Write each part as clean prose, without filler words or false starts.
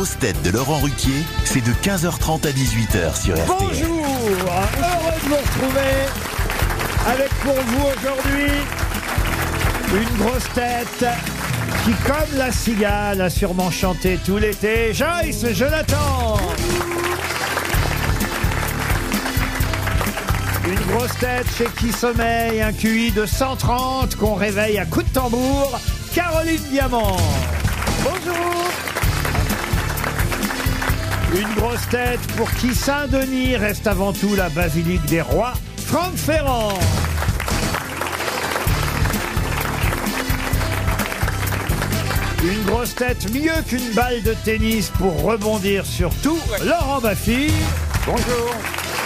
grosses têtes de Laurent Ruquier, c'est de 15h30 à 18h sur RTL. Bonjour, heureux de vous retrouver avec pour vous aujourd'hui une grosse tête qui, comme la cigale, a sûrement chanté tout l'été, Joyce Jonathan. Une grosse tête chez qui sommeille un QI de 130 qu'on réveille à coups de tambour, Caroline Diamant. Bonjour. Une grosse tête pour qui Saint-Denis reste avant tout la basilique des rois, Franck Ferrand. Une grosse tête mieux qu'une balle de tennis pour rebondir sur tout, Laurent Baffy. Bonjour.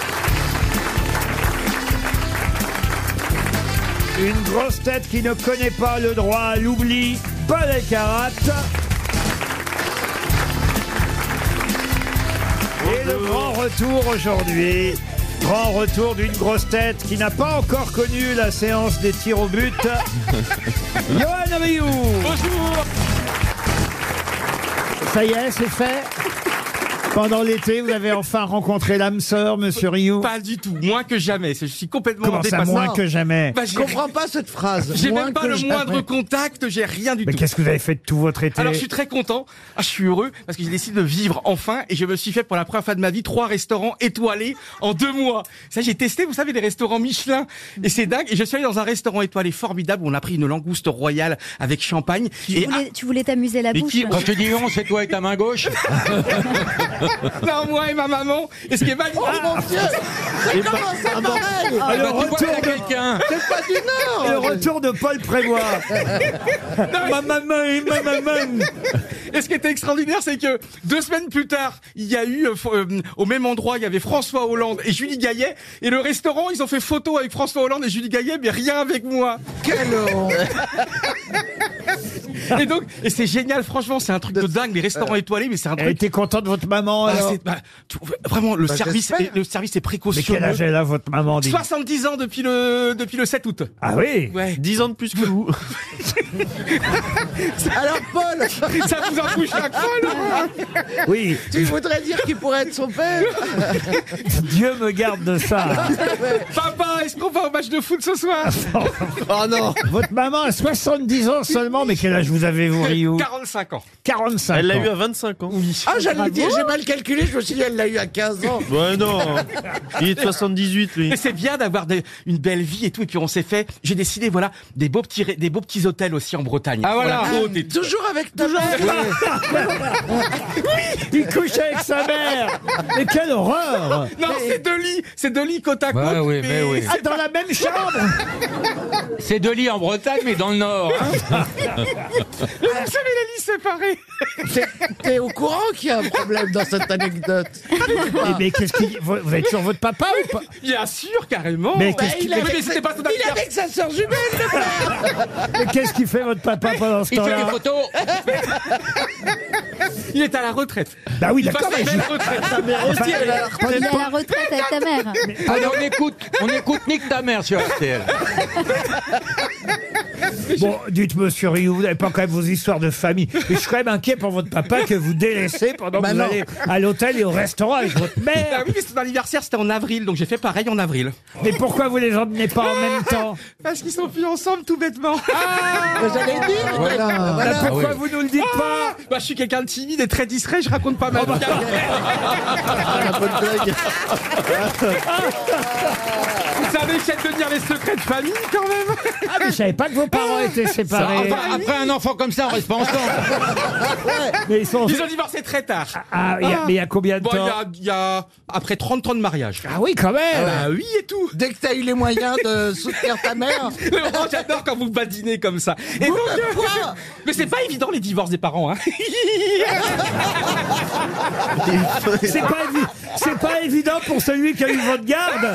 Une grosse tête qui ne connaît pas le droit à l'oubli, Paul Elkarat. Et le grand retour aujourd'hui, grand retour d'une grosse tête qui n'a pas encore connu la séance des tirs au but, Johan Rioux. Bonjour. Ça y est, c'est fait. Pendant l'été, vous avez enfin rencontré l'âme sœur, monsieur Rioux? Pas du tout, moins que jamais. Je suis complètement Comment ça, dépassé. moins que jamais? Bah, Je comprends pas cette phrase. J'ai Moins même pas que le jamais. moindre contact, j'ai rien du Mais tout. qu'est-ce que vous avez fait de tout votre été? Alors je suis très content, je suis heureux parce que j'ai décidé de vivre enfin et je me suis fait pour la première fois de ma vie 3 restaurants étoilés en 2 mois. Ça j'ai testé, vous savez, les restaurants Michelin et c'est dingue. Et je suis allé dans un restaurant étoilé formidable où on a pris une langouste royale avec champagne. Tu voulais t'amuser la bouche. Quand tu dis on, c'est toi et ta main gauche? Non, moi et ma maman. Et ce qui est validé. Oh mon Dieu! Mais comment c'est pareil? Le Tu vois retour qu'il y a de... quelqu'un. C'est pas du Nord! Le retour de Paul Prévost. Ma maman et ma maman. Et ce qui était extraordinaire, c'est que 2 semaines plus tard, il y a eu au même endroit, il y avait François Hollande et Julie Gaillet. Et le restaurant, ils ont fait photo avec François Hollande et Julie Gaillet, mais rien avec moi. Quelle honte! Et donc, et c'est génial, franchement, c'est un truc de dingue, les restaurants étoilés, mais c'est un Elle truc. était contente de votre maman, Ah, alors? vraiment, le service j'espère. est Mais précautionneux. quel âge elle a, votre maman, dit? 70 ans depuis le 7 août. Ah oui? Ouais. 10 ans de plus que vous. Alors Paul, Ça vous en touche un crâne. Oui. tu voudrais dire qu'il pourrait être son père? Dieu me garde de ça. Papa, est-ce qu'on va au match de foot ce soir? Oh non! Votre maman a 70 ans seulement, mais quel âge vous avez, vous, Rioux? 45 ans. 45 ans. Elle l'a eu à 25 ans. Oui. Ah, j'allais dire, j'ai mal calculé, je me suis dit, elle l'a eu à 15 ans. Ouais, non. Il est de 78, lui. Mais c'est bien d'avoir une belle vie et tout. Et puis on s'est fait, j'ai décidé, voilà, des beaux petits hôtels aussi en Bretagne. Ah voilà. Toujours avec ta mère? Il couche avec sa mère. Mais quelle horreur. Non, c'est 2 lits côte à côte. Ouais, oui, mais oui. Ah, dans la même chambre. C'est 2 lits en Bretagne, mais dans le Nord. Hein. Vous savez, les lits séparés. T'es au courant qu'il y a un problème dans cette anecdote? Mais qu'est-ce qu'il... Vous êtes sur votre papa ou pas? Bien sûr, carrément. Mais qu'est-ce qu'il- Mais c'était pas son Il est anniversaire. avec sa sœur jumelle, le père! Mais qu'est-ce qu'il fait, votre papa, pendant ce Il fait temps-là? des photos. Il est à la retraite. Bah oui, Il d'accord, passe mais la belle retraite. Il est à la retraite avec ta mère. Allez, on écoute Nick ta mère sur RTL. Bon, dites, monsieur Rioux, vous n'avez pas quand même vos histoires de famille. Mais je suis quand même inquiet pour votre papa que vous délaissez pendant que vous non. allez à l'hôtel et au restaurant avec votre Ah mère. oui, mais son anniversaire, c'était en avril, donc j'ai fait pareil en avril. Mais pourquoi vous les emmenez pas en même temps? Parce qu'ils sont plus ensemble, tout bêtement. J'allais dire, voilà. Bah, pourquoi vous nous le dites pas? Bah, je suis quelqu'un de timide et très distrait, je raconte pas ma vie. La bonne blague. Vous savez, j'aime de dire les secrets de famille, quand même. Ah, mais je savais pas que vos parents étaient séparés. Après un enfant comme ça, on reste pas ensemble. Mais ils sont... Ils ont divorcé très tard. Ah, mais il y a combien de Bon, temps? il y a après 30 ans de mariage. Ah oui, quand même. Bah oui et tout. Dès que t'as eu les moyens de soutenir ta mère, Laurent, j'adore quand vous badinez comme ça. Et donc, quoi? mais c'est pas évident les divorces des parents, hein. C'est pas évident pour celui qui a eu votre garde.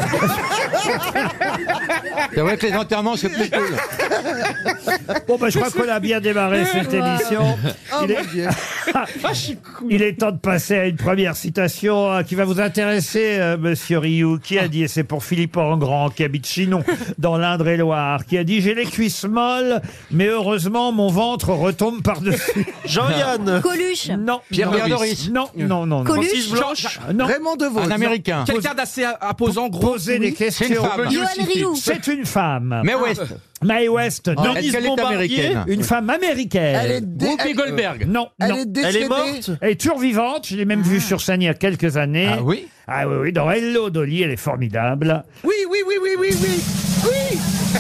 C'est vrai que les enterrements, c'est plus cool. Bon, bah, je crois qu'on a bien démarré cette émission. oh Il est- mon Dieu. Ah, je suis cool. Il est temps de passer à une première citation qui va vous intéresser, monsieur Rioux. Qui a dit, et c'est pour Philippe Engrand, qui habite Chinon, dans l'Indre-et-Loire, qui a dit « J'ai les cuisses molles, mais heureusement, mon ventre retombe par-dessus. » Jean-Yann. Coluche. Non. Pierre non, Doris. Non, non, non. non. Coluche. Francis Blanche. Non. Raymond DeVos. Un Américain. Quelqu'un d'assez imposant, gros. Poser des C'est une questions. femme. Johan Rioux. C'est une femme. Mais West. Mae West, non. Est-ce qu'elle est américaine? Une femme américaine. Elle est, Whoopi Goldberg. Non, elle non. est Elle décédée. est morte. Elle est toujours vivante. Je l'ai même vue sur scène il y a quelques années. Ah oui? Ah oui, oui. Dans Hello Dolly, elle est formidable. Oui, oui, oui, oui, oui, oui. Oui.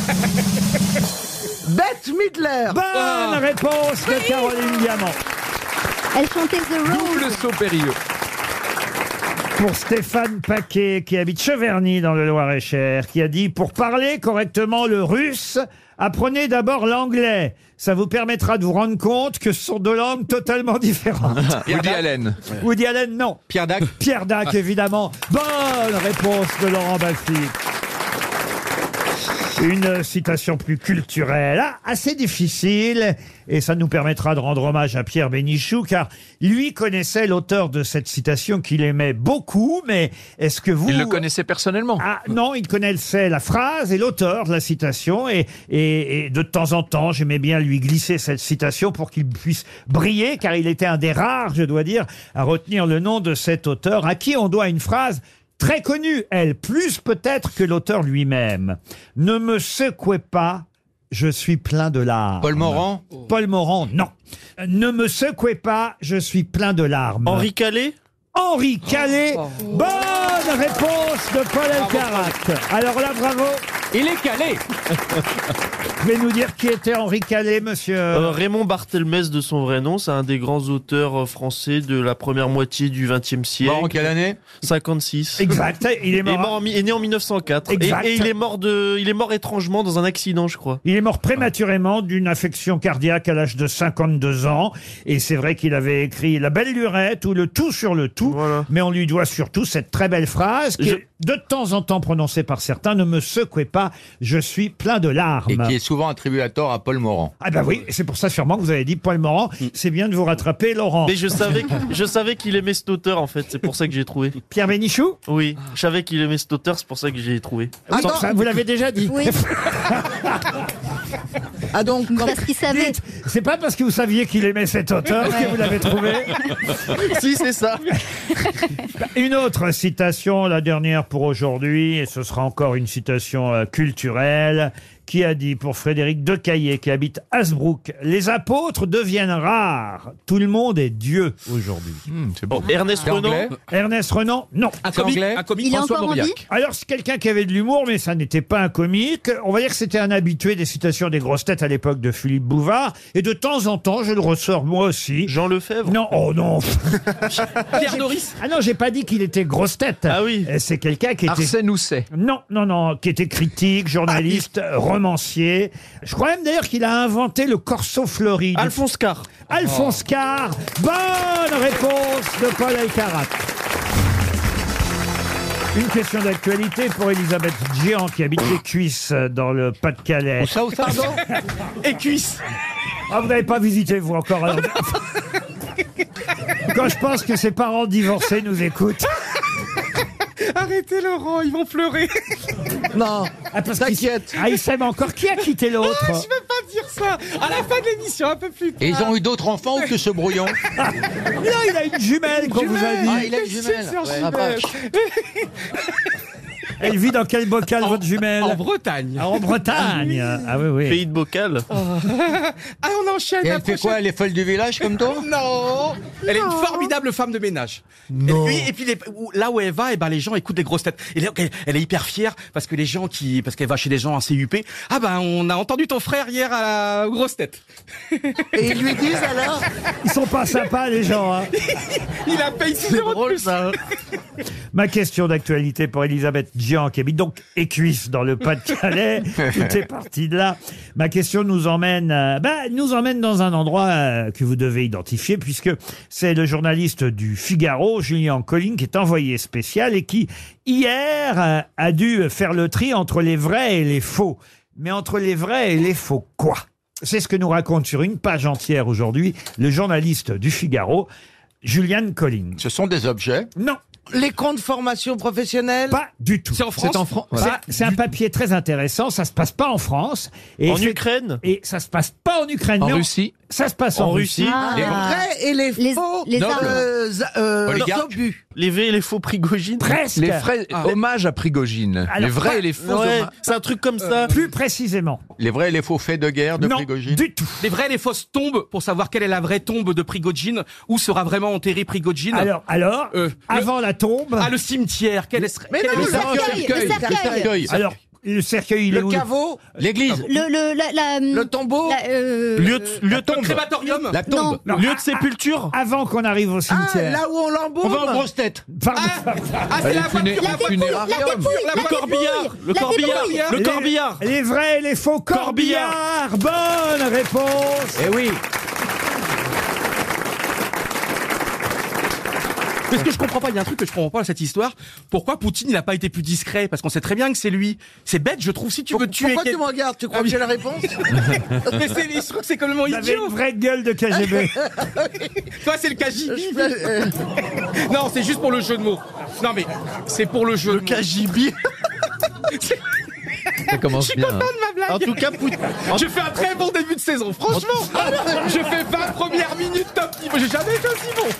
Bette Midler. Bonne réponse de Caroline Diamant. Elle chantait The Road. Double saut périlleux. Pour Stéphane Paquet, qui habite Cheverny dans le Loir-et-Cher, qui a dit « Pour parler correctement le russe, apprenez d'abord l'anglais. Ça vous permettra de vous rendre compte que ce sont deux langues totalement différentes. Woody Allen. » Woody Allen, non. Pierre Dac. Pierre Dac, évidemment. Bonne réponse de Laurent Baffy. Une citation plus culturelle, assez difficile, et ça nous permettra de rendre hommage à Pierre Bénichou, car lui connaissait l'auteur de cette citation qu'il aimait beaucoup, mais est-ce que vous... Il le connaissait personnellement. Ah non, il connaissait la phrase et l'auteur de la citation, et de temps en temps, j'aimais bien lui glisser cette citation pour qu'il puisse briller, car il était un des rares, je dois dire, à retenir le nom de cet auteur, à qui on doit une phrase très connue, elle, plus peut-être que l'auteur lui-même. « Ne me secouez pas, je suis plein de larmes. » Paul Morand. Paul Morand, non. « Ne me secouez pas, je suis plein de larmes. » Henri Calais. Henri Calais. Bonne réponse de Paul Elkarat. Alors là, bravo. Il est calé. Vous pouvez nous dire qui était Henri Calais, monsieur Raymond Barthelmès de son vrai nom, c'est un des grands auteurs français de la première moitié du XXe siècle. Mort en quelle année? 56. Exact. Il est mort. Est né en 1904. Exact. Et il est mort étrangement dans un accident, je crois. Il est mort prématurément d'une affection cardiaque à l'âge de 52 ans. Et c'est vrai qu'il avait écrit La Belle Lurette ou Le Tout sur le Tout. Voilà. Mais on lui doit surtout cette très belle phrase qui est de temps en temps prononcée par certains. Ne me secouez pas, je suis plein de larmes. Et qui est souvent attribué à tort à Paul Morand. Ah bah oui, c'est pour ça sûrement que vous avez dit Paul Morand. C'est bien de vous rattraper, Laurent. Mais je savais qu'il aimait cet auteur, en fait. C'est pour ça que j'ai trouvé. Pierre Bénichou. Oui, je savais qu'il aimait cet auteur, c'est pour ça que j'ai trouvé. Oui, ça, vous l'avez déjà dit. Oui. Ah donc, Parce qu'il savait. Dites, c'est pas parce que vous saviez qu'il aimait cet auteur que vous l'avez trouvé. Si, c'est ça. Une autre citation, la dernière pour aujourd'hui, et ce sera encore une citation culturelle, qui a dit pour Frédéric Decaillé, qui habite Hasbrook, « Les apôtres deviennent rares. Tout le monde est Dieu aujourd'hui. C'est bon. Ernest C'est Renan. anglais. » Ernest Renan, non. Un C'est comique, anglais. un comique Il est François encore en Mauriac. vie. Alors, c'est quelqu'un qui avait de l'humour, mais ça n'était pas un comique. On va dire que c'était un habitué des citations des grosses têtes à l'époque de Philippe Bouvard. Et de temps en temps, je le ressors moi aussi. Jean Lefebvre. Non, oh non. Pierre Doris. Ah non, j'ai pas dit qu'il était grosse tête. Ah oui. C'est quelqu'un qui était... Arsène Housset. Non, non, non, qui était critique, journaliste, romancier. Je crois même d'ailleurs qu'il a inventé le corso fleuri. Alphonse Carr. Alphonse Carr. Bonne réponse de Paul Elkarat. Une question d'actualité pour Elisabeth Giant qui habite les Cuisses dans le Pas-de-Calais. Où ça? Pardon. Et cuisse. Ah, vous n'avez pas visité, vous, encore. Alors... Quand je pense que ses parents divorcés nous écoutent. Arrêtez Laurent, ils vont pleurer. non, Parce t'inquiète. qu'ils s'aiment encore. Qui a quitté l'autre? Je peux pas dire ça. À la fin de l'émission, un peu plus tard. Et ils ont eu d'autres enfants ou que ce brouillon? Là, il a une jumelle, qu'on vous a dit. Ah, il a une jumelle. Sur Ouais. jumelle. Elle vit dans quel bocal, votre jumelle? En Bretagne. Ah, en Bretagne. Ah oui, oui. Pays de Bocal. Ah, on enchaîne. Et la elle fait prochaine. quoi? Elle est folle du village comme toi? Non. Elle est une formidable femme de ménage. Non. Et puis là où elle va, et ben les gens écoutent les grosses têtes. Et là, elle est hyper fière parce que les gens parce qu'elle va chez des gens assez huppés. Ah ben on a entendu ton frère hier à la grosse tête. Et ils lui disent alors. Ils sont pas sympas, les gens. Hein. Il a payé 6 C'est euros de drôle, plus. ça. Ma question d'actualité pour Elisabeth Giant, qui habite donc Écuisse dans le Pas-de-Calais. Tout est parti de là. Ma question nous emmène dans un endroit que vous devez identifier, puisque c'est le journaliste du Figaro, Julien Colling, qui est envoyé spécial et qui, hier, a dû faire le tri entre les vrais et les faux. Mais entre les vrais et les faux, quoi? C'est ce que nous raconte sur une page entière aujourd'hui le journaliste du Figaro, Julian Collins. Ce sont des objets. Non, Les comptes formation professionnelle. pas du tout. C'est en France. C'est en France. C'est un papier très intéressant. Ça se passe pas en France. Et En c'est- Ukraine. Et ça se passe pas en Ukraine. En non. Russie. Ça se passe en Russie. Ah. Les vrais et les Les- faux les armes. Oligarques. obus. Les vrais et les faux Prigogine. Presque. Les vrais hommages à Prigogine. Alors, les vrais pas- et les faux Ouais, hommages. c'est un truc comme ça. Plus précisément. Les vrais et les faux faits de guerre de Non, Prigogine. du tout. Les vraies et les fausses tombes pour savoir quelle est la vraie tombe de Prigogine, où sera vraiment enterré Prigogine. Alors, avant la tombe. Ah, le cimetière, quel est, Mais quel non, est le cercueil, le cercueil. Alors, le cercueil, il est Le où caveau. L'église. Le tombeau. Lieu de le tombe. crématorium. La tombe. Non, Lieu de sépulture. Avant qu'on arrive au Ah, cimetière. là où on l'embaume. On va en grosse tête. Pardon. Ah, c'est la voiture, La dépouille, la Le corbillard. Le la corbillard. dépouille. Le corbillard. Les vrais et les faux corbillards. Bonne réponse. Eh oui. Mais ce que je comprends pas, il y a un truc que je comprends pas dans cette histoire. Pourquoi Poutine il a pas été plus discret? Parce qu'on sait très bien que c'est lui. C'est bête, je trouve. Si tu veux tuer, Pourquoi tu me regardes? Tu crois que j'ai la réponse? mais je trouve que c'est complètement Vous avez idiot. une vraie gueule de KGB. Toi, c'est le KGB. Non, c'est juste pour le jeu de mots. Non, mais c'est pour le jeu. Le KGB. Ça commence bien. Pas de ma blague. En tout cas, Je fais un très bon début de saison, franchement. Je fais 20 premières minutes top niveau. J'ai jamais été aussi bon.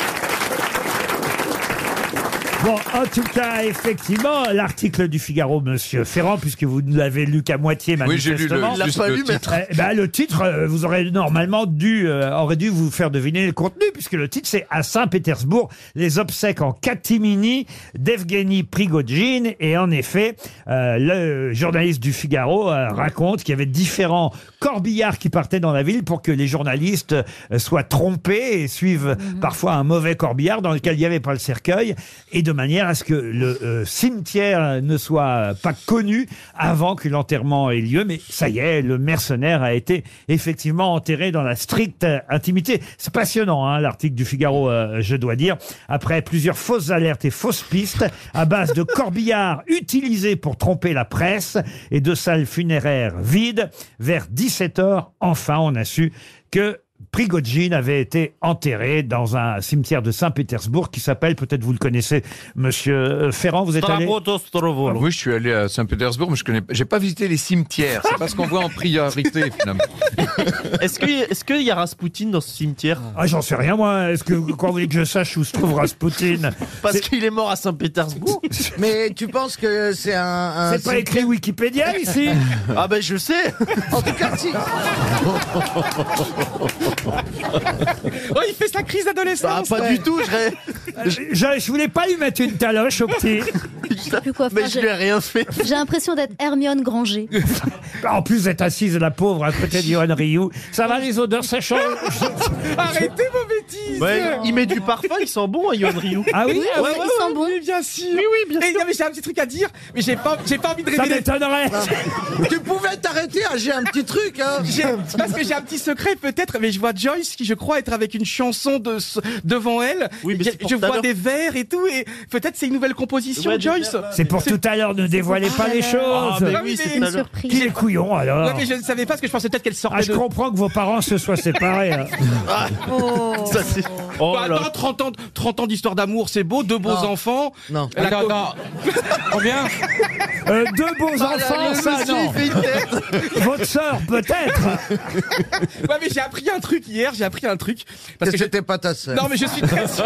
Bon, en tout cas, effectivement, l'article du Figaro, Monsieur Ferrand, puisque vous ne l'avez lu qu'à moitié, Oui, j'ai lu manifestement. le, juste le titre. Le titre, vous aurez normalement aurait dû vous faire deviner le contenu, puisque le titre c'est à Saint-Pétersbourg, les obsèques en catimini d'Evgeny Prigogine. Et en effet, le journaliste du Figaro raconte qu'il y avait différents corbillards qui partaient dans la ville pour que les journalistes soient trompés et suivent parfois un mauvais corbillard dans lequel il n'y avait pas le cercueil, et de manière à ce que le cimetière ne soit pas connu avant que l'enterrement ait lieu. Mais ça y est, le mercenaire a été effectivement enterré dans la stricte intimité. C'est passionnant, hein, l'article du Figaro, je dois dire. Après plusieurs fausses alertes et fausses pistes à base de corbillards utilisés pour tromper la presse et de salles funéraires vides, vers 17h, enfin, on a su que Prigogine avait été enterré dans un cimetière de Saint-Pétersbourg qui s'appelle, peut-être vous le connaissez, Monsieur Ferrand, vous êtes allé... Oui, je suis allé à Saint-Pétersbourg, mais j'ai pas visité les cimetières. C'est pas ce qu'on voit en priorité, finalement. Est-ce qu'il y a Rasputin dans ce cimetière? Ah, j'en sais rien, moi. Est-ce que, quand vous voulez que je sache où se trouve Rasputin? Parce qu'il est mort à Saint-Pétersbourg. Mais tu penses que c'est un C'est pas écrit Wikipédia, ici? Ah ben je sais. En tout cas, si. Oh, il fait sa crise Ah, d'adolescence. pas du tout. Je voulais pas lui mettre une taloche au petit. Je sais plus quoi Mais faire. je lui ai rien fait. J'ai l'impression d'être Hermione Granger. En plus d'être assise, la pauvre, à côté de Yohan Ryu. Ça va, les odeurs, ça change? Arrêtez vos bêtises. Ouais, il met du parfum, il sent bon, Yohan Ryu. Ah oui? Oui, ils sont bons. Oui, bien sûr. Oui, bien sûr. Mais j'ai un petit truc à dire, mais j'ai pas envie de Ça révéler. m'étonnerait. Tu pouvais t'arrêter, j'ai un petit truc, hein. Parce que j'ai un petit secret peut-être, mais je vois Joyce qui je crois être avec une chanson devant elle. Oui, mais c'est pour je tout à vois l'heure. des vers et tout, et peut-être c'est une nouvelle composition, Ouais, des Joyce. vers, C'est pour tout à l'heure, ne dévoilez pas les Ah, choses. mais Ah oui, oui, c'est mais- tout à Une l'heure. surprise. Qui est le couillon, alors? Ouais, mais je ne savais pas parce que je pensais peut-être qu'elle sortait Ah, je de... comprends que vos parents se soient séparés. Hein. Ça, c'est... Oh Bah, là. attends, 30 ans d'histoire d'amour, c'est beau, deux beaux Non. enfants. Non. La Attends, co- attends. Combien? Deux beaux enfants, ça, non. Votre sœur, peut-être. Ouais, mais j'ai appris un truc hier, parce que C'était pas ta sœur. Non, mais je suis très sûr.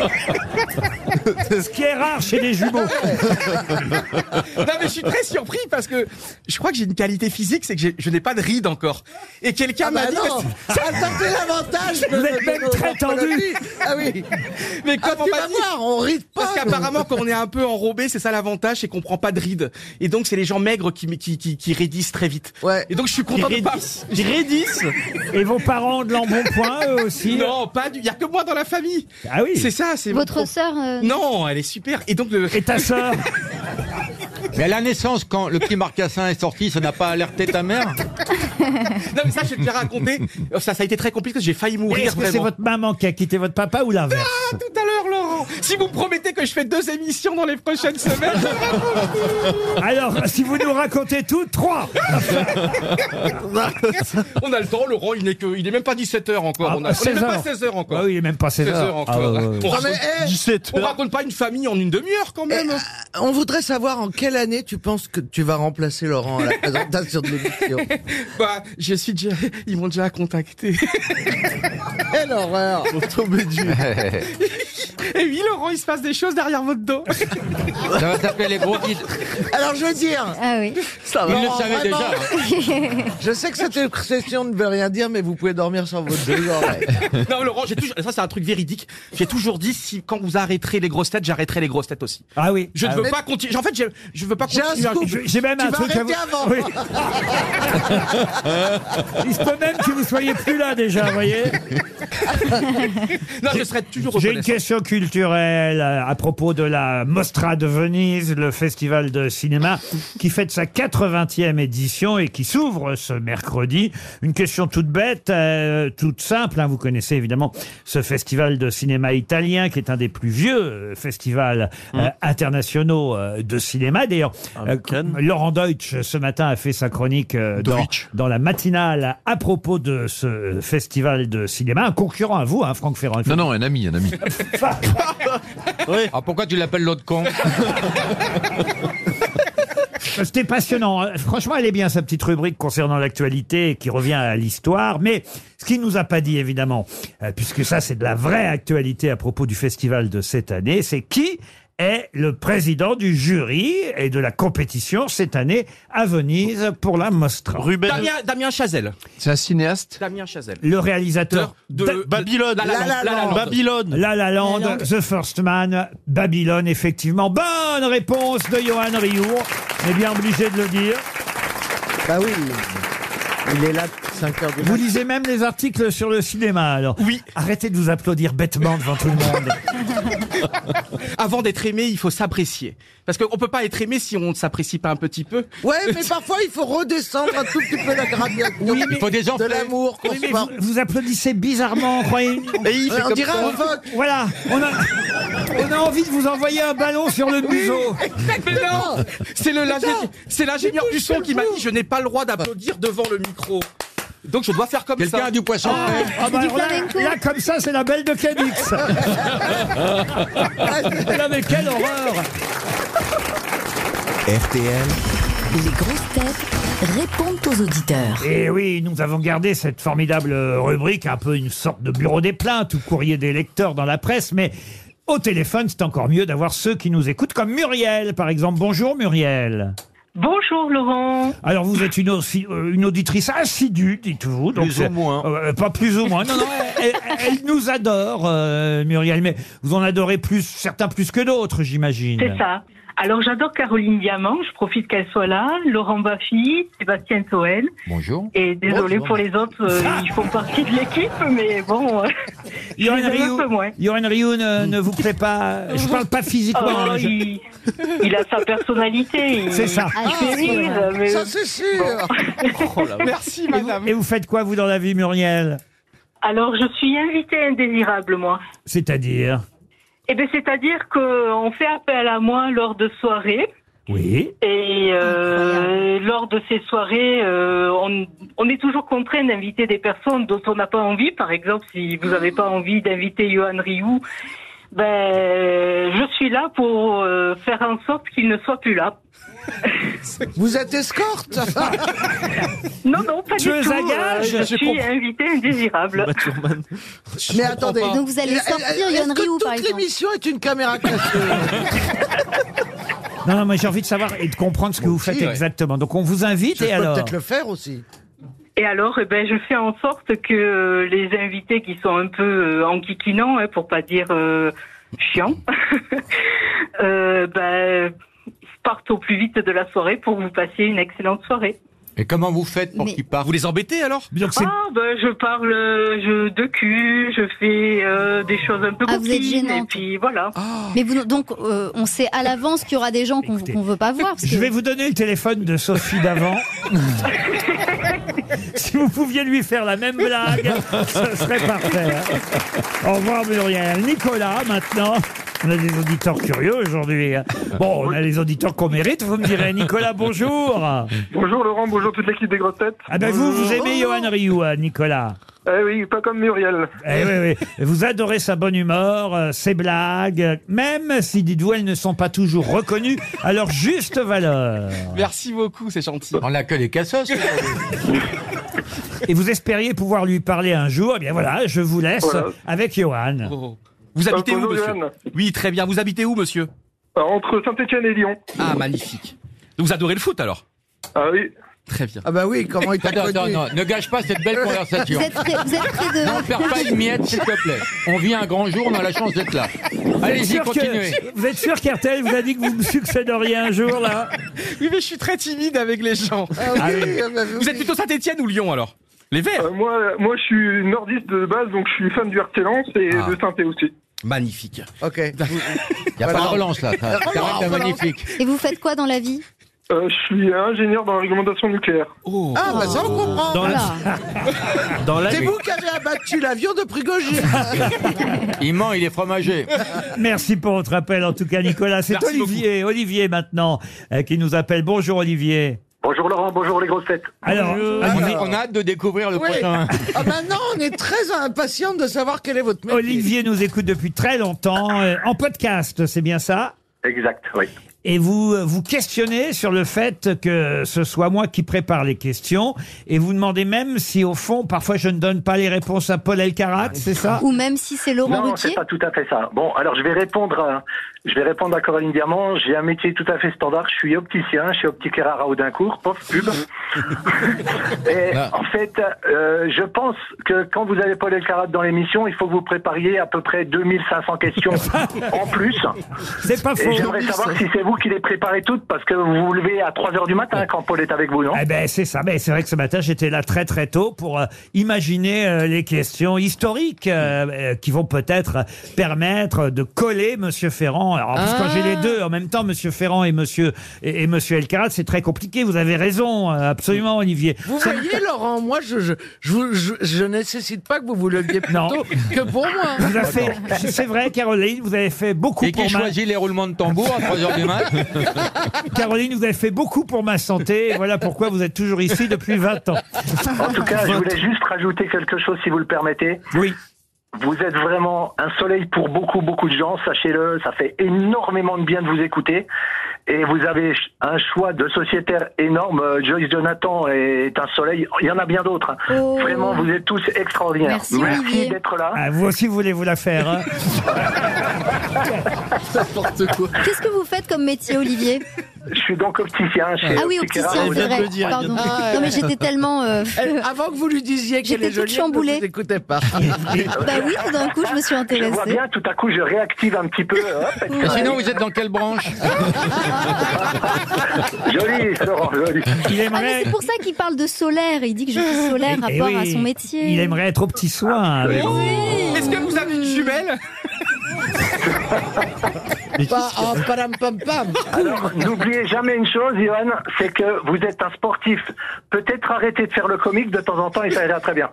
Ce qui est rare chez les jumeaux. Non, mais je suis très surpris parce que je crois que j'ai une qualité physique, c'est que je n'ai pas de rides encore. Et quelqu'un Ah m'a bah dit non. que Ça fait l'avantage. Vous êtes même très tendu. Ah oui. mais Ah, comment tu on m'a vas dit voir, on rit pas. parce qu'apparemment quand on est un peu enrobé, c'est ça l'avantage, c'est qu'on prend pas de rides. Et donc c'est les gens maigres qui raidissent très vite. Ouais. Et donc je suis Qui content de pas. raidissent. Et vos parents de l'embonpoint, eux aussi. Non, pas du. Il y a que moi dans la famille. Ah oui. C'est ça, c'est Votre sœur. Non, elle est super. Et donc le. Et ta sœur? Mais à la naissance, quand le petit Marcassin est sorti, ça n'a pas alerté ta mère? Non mais ça je vais te déjà raconter. Ça a été très compliqué parce que j'ai failli mourir Est-ce que c'est vraiment. votre maman qui a quitté votre papa ou l'inverse? Tout à l'heure, Laurent. Si vous promettez que je fais 2 émissions dans les prochaines semaines. Alors, si vous nous racontez tout, 3. On a le temps, Laurent, il est même pas 17h encore. On est même pas 16h encore. Ah oui, il est même pas 16h. 16h encore. On raconte- mais, 17 on heures. raconte pas une famille en une demi-heure quand même. on voudrait savoir en quelle année tu penses que tu vas remplacer Laurent à la présentation de l'émission. Bah, je suis déjà, ils m'ont déjà contacté. Quelle horreur. Et oui, Laurent, il se passe des choses derrière votre dos. Ça va s'appeler les gros titres. Alors je veux dire, Ah oui. ça Il le Laurent, savait vraiment, déjà. je sais que cette session ne veut rien dire, mais vous pouvez dormir sur vos 2 oreilles. Non, Laurent, ça c'est un truc véridique. J'ai toujours dit, quand vous arrêterez les grosses têtes, j'arrterai les grosses têtes aussi. Ah oui. Je ne Ah veux oui. pas continuer. En fait, je veux pas J'ai un continuer. scoop. J'ai même Tu un vas truc à vous... arrêter avant. Oui. Il se peut même que vous soyez plus là déjà, vous voyez. Non, je serai toujours J'ai une reconnaissant. question culturelle à propos de la Mostra de Venise, le festival de cinéma qui fête sa 80e édition et qui s'ouvre ce mercredi. Une question toute bête, toute simple. Hein. Vous connaissez évidemment ce festival de cinéma italien qui est un des plus vieux festivals internationaux de cinéma. D'ailleurs, Laurent Deutsch ce matin a fait sa chronique dans la matinale à propos de ce festival de cinéma. Un concurrent à vous, hein, Franck Ferrand. Non, un ami. Ah, pourquoi tu l'appelles l'autre con? C'était passionnant. Franchement, elle est bien, sa petite rubrique concernant l'actualité qui revient à l'histoire. Mais ce qu'il nous a pas dit, évidemment, puisque ça, c'est de la vraie actualité à propos du festival de cette année, c'est qui est le président du jury et de la compétition cette année à Venise pour la Mostra. Ruben. Damien Chazelle. C'est un cinéaste. Damien Chazelle. Le réalisateur de Babylone. La La Land. Babylone. La La Land, The First Man, Babylone, effectivement. Bonne réponse de Johan Rioux. On est bien obligé de le dire. Bah oui, il est là 5 heures du Vous matin. lisez même les articles sur le cinéma, alors. Oui. Arrêtez de vous applaudir bêtement devant tout le monde. Avant d'être aimé, il faut s'apprécier. Parce qu'on peut pas être aimé si on ne s'apprécie pas un petit peu. Ouais, mais parfois il faut redescendre un tout petit peu la gradation. Oui, mais- Il faut des de enfants. l'amour qu'on Oui, mais se vous, porte. vous applaudissez bizarrement, croyez. On dirait un vote. Voilà, on a envie de vous envoyer un ballon sur le museau. Mais non, c'est l'ingénieur du son qui m'a dit je n'ai pas le droit d'applaudir devant le micro. Donc je dois faire comme Quelqu'un ça. a du poisson frais. Ah bah du alors là, flamenco. là, comme ça, c'est la belle de Cadix. Là, mais quelle horreur. RTL, Les grosses têtes répondent aux auditeurs. Et oui, nous avons gardé cette formidable rubrique, un peu une sorte de bureau des plaintes ou courrier des lecteurs dans la presse, mais au téléphone, c'est encore mieux d'avoir ceux qui nous écoutent, comme Muriel, par exemple. Bonjour Muriel. Bonjour Laurent. Alors vous êtes une auditrice assidue, dites-vous. Donc Plus ou moins. pas plus ou moins. Non, elle nous adore, Muriel, mais vous en adorez certains plus que d'autres, j'imagine. C'est ça. Alors j'adore Caroline Diamant, je profite qu'elle soit là, Laurent Baffy, Sébastien Toen. Bonjour. Et désolé Bonjour. pour les autres, ils font partie de l'équipe, mais bon, je Johan les aime un peu moins. Rioux ne vous plaît pas. Je parle pas physiquement. Oh, hein, il a sa personnalité, C'est ça. il fait rire, mais Ça c'est sûr. Merci madame. Et vous faites quoi, vous, dans la vie, Muriel? Alors je suis invitée indésirable, moi. C'est-à-dire? Eh bien, c'est-à-dire qu'on fait appel à moi lors de soirées. Oui. Et lors de ces soirées, on est toujours contraint d'inviter des personnes dont on n'a pas envie. Par exemple, si vous n'avez pas envie d'inviter Johan Rioux, ben, je suis là pour faire en sorte qu'il ne soit plus là. Vous êtes escorte. Non, non, pas du Tueuse tout. à gages, je suis invitée indésirable. Maturman. Mais attendez. Donc vous allez sortir Johan Est-ce Rioux, que par toute exemple. l'émission est une caméra cachée? Non, mais j'ai envie de savoir et de comprendre ce que vous faites ouais. exactement. Donc on vous invite Je et peux alors? peut-être le faire aussi. Et alors, eh ben, je fais en sorte que les invités qui sont un peu enquiquinants, pour pas dire chiants, ben, partent au plus vite de la soirée pour vous passer une excellente soirée. Et comment vous faites pour Mais- qu'il parte? Vous les embêtez alors? Donc c'est Je parle de cul, je fais des choses un peu Ah, vous êtes coquines, et gênante. puis voilà. Mais vous, donc, on sait à l'avance qu'il y aura des gens qu'on Écoutez, veut pas voir. Parce je que- vais vous donner le téléphone de Sophie d'avant. Si vous pouviez lui faire la même blague, ce serait parfait. Hein. Au revoir Muriel. Nicolas, maintenant. On a des auditeurs curieux aujourd'hui. Bon, on a les auditeurs qu'on mérite, vous me direz. Nicolas, bonjour. Bonjour Laurent, bonjour toute l'équipe des grosses têtes. Ah ben vous aimez Johan Rioux, Nicolas. Eh oui, pas comme Muriel. Eh oui, oui. Vous adorez sa bonne humeur, ses blagues, même si, dites-vous, elles ne sont pas toujours reconnues à leur juste valeur. Merci beaucoup, c'est gentil. On n'a que les cassos. Et vous espériez pouvoir lui parler un jour. Eh bien voilà, je vous laisse avec Johan. Oh. Vous habitez où, monsieur? Oui, très bien. Vous habitez où, monsieur? Entre Saint-Etienne et Lyon. Ah, magnifique. Vous adorez le foot, alors? Ah oui. Très bien. Ah bah oui, comment il t'a connu? Non, ne gâche pas cette belle conversation. Vous êtes près de... Non, perds pas une miette, s'il te plaît. On vit un grand jour, on a la chance d'être là. Allez-y, continuez. Vous êtes sûr qu'RTL vous a dit que vous me succéderiez un jour, là? Oui, mais je suis très timide avec les gens. Ah oui, Vous êtes plutôt Saint-Etienne ou Lyon, alors? Les Verts? Moi, je suis nordiste de base, donc je suis fan du RT Lens et de Saint-Étienne aussi. Magnifique. Ok. Il n'y a pas de relance, là. T'arrêtes la magnifique. Et vous faites quoi dans la vie? Je suis ingénieur dans la réglementation nucléaire. Oh. Ah bah ça on comprend. C'est vous qui avez abattu l'avion de Prigogine. Il ment, il est fromager. Merci pour votre appel, en tout cas, Nicolas. C'est Merci Olivier. Olivier, maintenant, qui nous appelle. Bonjour, Olivier. Bonjour Laurent, bonjour les grosses têtes. Alors, On a hâte de découvrir le prochain. Ah maintenant on est très impatient de savoir quel est votre métier. Olivier nous écoute depuis très longtemps, en podcast, c'est bien ça? Exact, oui. Et vous vous questionnez sur le fait que ce soit moi qui prépare les questions, et vous demandez même si, au fond, parfois je ne donne pas les réponses à Paul Elkarat, c'est ça? Ou même si c'est Laurent Non, Ruquier? c'est pas tout à fait ça. Bon, alors je vais répondre à Coraline Diamant. J'ai un métier tout à fait standard. Je suis opticien chez Optique Errara Audincourt. Pauvre pub. Et en fait, je pense que quand vous avez Paul Elkarat dans l'émission, il faut que vous prépariez à peu près 2500 questions en plus. C'est pas faux. Et j'aimerais savoir si c'est vous qui les préparez toutes, parce que vous vous levez à 3h du matin quand Paul est avec vous, non? Eh ben c'est ça. Ben c'est vrai que ce matin j'étais là très très tôt pour imaginer les questions historiques qui vont peut-être permettre de coller Monsieur Ferrand. Alors parce que quand j'ai les deux en même temps, Monsieur Ferrand et Monsieur Elkarat, c'est très compliqué. Vous avez raison, absolument, Olivier. Vous voyez, Laurent, moi je nécessite pas que vous vous leviez plus tôt que pour moi. Vous avez fait, c'est vrai, Caroline, vous avez fait beaucoup Et pour qui choisit les roulements de tambour à 3h du mat. Caroline, vous avez fait beaucoup pour ma santé. Et voilà pourquoi vous êtes toujours ici depuis 20 ans. En tout cas, je voulais juste rajouter quelque chose, si vous le permettez. Oui. Vous êtes vraiment un soleil pour beaucoup, beaucoup de gens, sachez-le. Ça fait énormément de bien de vous écouter. Et vous avez un choix de sociétaires énorme. Joyce Jonathan est un soleil. Il y en a bien d'autres. Oh. Vraiment, vous êtes tous extraordinaires. Merci, Olivier. d'être là. Ah, vous aussi, vous voulez vous la faire. Hein. Qu'est-ce que vous faites comme métier, Olivier? Je suis donc opticien chez Ah oui, Optique opticien, Errara. c'est vrai. Pardon. Non mais j'étais tellement... Avant que vous lui disiez qu'elle J'étais est toute jolie, chamboulée. vous n'écoutez pas. Bah oui, tout d'un coup, je me suis Je vois intéressée. bien, tout à coup, je réactive un petit peu. Hop, et Et sinon, vous êtes dans quelle branche? Joli, Laurent, joli. Il Ah mais aimerait. c'est pour ça qu'il parle de solaire. Il dit que je suis solaire Eh rapport à oui, son métier. Il aimerait être au petit soin. avec vous. Est-ce que vous avez une jumelle? Padam pam pam. Alors, n'oubliez jamais une chose, Johan, c'est que vous êtes un sportif. Peut-être arrêter de faire le comique de temps en temps et ça ira très bien.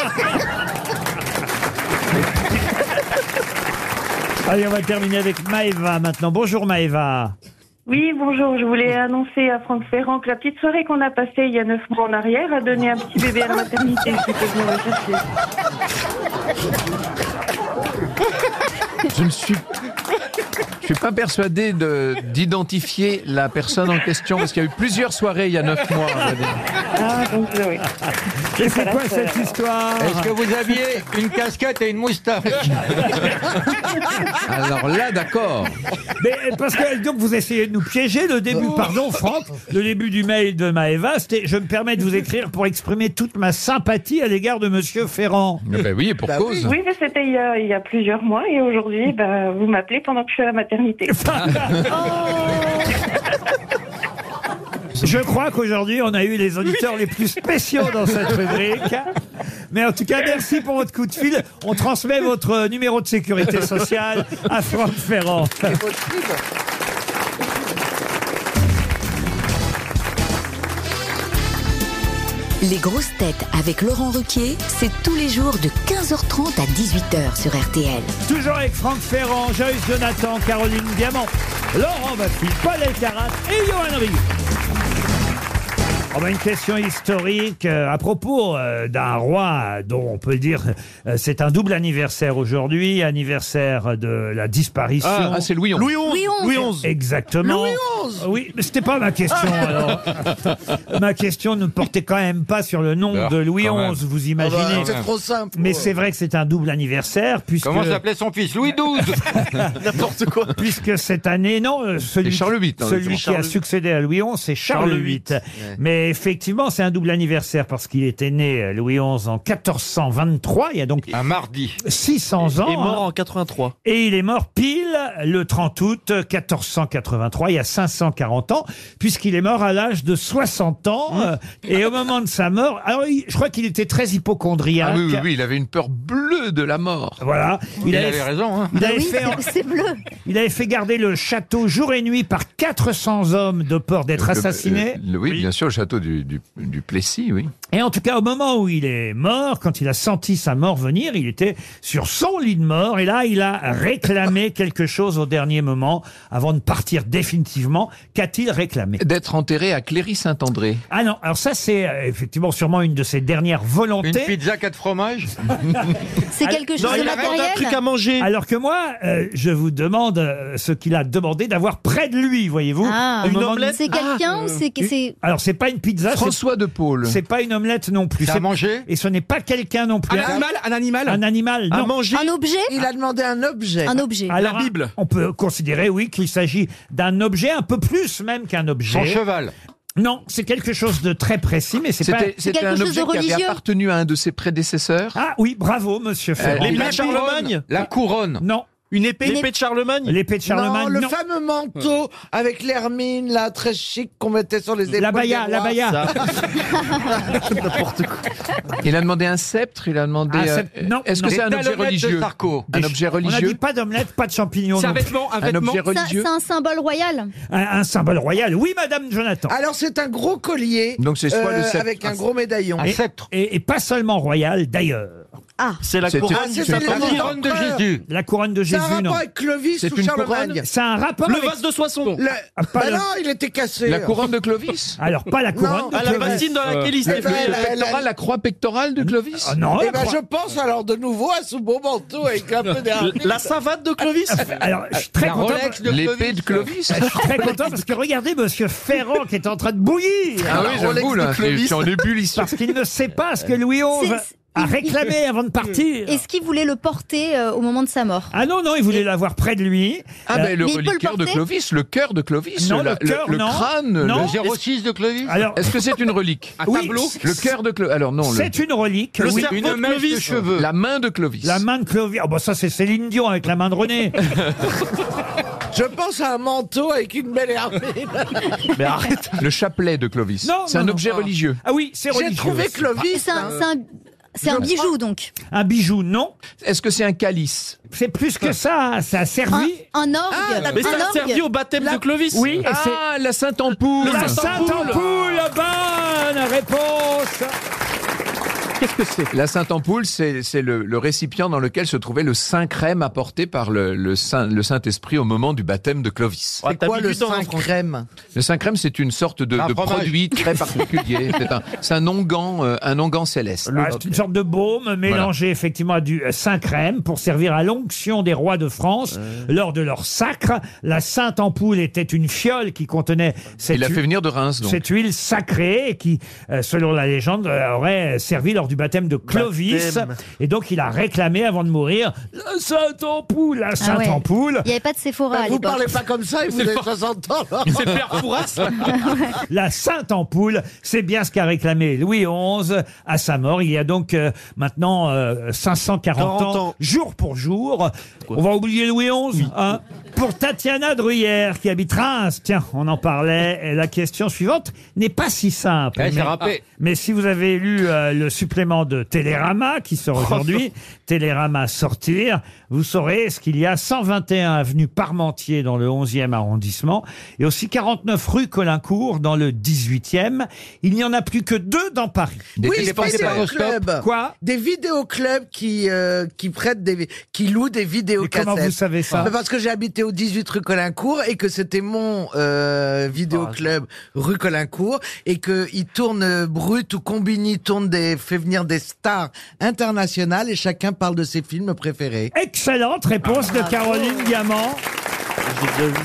Allez, on va terminer avec Maëva maintenant. Bonjour Maëva. Oui, bonjour. Je voulais annoncer à Franck Ferrand que la petite soirée qu'on a passée il y a 9 mois en arrière a donné un petit bébé à la maternité. Qui peut venir le chercher. Je ne suis pas persuadé d'identifier la personne en question, parce qu'il y a eu plusieurs soirées il y a 9 mois. Ah, donc oui. Et c'est quoi cette histoire? Est-ce que vous aviez une casquette et une moustache? Alors là, d'accord. Mais parce que donc vous essayez de nous piéger. Le début, pardon Franck, le début du mail de Maëva, c'était: je me permets de vous écrire pour exprimer toute ma sympathie à l'égard de Monsieur Ferrand. Ben oui, et pour cause. Oui, mais c'était il y a plusieurs mois et aujourd'hui, vous m'appelez pendant que je suis à la maternité. Je crois qu'aujourd'hui, on a eu les auditeurs les plus spéciaux dans cette rubrique. Mais en tout cas, merci pour votre coup de fil. On transmet votre numéro de sécurité sociale à Franck Ferrand. Les grosses têtes avec Laurent Ruquier, c'est tous les jours de 15h30 à 18h sur RTL. Toujours avec Franck Ferrand, Joyce Jonathan, Caroline Diamant, Laurent Baffy, Paul Elkarat et Johan Rioux. Une question historique à propos d'un roi dont on peut dire c'est un double anniversaire aujourd'hui, anniversaire de la disparition. Ah, c'est Louis XI. Louis XI. Exactement. Louis XI. Oui, mais c'était pas ma question alors. Ma question ne portait quand même pas sur le nom de Louis XI, vous imaginez. C'est trop simple. Mais c'est vrai que c'est un double anniversaire puisque Comment s'appelait son fils? Louis XII. N'importe quoi. puisque cette année, celui, C'est Charles VIII, hein, celui qui Charles a succédé à Louis XI, c'est Charles VIII. Mais effectivement, c'est un double anniversaire parce qu'il était né, Louis XI, en 1423. Il y a donc Un mardi. 600 ans. Il est mort en 83. Et il est mort pile le 30 août 1483, il y a 540 ans, puisqu'il est mort à l'âge de 60 ans. Et au moment de sa mort, alors je crois qu'il était très hypocondriaque. Ah oui, il avait une peur bleue de la mort. Voilà. Il avait raison. Hein. Il avait Oui, fait c'est bleu. il avait fait garder le château jour et nuit par 400 hommes de peur d'être assassinés. Oui, bien sûr, le château du Plessis, oui. Et en tout cas, au moment où il est mort, quand il a senti sa mort venir, il était sur son lit de mort. Et là, il a réclamé quelque chose au dernier moment, avant de partir définitivement. Qu'a-t-il réclamé? D'être enterré à Cléry-Saint-André. Ah non, alors ça, c'est effectivement sûrement une de ses dernières volontés. Une pizza 4 fromages. C'est quelque chose de Il avait un truc matériel. à manger. Alors que moi, je vous demande ce qu'il a demandé d'avoir près de lui, voyez-vous. Ah, Au moment de- c'est quelqu'un ou c'est Alors, c'est pas une pizza, François de Paule. c'est pas une omelette non plus. Ça a mangé. Et ce n'est pas quelqu'un non plus. Un animal. Un animal, À non. manger. un objet? Il a demandé un objet. Un objet. Alors, La Bible. on peut considérer, oui, qu'il s'agit d'un objet, un peu plus même qu'un objet. Son cheval. Non, c'est quelque chose de très précis, mais c'est pas... C'était quelque un chose objet de qui avait religieux. appartenu à un de ses prédécesseurs. Ah oui, bravo, monsieur Ferrand. L'épée La de Charlemagne. La couronne. Non, Une épée. L'épée de Charlemagne. l'épée de Charlemagne, Non, le non. fameux manteau avec l'hermine, là, très chic, qu'on mettait sur les épaules. La baya, des la rois. baya. N'importe quoi. Il a demandé un sceptre, il a demandé... Un sceptre, non, Est-ce que non. c'est un Les objet talonnettes de religieux? Sarko. Un objet On a dit religieux? pas d'omelette, pas de champignons. C'est un non plus. vêtement. Un Un vêtement. objet C'est religieux? un symbole royal. Un symbole royal. Oui, madame Jonathan. Alors, c'est un gros collier. Donc, c'est soit le sceptre. avec un gros médaillon. Un sceptre. Et pas seulement royal, d'ailleurs. C'est la C'était- couronne. Ah, c'est c'est les pas- La couronne de empereurs. Jésus. La couronne de C'est un Jésus, rapport non. avec Clovis C'est ou une Charlemagne. C'est un rapport Le avec... vase de Soissons. pas Bah le- non, il était cassé. La couronne de Clovis? Alors, pas la couronne Non, de À la Clovis. bassine dans laquelle il s'est Eh ben, fait. La croix pectorale de Clovis? Ah non, Eh la ben, croix- je pense alors de nouveau à ce beau manteau avec un peu d'hermine. La savate de Clovis. Alors, je suis très La content. Rolex de L'épée de Clovis? Je suis très content parce que regardez monsieur Ferrand qui est en train de bouillir. Ah oui, j'avoue, là, je suis en ébullition. Parce qu'il ne sait pas ce que Louis XI a réclamé avant de partir. Est-ce qu'il voulait le porter au moment de sa mort? Ah non, non, il voulait l'avoir près de lui. Ah ben le Mais il peut le reliquaire de porter Clovis, le cœur de Clovis, Non, le cœur, le non. crâne, Non. Le 06 de Clovis. Alors, Est-ce que c'est une relique? Un oui, tableau. Le cœur de Clovis. Alors non, c'est une relique. Le oui. cerveau Une de mèche de Clovis. cheveux. la main de Clovis. La main de Clovis. Oh, bah ça, c'est Céline Dion avec la main de René. Je pense à un manteau avec une belle hermine. Mais arrête. Le chapelet de Clovis. Non, c'est non, un non. objet religieux. Ah oui, c'est religieux. J'ai trouvé aussi. Clovis. C'est un bijou donc. Un bijou, non. Est-ce que c'est un calice? C'est plus que ça. Ça a servi. Un orgue. Mais ça un a servi orgue. au baptême de Clovis. Oui, et c'est Ah, la Sainte Ampoule. la Sainte Ampoule. Bonne réponse. Qu'est-ce que c'est? La Sainte Ampoule, c'est le récipient dans lequel se trouvait le saint crème apporté par le Saint-Esprit au moment du baptême de Clovis. Ah, t'as Quoi mis le du temps, hein, sein Franck. crème? Le saint crème, c'est une sorte de fromage. produit très particulier. C'est un onguent céleste. Ah, c'est une sorte de baume mélangé effectivement à du Saint-Crème pour servir à l'onction des rois de France lors de leur sacre. La Sainte Ampoule était une fiole qui contenait cette, Il l'a fait venir de Reims, donc. cette huile sacrée qui, selon la légende, aurait servi lors du baptême de Clovis. Baptême. Et donc il a réclamé avant de mourir la Sainte Ampoule, la Sainte ouais. Ampoule. Il n'y avait pas de Sephora à Vous l'époque. parlez pas comme ça, et vous avez 60 ans. là. C'est le père Fouras. La Sainte Ampoule, c'est bien ce qu'a réclamé Louis XI à sa mort. Il y a donc maintenant 540 40 ans, ans. jour pour jour. On va oublier Louis XI, hein Pour Tatiana Druyère, qui habite Reims, tiens, on en parlait, et la question suivante n'est pas si simple. Ouais, c'est râpé. Mais si vous avez lu le supplément de Télérama, qui sort aujourd'hui, Télérama sortir, vous saurez ce qu'il y a 121 avenue Parmentier dans le 11e arrondissement, et aussi 49 rue Colincourt dans le 18e. Il n'y en a plus que 2 dans Paris. Oui, des vidéoclubs. Quoi? Des vidéoclubs qui louent des vidéocassettes. Mais comment vous savez ça? Parce que j'ai habité au 18 rue Colincourt et que c'était mon vidéoclub rue Colincourt et que il tourne Brut ou Combini fait venir des stars internationales et chacun parle de ses films préférés. Excellente réponse de Caroline Diamant. J'ai déjà vu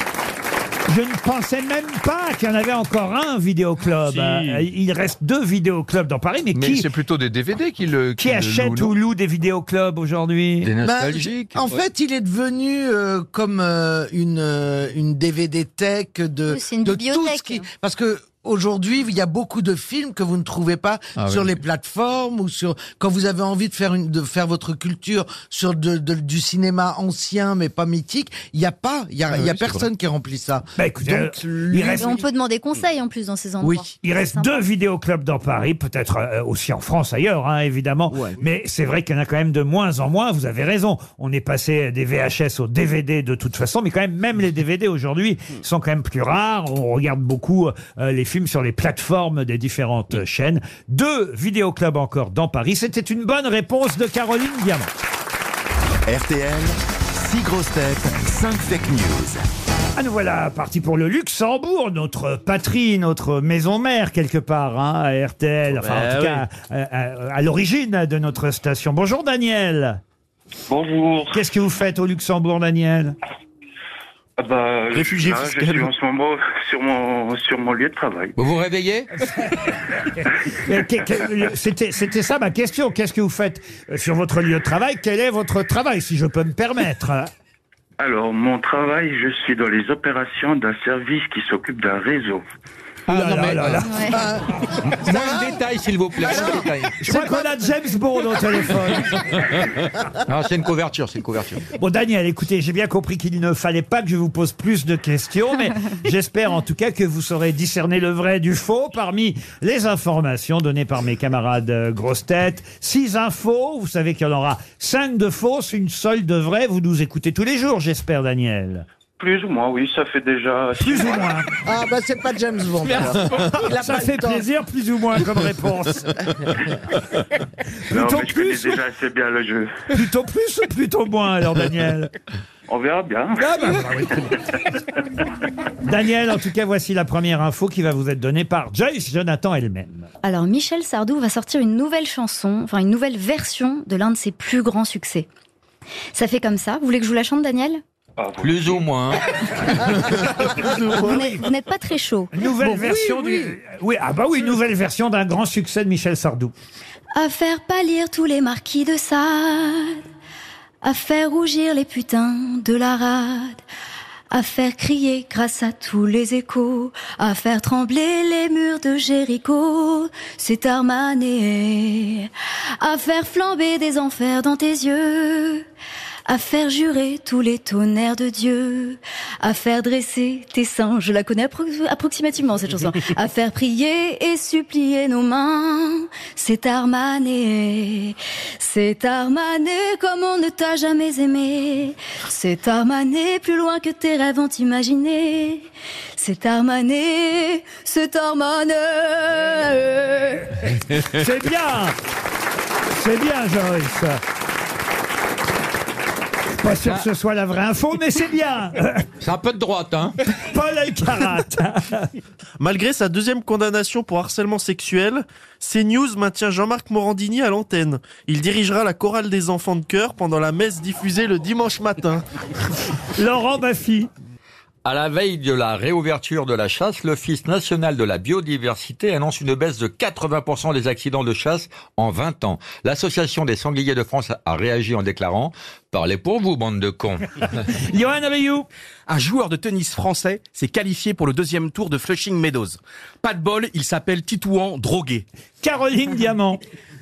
Je ne pensais même pas qu'il y en avait encore un vidéoclub. Si. Il reste 2 vidéoclubs dans Paris, mais Mais c'est plutôt des DVD qui achète louent, ou loue des vidéoclubs aujourd'hui? Des Bah, nostalgiques. en fait, il est devenu comme une DVD tech de, Oui, c'est une de tout bibliothèque. ce qui... Parce que aujourd'hui, il y a beaucoup de films que vous ne trouvez pas sur les plateformes ou quand vous avez envie de faire votre culture sur du cinéma ancien mais pas mythique. Il y a personne qui remplit ça. Bah, écoutez, Donc, Et on peut demander conseil en plus dans ces endroits. oui. Il reste 2 vidéoclubs dans Paris, peut-être aussi en France ailleurs, hein, évidemment. Ouais. Mais c'est vrai qu'il y en a quand même de moins en moins. Vous avez raison. On est passé des VHS aux DVD de toute façon, mais quand même les DVD aujourd'hui sont quand même plus rares. On regarde beaucoup les films sur les plateformes des différentes chaînes. 2 vidéoclubs encore dans Paris. C'était une bonne réponse de Caroline Diamant. RTL, 6 grosses têtes, 5 fake news. Ah, nous voilà partis pour le Luxembourg, notre patrie, notre maison mère quelque part, hein, à RTL, enfin en tout cas à l'origine de notre station. Bonjour Daniel. Bonjour. Qu'est-ce que vous faites au Luxembourg, Daniel? Réfugié Je fiscal. suis en ce moment sur mon lieu de travail. Vous vous réveillez? C'était ça ma question. Qu'est-ce que vous faites sur votre lieu de travail? Quel est votre travail, si je peux me permettre? Alors, mon travail, je suis dans les opérations d'un service qui s'occupe d'un réseau. Ah, non, mais là. moins de détails, s'il vous plaît. moins de détails. Je crois qu'on a James Bond au téléphone. Non, c'est une couverture. Bon, Daniel, écoutez, j'ai bien compris qu'il ne fallait pas que je vous pose plus de questions, mais j'espère en tout cas que vous saurez discerner le vrai du faux parmi les informations données par mes camarades grosses têtes. 6 infos, vous savez qu'il y en aura 5 de fausses, une seule de vraie. Vous nous écoutez tous les jours, j'espère, Daniel. Plus ou moins, oui, ça fait déjà... Plus ou moins. Ah bah c'est pas James Bond. Il a Ça pas fait le temps. plaisir, plus ou moins, comme réponse. Non, Plutôt mais je connais plus, déjà assez bien le jeu. plutôt plus ou plutôt moins, alors, Daniel? On verra bien. Ah bah, oui, très bien. Daniel, en tout cas, voici la première info qui va vous être donnée par Joyce Jonathan elle-même. Alors Michel Sardou va sortir une nouvelle chanson, enfin une nouvelle version de l'un de ses plus grands succès. Ça fait comme ça. Vous voulez que je vous la chante, Daniel? Plus ou moins. Vous n'êtes pas très chaud. Nouvelle version du... Oui, ah bah oui, nouvelle version d'un grand succès de Michel Sardou. À faire pâlir tous les marquis de Sade, à faire rougir les putains de la rade, à faire crier grâce à tous les échos, à faire trembler les murs de Jéricho, c'est Armané, à faire flamber des enfers dans tes yeux, à faire jurer tous les tonnerres de Dieu, à faire dresser tes seins, je la connais approximativement cette chanson, à faire prier et supplier nos mains, c'est Armané comme on ne t'a jamais aimé, c'est Armané plus loin que tes rêves ont imaginé, c'est Armané, C'est bien, Joyce. Pas sûr que ce soit la vraie info, mais c'est bien. C'est un peu de droite, hein. Paul Elkarat. Malgré sa 2e condamnation pour harcèlement sexuel, CNews maintient Jean-Marc Morandini à l'antenne. Il dirigera la chorale des enfants de chœur pendant la messe diffusée le dimanche matin. Laurent Baffy. À la veille de la réouverture de la chasse, l'Office national de la biodiversité annonce une baisse de 80% des accidents de chasse en 20 ans. L'Association des sangliers de France a réagi en déclarant « Parlez pour vous, bande de cons ». Johan Rioux. Un joueur de tennis français s'est qualifié pour le 2e tour de Flushing Meadows. Pas de bol, il s'appelle Titouan Drogué. Caroline Diamant.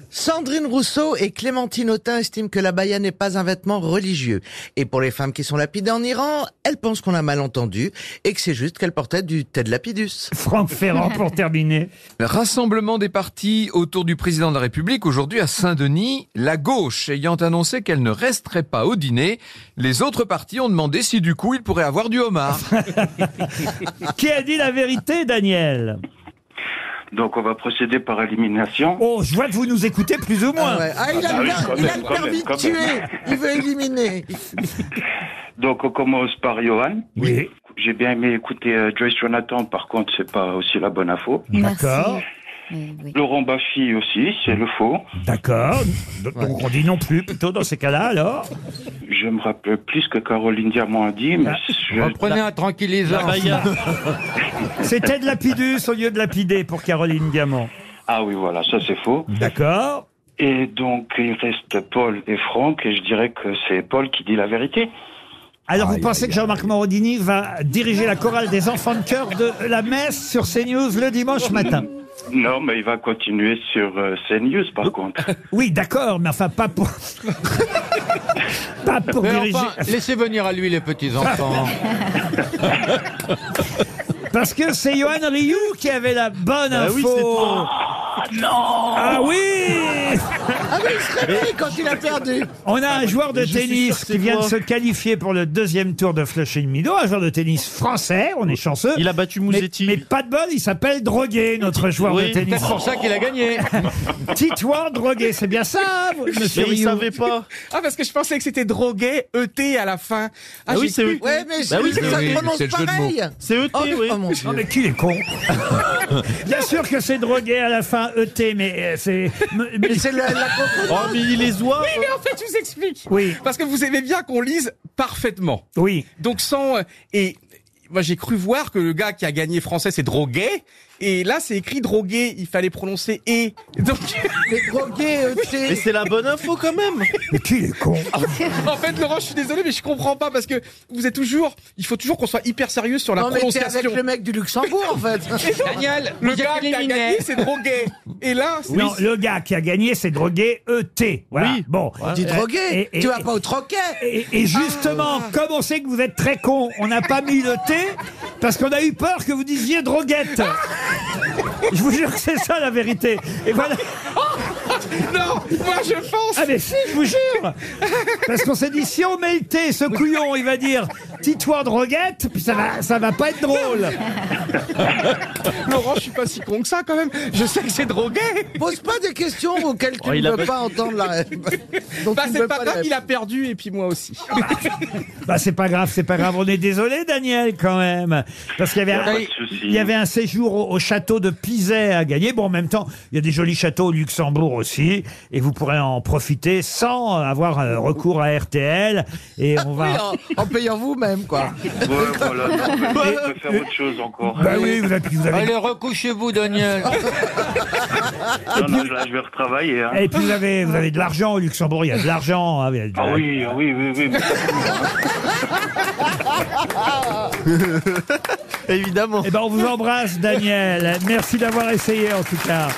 Sandrine Rousseau et Clémentine Autain estiment que l'abaya n'est pas un vêtement religieux. Et pour les femmes qui sont lapidées en Iran, elles pensent qu'on a mal entendu et que c'est juste qu'elles portaient du thé de lapidus. Franck Ferrand pour terminer. Rassemblement des partis autour du président de la République aujourd'hui à Saint-Denis. La gauche ayant annoncé qu'elle ne resterait pas au dîner, les autres partis ont demandé si du coup il pourrait avoir du homard. Qui a dit la vérité, Daniel? Donc on va procéder par élimination. Oh, je vois que vous nous écoutez plus ou moins. Il a le permis de tuer. Il veut éliminer. Donc on commence par Johan. Oui. J'ai bien aimé écouter Joyce Jonathan, par contre c'est pas aussi la bonne info. D'accord. Oui. Laurent Baffy aussi, c'est le faux. D'accord. Donc on dit non plus plutôt dans ces cas-là alors. Je me rappelle plus ce que Caroline Diamant a dit, mais Reprenez un tranquillisant. C'était de lapidus au lieu de lapider pour Caroline Diamant. Ah oui, voilà, ça c'est faux. D'accord. Et donc il reste Paul et Franck, et je dirais que c'est Paul qui dit la vérité. Alors vous pensez que Jean-Marc Morandini va diriger la chorale des enfants de chœur de la messe sur CNews le dimanche matin? Non, mais il va continuer sur CNews par contre. Oui, d'accord, mais enfin pas pour... pas pour Mais diriger... enfin, laissez venir à lui les petits-enfants. Parce que c'est Yoann Rioux qui avait la bonne info. Oui, c'est toi. Non. Ah oui. Ah oui, il se réveille quand il a perdu. On a un joueur de Je suis tennis sûr que c'est qui vient de toi. se qualifier pour le deuxième tour de Flushing Meadows, un joueur de tennis français, on est chanceux. Il a battu Mouzetti. Mais pas de bol, il s'appelle Droguet, notre joueur Oui, de tennis. C'est pour ça qu'il a gagné. Titouan Droguet, c'est bien ça, monsieur Mais il Rioux? savait pas. Ah, parce que je pensais que c'était droguet, ET à la fin. Ah oui, j'ai c'est cru- eux. Ouais, mais Bah oui, ça oui, se prononce c'est le jeu de pareil. C'est ET, oui. Oh mon Dieu. Non mais qui est con? Bien sûr que c'est Droguet à la fin, ET, mais c'est... Mais c'est la Oh, mais il les oie. Oui, mais en fait, je vous explique. Oui. Parce que vous aimez bien qu'on lise parfaitement. Oui. Donc sans... et moi, j'ai cru voir que le gars qui a gagné français, c'est Droguet. Et là, c'est écrit Droguet. Il fallait prononcer « et ». Donc... Les drogués, Mais c'est la bonne info quand même. Mais qui est con? En fait, Laurent, je suis désolé, mais je comprends pas parce que vous êtes toujours... Il faut toujours qu'on soit hyper sérieux sur la Non, mais t'es prononciation. avec le mec du Luxembourg, en fait. Daniel, Le vous êtes gars qui a éliminé. gagné, c'est Droguet. Et là, c'est... Non, le gars qui a gagné, c'est Droguet ET. Voilà. Oui. Bon. Tu drogué. et- Tu vas pas au troquet. Et justement, comme on sait que vous êtes très con, on n'a pas mis le T parce qu'on a eu peur que vous disiez droguette. Je vous jure que c'est ça la vérité. Et voilà. Non, moi je pense... Ah mais si, je vous jure. Parce qu'on s'est dit, si on met le T, ce couillon, il va dire Titouan droguette, puis ça va pas être drôle. Laurent, je suis pas si con que ça quand même. Je sais que c'est Droguet. Pose pas des questions auxquelles tu Oh, il ne a veux battu. pas entendre la dont Bah tu ne c'est veux pas la grave, il a perdu et puis moi aussi. Bah c'est pas grave, c'est pas grave. On est désolé, Daniel, quand même, parce qu'il y avait Pas de souci. il y avait un séjour au château de Pizet à gagner. Bon, en même temps, il y a des jolis châteaux au Luxembourg aussi, et vous pourrez en profiter sans avoir recours à RTL. Et on va. Oui, en payant vous-même, quoi. Ouais, voilà, non, mais je peux faire autre chose encore. Bah oui, vous avez. Allez, recouchez-vous, Daniel. Non, là, je vais retravailler. Hein. Et puis vous avez de l'argent au Luxembourg. Il y a de l'argent. Hein, il y a de- Ah oui, oui, oui, oui. Évidemment. Eh ben, on vous embrasse, Daniel. Merci d'avoir essayé, en tout cas.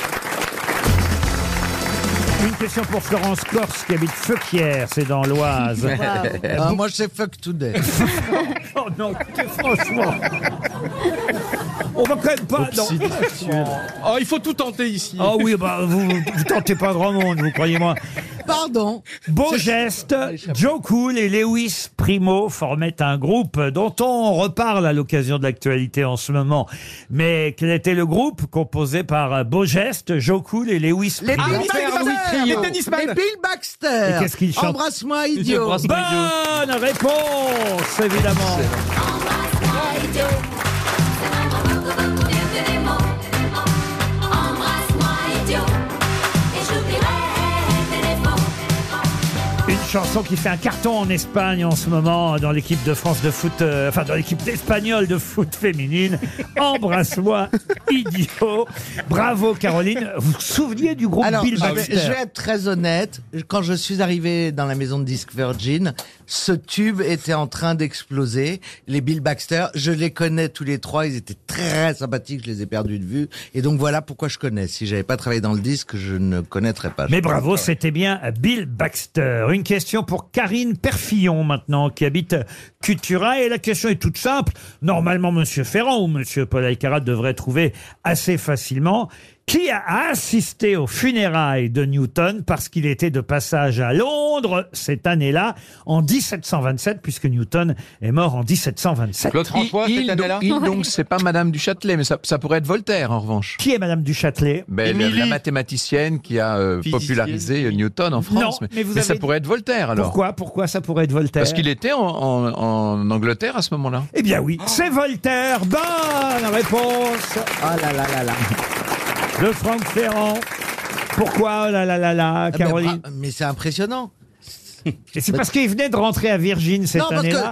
Une question pour Florence Corse, qui habite Feuquières, c'est dans l'Oise. Ah, moi, je sais fuck today. Oh non, écoutez, franchement. On va quand même pas... Non. Oh, il faut tout tenter ici. Oh oui, bah, vous tentez pas grand monde, vous croyez-moi. Pardon. Beau geste, Joe Cool et Lewis Primo formaient un groupe dont on reparle à l'occasion de l'actualité en ce moment. Mais quel était le groupe composé par Beau geste, Joe Cool et Lewis Les Primo? Bill Baxter. Les tennisman. Les Bill Baxter. Et qu'est-ce qu'ils chantent? Embrasse-moi, idiot. Bonne réponse, évidemment. Une chanson qui fait un carton en Espagne en ce moment dans l'équipe de France de foot, dans l'équipe espagnole de foot féminine. Embrasse-moi, idiot. Bravo Caroline. Vous vous souveniez du groupe Alors, Bill je Baxter? vais être très honnête. Quand je suis arrivé dans la maison de disques Virgin, ce tube était en train d'exploser. Les Bill Baxter, je les connais tous les trois. Ils étaient très sympathiques. Je les ai perdus de vue. Et donc voilà pourquoi je connais. Si j'avais pas travaillé dans le disque, je ne connaîtrais pas. Mais bravo, c'était bien Bill Baxter. Une question pour Karine Perfillon maintenant, qui habite Cutura. Et la question est toute simple. Normalement, Monsieur Ferrand ou Monsieur Paul Alcarat devrait trouver assez facilement. Qui a assisté aux funérailles de Newton parce qu'il était de passage à Londres cette année-là, en 1727, puisque Newton est mort en 1727. Claude François, cette année-là Donc c'est pas Madame du Châtelet, mais ça pourrait être Voltaire en revanche. Qui est Madame du Châtelet? La mathématicienne qui a popularisé Newton en France. Non, mais vous ça avez- pourrait être Voltaire alors. Pourquoi ça pourrait être Voltaire? Parce qu'il était en Angleterre à ce moment-là. Eh bien oui, c'est Voltaire. Bonne réponse. Ah là là là là. De Franck Ferrand. Pourquoi? Oh là là là là, Caroline. Mais c'est impressionnant. Et c'est parce qu'il venait de rentrer à Virgin cette Non, parce année-là.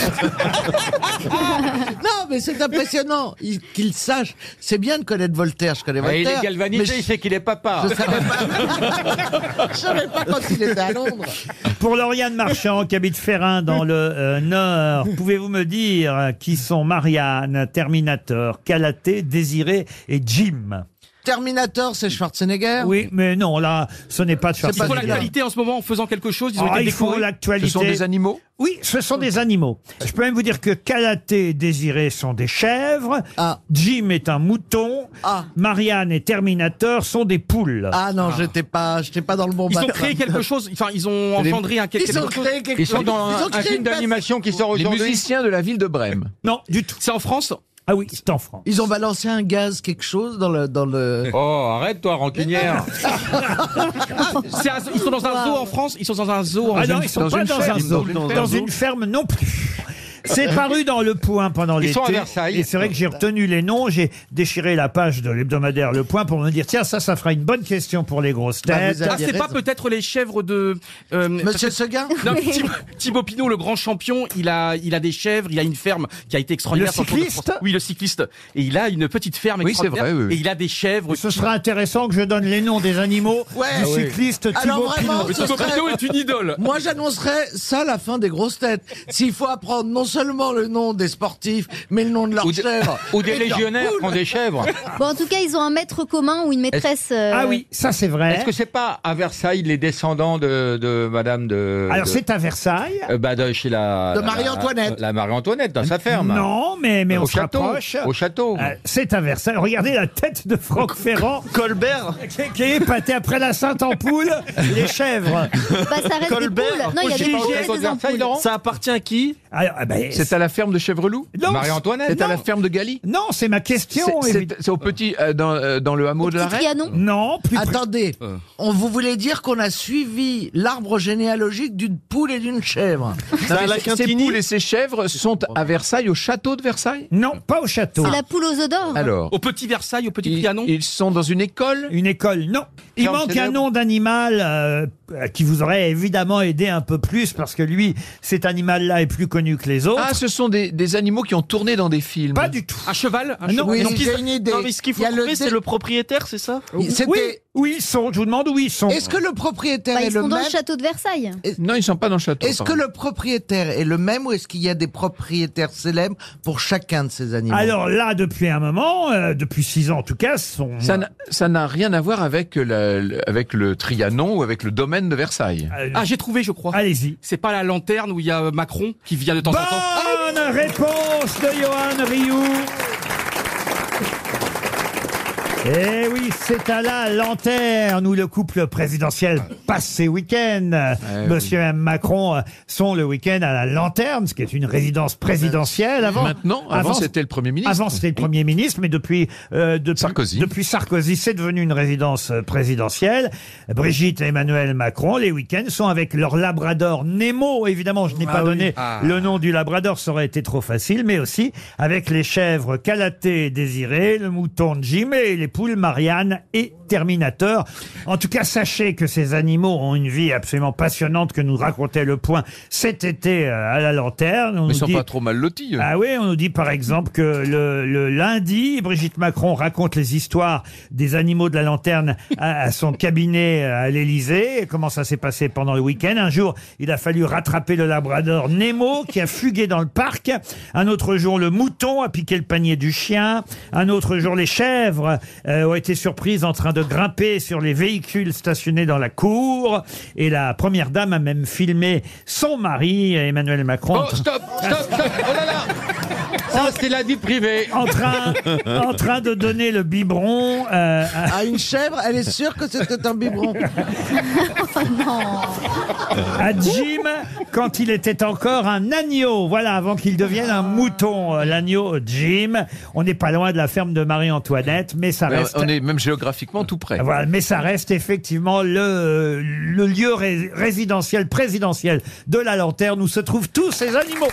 Non, mais c'est impressionnant qu'il sache. C'est bien de connaître Voltaire. Je connais Voltaire. Il est galvanisé, il sait qu'il est papa. Je savais pas. Je savais pas quand il était à Londres. Pour Lauriane Marchand, qui habite Ferrin dans le Nord, pouvez-vous me dire qui sont Marianne, Terminator, Calaté, Désiré et Jim? Terminator, c'est Schwarzenegger. Oui, mais non, là, ce n'est pas de Ils font Schwarzenegger. l'actualité en ce moment en faisant quelque chose. Ils ont Ah, été ils font décorés. l'actualité. Ce sont des animaux. Oui, ce sont des animaux. Je peux même vous dire que Calaté et Désiré sont des chèvres. Ah. Jim est un mouton. Ah. Marianne et Terminator sont des poules. Ah non, j'étais pas dans le bon Ils ont bateau. créé quelque chose. Enfin, ils ont engendré un quelque Ils ont chose. créé quelque Ils sont chose. dans Ils ont un créé film une base- d'animation qui sort Les aujourd'hui. musiciens de la ville de Brême. Non, du tout. C'est en France. Ah oui, c'est en France. Ils ont balancé un gaz, quelque chose dans le. Oh, arrête toi, rancunière. Ils sont dans un zoo en France. Ils sont dans un zoo. Ah non, ils sont pas dans un zoo. Dans une ferme non plus. C'est paru dans Le Point pendant l'été. Ils sont à Versailles. Et c'est vrai que j'ai retenu les noms. J'ai déchiré la page de l'hebdomadaire Le Point pour me dire, tiens, ça fera une bonne question pour les grosses têtes. vous avez- Ah, c'est pas peut-être les chèvres de Monsieur Seguin. Non, Thibaut Pinot, le grand champion, il a des chèvres, il a une ferme qui a été extraordinaire. Le cycliste. Oui, le cycliste. Et il a une petite ferme Oui, c'est extraordinaire. vrai, oui. Et il a des chèvres. Ce sera intéressant que je donne les noms des animaux Ouais. du Ah oui. cycliste Alors Thibaut vraiment, Pinot. Mais Thibaut Pinot est une idole. Moi, j'annoncerais ça la fin des grosses têtes. S'il faut apprendre non seulement le nom des sportifs, mais le nom de leurs chèvres. Ou des et de leurs légionnaires poules. qui ont des chèvres. Bon, en tout cas, ils ont un maître commun ou une maîtresse. Ah oui, ça c'est vrai. Est-ce que c'est pas à Versailles les descendants de Madame de... Alors de- c'est à Versailles. chez la... De Marie-Antoinette. La Marie-Antoinette, dans sa ferme. Non, mais on Au se château. rapproche. Au château. C'est à Versailles. Regardez la tête de Franck Ferrand. Colbert. Qui est épaté après la Sainte-Ampoule, les chèvres. Bah, ça reste Colbert. des poules. Non, il y a des poules et des ampoules. Ça appartient à qui? Alors, C'est à la ferme de Chèvreloup. non, Marie-Antoinette. C'est à la non. ferme de Galie. Non, c'est ma question. C'est au petit dans le hameau de la Petit Reine. Trianon. Non, plus près. Attendez, vous voulez dire qu'on a suivi l'arbre généalogique d'une poule et d'une chèvre? C'est à la Ces Quintini. poules et ces chèvres sont à Versailles, au château de Versailles. Non, pas au château. C'est la poule aux œufs d'or. Alors, Au petit Versailles, au petit Trianon. ils sont dans une école. Une école, non. Il Ferme manque un célèbre. nom d'animal qui vous aurait évidemment aidé un peu plus parce que lui, cet animal-là est plus connu que les autres. Ah, ce sont des animaux qui ont tourné dans des films. Pas du tout. Un cheval. Un Non, cheval. Oui, Donc, j'ai une idée. Non, mais ce qu'il faut Il y a trouver, c'est dé- le propriétaire, c'est ça? C'était. Oui, oui, ils sont. Je vous demande où ils sont. Est-ce que le propriétaire Bah, est ils le sont dans même? le château de Versailles. Non, ils sont pas dans le château. Est-ce que le propriétaire est le même ou est-ce qu'il y a des propriétaires célèbres pour chacun de ces animaux? Alors là, depuis un moment, depuis 6 ans en tout cas, Ça n'a rien à voir avec avec le Trianon ou avec le domaine de Versailles. Ah, j'ai trouvé, je crois. Allez-y. C'est pas la lanterne où il y a Macron qui vient de temps en temps. Bonne réponse de Johan Rioux. Eh oui, c'est à la lanterne où le couple présidentiel passe ses week-ends. Monsieur et Mme Macron sont le week-end à la lanterne, ce qui est une résidence présidentielle. Avant, c'était le Premier ministre. Avant, c'était le Premier ministre, mais depuis Sarkozy. Depuis Sarkozy, c'est devenu une résidence présidentielle. Brigitte et Emmanuel Macron, les week-ends, sont avec leur labrador Nemo. Évidemment, je n'ai pas donné le nom du labrador, ça aurait été trop facile, mais aussi avec les chèvres Calaté et Désiré, le mouton Jim et les poules, Marianne et Terminator. En tout cas, sachez que ces animaux ont une vie absolument passionnante que nous racontait Le Point cet été à la Lanterne. Mais ils sont pas trop mal lotis. Ah oui, on nous dit par exemple que le lundi, Brigitte Macron raconte les histoires des animaux de la Lanterne à son cabinet à l'Élysée. Comment ça s'est passé pendant le week-end. Un jour, il a fallu rattraper le labrador Nemo qui a fugué dans le parc. Un autre jour, le mouton a piqué le panier du chien. Un autre jour, les chèvres ont été surprises en train de grimper sur les véhicules stationnés dans la cour. Et la première dame a même filmé son mari, Emmanuel Macron. Oh, stop, oh là là. Ça, c'est la vie privée. En train de donner le biberon à une chèvre. Elle est sûre que c'était un biberon. Oh non. À Jim, quand il était encore un agneau. Voilà, avant qu'il devienne un mouton, l'agneau Jim. On n'est pas loin de la ferme de Marie-Antoinette, mais ça reste... On est même géographiquement tout près. Voilà, mais ça reste effectivement le lieu résidentiel, présidentiel de la Lanterne où se trouvent tous ces animaux.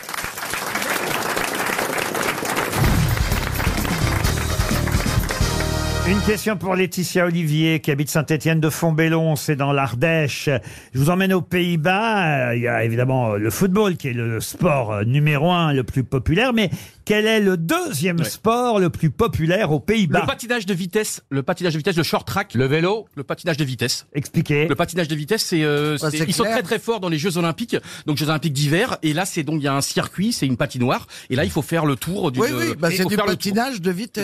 Une question pour Laetitia Olivier qui habite Saint-Étienne-de-Fontbellon, c'est dans l'Ardèche. Je vous emmène aux Pays-Bas. Il y a évidemment le football qui est le sport numéro 1 le plus populaire, mais quel est le deuxième sport le plus populaire aux Pays-Bas? Le patinage de vitesse, le short track. Le vélo. Le patinage de vitesse. Expliquez. Le patinage de vitesse, c'est ils sont très très forts dans les Jeux Olympiques, donc Jeux Olympiques d'hiver. Et là, c'est donc il y a un circuit, c'est une patinoire. Et là, il faut faire le tour du. Oui, c'est du patinage de vitesse.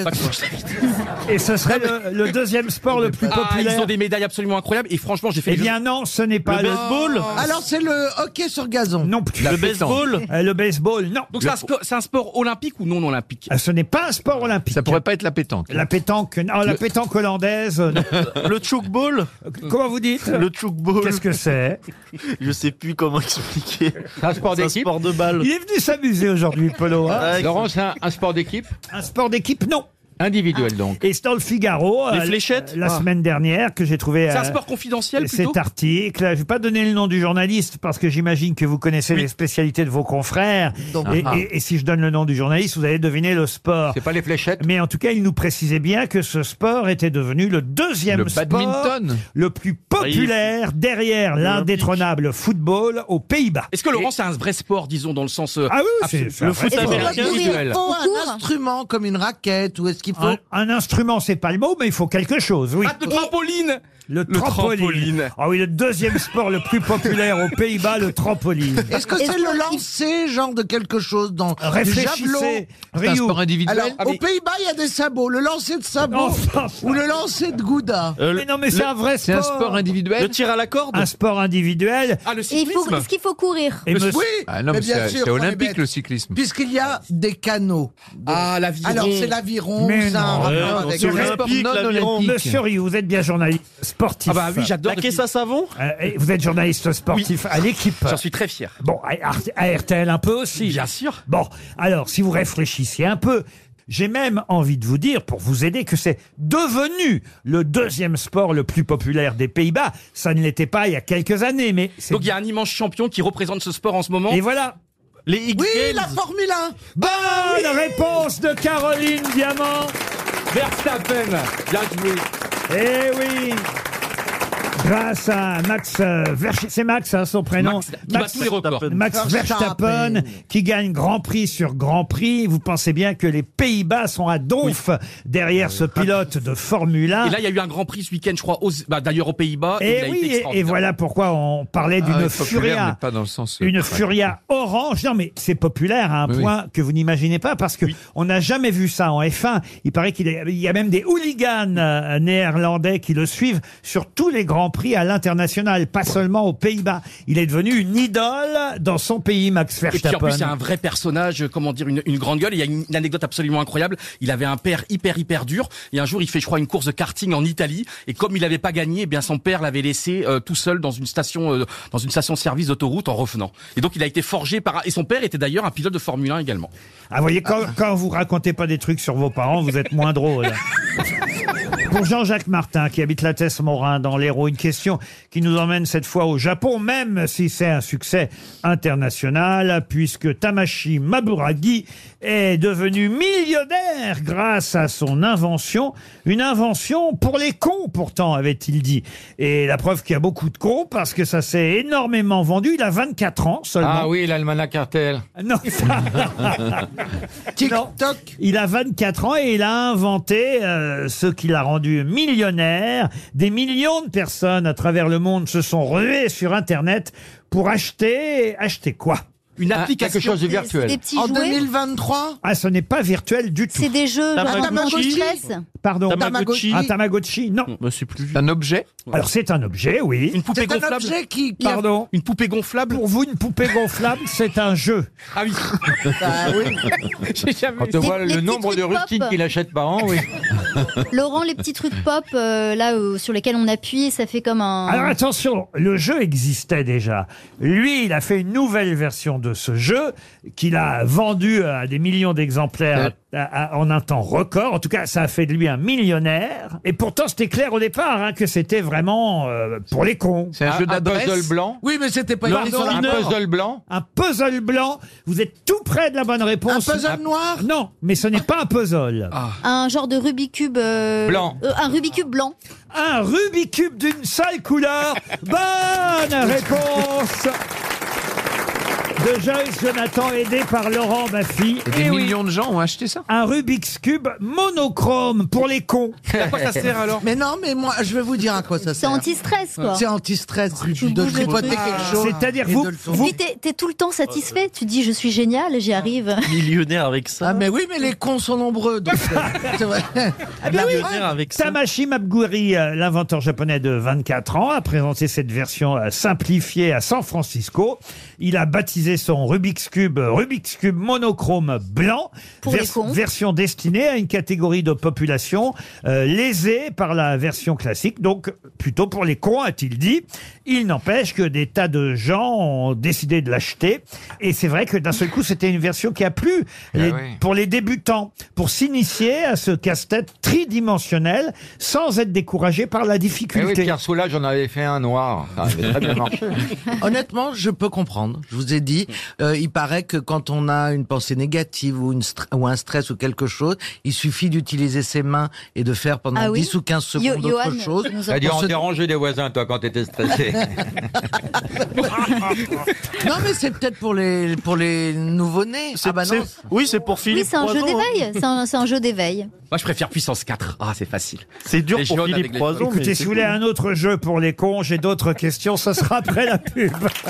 Et ce serait le deuxième sport le plus populaire. Ils ont des médailles absolument incroyables. Et franchement, j'ai fait. Eh bien non, ce n'est pas le baseball. Alors c'est le hockey sur gazon. Non plus. Le baseball. Le baseball, non. Donc c'est un sport olympique ou non olympique? Ce n'est pas un sport olympique. Ça pourrait pas être la pétanque. La pétanque, non, la pétanque hollandaise. Non. Le tchoukball. Comment vous dites? Le tchoukball. Qu'est-ce que c'est? Je sais plus comment expliquer. C'est un sport d'équipe. Un sport de balle. Il est venu s'amuser aujourd'hui, Polo. Hein? Laurent, c'est un sport d'équipe. Un sport d'équipe, non. Individuel donc. Et c'est dans le Figaro, Les fléchettes la semaine dernière, que j'ai trouvé C'est un sport confidentiel plutôt. cet article. Je vais pas donner le nom du journaliste parce que j'imagine que vous connaissez les spécialités de vos confrères. Donc, et si je donne le nom du journaliste, vous allez deviner le sport. C'est pas les fléchettes. Mais en tout cas, il nous précisait bien que ce sport était devenu le deuxième Le sport badminton. le plus populaire derrière l'indétrônable football aux Pays-Bas. Est-ce que Laurent, c'est un vrai sport, disons, dans le sens Ah oui, c'est Le un vrai foot sport. américain. Il faut un instrument comme une raquette ou est-ce qu'il faut Un instrument, c'est pas le mot, mais il faut quelque chose, oui. Ah, de trampoline. Le trampoline. Ah oui, le deuxième sport le plus populaire aux Pays-Bas, le trampoline. Est-ce que c'est le lancer, genre de quelque chose dans du javelot? Réfléchissez. C'est un Ryu. sport individuel. Alors, aux Pays-Bas, il y a des sabots. Le lancer de sabots ou le lancer de gouda. Mais non, mais c'est un vrai C'est sport. un sport individuel. Le tir à la corde. Un sport individuel. Ah, le Et cyclisme. est-ce qu'il faut courir? Et Oui, Ah non, mais bien sûr, c'est on est olympique bête. le cyclisme. Puisqu'il y a des canaux. Ah, l'aviron. Alors, c'est l'aviron, Mais ça a un non. rapport non, avec... c'est un sport olympique, non l'aviron. olympique. Monsieur Ryu, vous êtes bien journaliste sportif. Ah bah oui, j'adore. La caisse à savon. Et vous êtes journaliste sportif à l'équipe. J'en suis très fier. Bon, à RTL un peu aussi. Bien sûr. Bon, alors, si vous réfléchissiez un peu, j'ai même envie de vous dire, pour vous aider, que c'est devenu le deuxième sport le plus populaire des Pays-Bas. Ça ne l'était pas il y a quelques années, mais c'est... Donc il y a un immense champion qui représente ce sport en ce moment. Et voilà. Les X Oui, Games. la Formule 1. Bonne réponse de Caroline Diamant. Verstappen. Bien joué. Eh oui. Grâce à Max c'est Max, hein, son prénom. Max, qui bat tous les records. Max Verstappen, qui gagne Grand Prix sur Grand Prix. Vous pensez bien que les Pays-Bas sont à donf derrière ce pilote de Formule 1. Et là, il y a eu un Grand Prix ce week-end, je crois, d'ailleurs aux Pays-Bas. Et il a oui, été et extraordinaire. voilà pourquoi on parlait d'une populaire, Furia. mais pas dans le sens. Une Furia orange. Non, mais c'est populaire à un Oui, point que vous n'imaginez pas parce que on n'a jamais vu ça en F1. Il paraît qu'il y a même des hooligans néerlandais qui le suivent sur tous les grands prix à l'international, pas seulement aux Pays-Bas. Il est devenu une idole dans son pays, Max Et puis en Verstappen. plus, c'est un vrai personnage, comment dire, une grande gueule. Il y a une anecdote absolument incroyable. Il avait un père hyper dur. Et un jour, il fait, je crois, une course de karting en Italie. Et comme il n'avait pas gagné, eh bien son père l'avait laissé tout seul dans une station-service d'autoroute en revenant. Et donc, il a été forgé et son père était d'ailleurs un pilote de Formule 1 également. Ah, vous voyez, quand vous racontez pas des trucs sur vos parents, vous êtes moins drôle. Pour Jean-Jacques Martin, qui habite la Teste-Morin dans l'Hérault, une question qui nous emmène cette fois au Japon, même si c'est un succès international, puisque Tamashi Maburagi est devenu millionnaire grâce à son invention. Une invention pour les cons, pourtant, avait-il dit. Et la preuve qu'il y a beaucoup de cons, parce que ça s'est énormément vendu. Il a 24 ans seulement. Ah oui, l'almanach cartel. Non, ça... TikTok. Il a 24 ans et il a inventé ce qui l'a rendu millionnaire. Des millions de personnes à travers le monde se sont ruées sur Internet pour acheter quoi? Une application. Quelque chose de virtuel. Des petits En jouets. 2023 Ah, ce n'est pas virtuel du tout. C'est des jeux genre Tamagotchi. stress. Pardon. Tamagotchi. Un Tamagotchi, non. Bah, c'est plus vieux. Un objet? Alors c'est un objet, oui. Une poupée C'est un gonflable. objet qui... Pardon. Une poupée gonflable. Pour vous, une poupée gonflable, c'est un jeu. Ah oui. Bah oui. J'ai jamais Quand on voit les le petits nombre de trucs pop. rustines qu'il achète par an, oui. Laurent, les petits trucs pop sur lesquels on appuie, ça fait comme un. Alors attention, le jeu existait déjà. Lui, il a fait une nouvelle version de ce jeu qu'il a vendu à des millions d'exemplaires en un temps record. En tout cas, ça a fait de lui un millionnaire. Et pourtant, c'était clair au départ que c'était vraiment pour les cons. C'est un jeu Un d'adresse? puzzle blanc. Oui, mais c'était pas Le une Pardon, Un puzzle blanc. Un puzzle blanc. Vous êtes tout près de la bonne Un réponse. puzzle noir. Non, mais ce n'est pas un puzzle. Un genre de Rubik's Cube. Blanc. Un Rubik's Cube blanc. Un Rubik's Cube d'une seule couleur. Bonne réponse de Joyce Jonathan, aidé par Laurent Baffy. Et des Eh oui, millions de gens ont acheté ça? un Rubik's Cube monochrome pour les cons. À quoi ça sert alors? Mais non, mais moi, je vais vous dire à quoi ça C'est sert. anti-stress, quoi. C'est anti-stress Tu de bouges le tripoter truc. quelque chose. C'est-à-dire et vous- de le tourner. vous- Puis t'es tout le temps satisfait. Tu dis, je suis génial, j'y arrive. Millionnaire avec ça. Ah mais oui, mais les cons sont nombreux. Donc c'est vrai. Millionnaire avec ça. Tamashi Mabguri, l'inventeur japonais de 24 ans, a présenté cette version simplifiée à San Francisco. Il a baptisé son Rubik's Cube monochrome blanc, Pour les cons. version destinée à une catégorie de population lésée par la version classique, donc plutôt pour les cons, a-t-il dit. Il n'empêche que des tas de gens ont décidé de l'acheter, et c'est vrai que d'un seul coup, c'était une version qui a plu oui. pour les débutants, pour s'initier à ce casse-tête tridimensionnel sans être découragé par la Eh oui, difficulté. Pierre Soulages, j'en avais fait un noir. Ça avait très bien marché. Honnêtement, je peux comprendre. Je vous ai dit, il paraît que quand on a une pensée négative ou un stress ou quelque chose, il suffit d'utiliser ses mains et de faire pendant Ah oui 10 ou 15 secondes autre Johan chose. nous a- T'as dû On en se- déranger des voisins, toi, quand t'étais stressé. Non, mais c'est peut-être pour les nouveau-nés. Ah bah non. Oui, c'est pour Oui, Philippe c'est un jeu Poison, hein. d'éveil. C'est un jeu d'éveil. Moi, je préfère puissance 4. Ah, c'est facile. C'est dur Les pour jaunes Philippe avec les- Poison. mais Écoutez, c'est si vous voulez cool. un autre jeu pour les cons, j'ai d'autres questions, ce sera après la pub.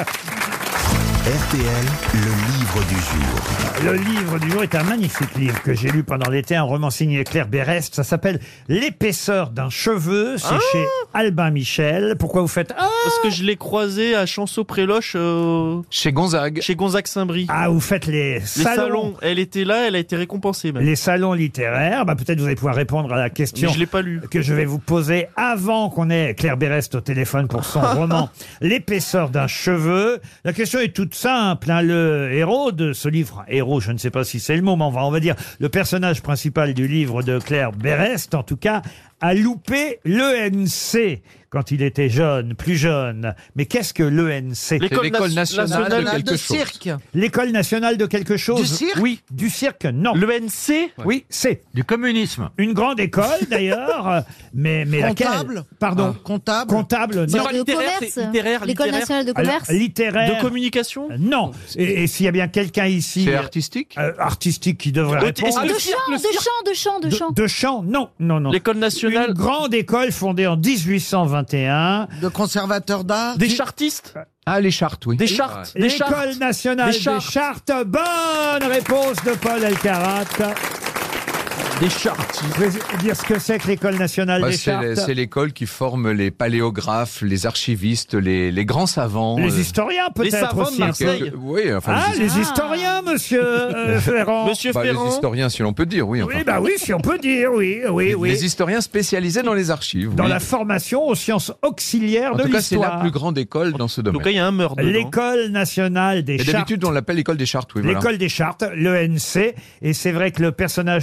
RTL, le livre du jour. Le livre du jour est un magnifique livre que j'ai lu pendant l'été, un roman signé Claire Berest. Ça s'appelle L'épaisseur d'un cheveu. C'est chez Albin Michel. Pourquoi vous faites Parce que je l'ai croisé à Chanceau-Préloche Chez Gonzague. chez Gonzague-Saint-Brie. Ah, vous faites les Les salons. salons. Elle était là, elle a été récompensée même. Les salons littéraires. Bah, peut-être vous allez pouvoir répondre à la question Mais je l'ai pas lu. que je vais vous poser avant qu'on ait Claire Berest au téléphone pour son roman L'épaisseur d'un cheveu. La question est toute simple, hein. Le héros de ce livre, héros, je ne sais pas si c'est le mot, mais on va dire le personnage principal du livre de Claire Berest, en tout cas, a loupé l'ENC quand il était jeune, plus jeune. Mais qu'est-ce que l'ENC? L'école nationale de quelque de chose. cirque. L'école nationale de quelque chose? Du cirque Oui, du cirque, non. L'ENC Oui, c'est Du communisme. une grande école d'ailleurs, mais laquelle? Comptable. Pardon. Comptable. Comptable, C'est non. pas De littéraire, commerce. c'est littéraire, L'école littéraire. nationale de Alors, commerce. littéraire. de communication. Non. Et s'il y a bien quelqu'un ici, C'est artistique? artistique qui devrait Est-ce répondre. que- De le cirque, le chant. De chant, non, non, non. L'école Une nationale grande école fondée en 1821. De conservateur d'art. des chartistes. Ah, les chartes, oui. Des chartes. Des L'école chartes. nationale Des des chartes. chartes. Bonne réponse de Paul Elkarat. Des chartes. Vous pouvez dire ce que c'est que l'école nationale Bah, des chartes? c'est l'école qui forme les paléographes, les archivistes, les grands savants. Les historiens Les peut-être savants de aussi. un peu. Marseille. Oui, enfin, Ah, les historiens, monsieur Ferrand. Monsieur bah, les Ferrand. historiens, si l'on peut dire, oui. Enfin. Oui, bah oui, si on peut dire, oui. Les historiens spécialisés dans les archives. Dans oui. la formation aux sciences auxiliaires En de tout cas, c'est la l'histoire. plus grande école dans ce En tout domaine. cas, il y a un meurtre dedans. L'école nationale des Et chartes. d'habitude, on l'appelle l'école des chartes, oui. voilà. L'école des chartes, l'ENC. Et c'est vrai que le personnage de votre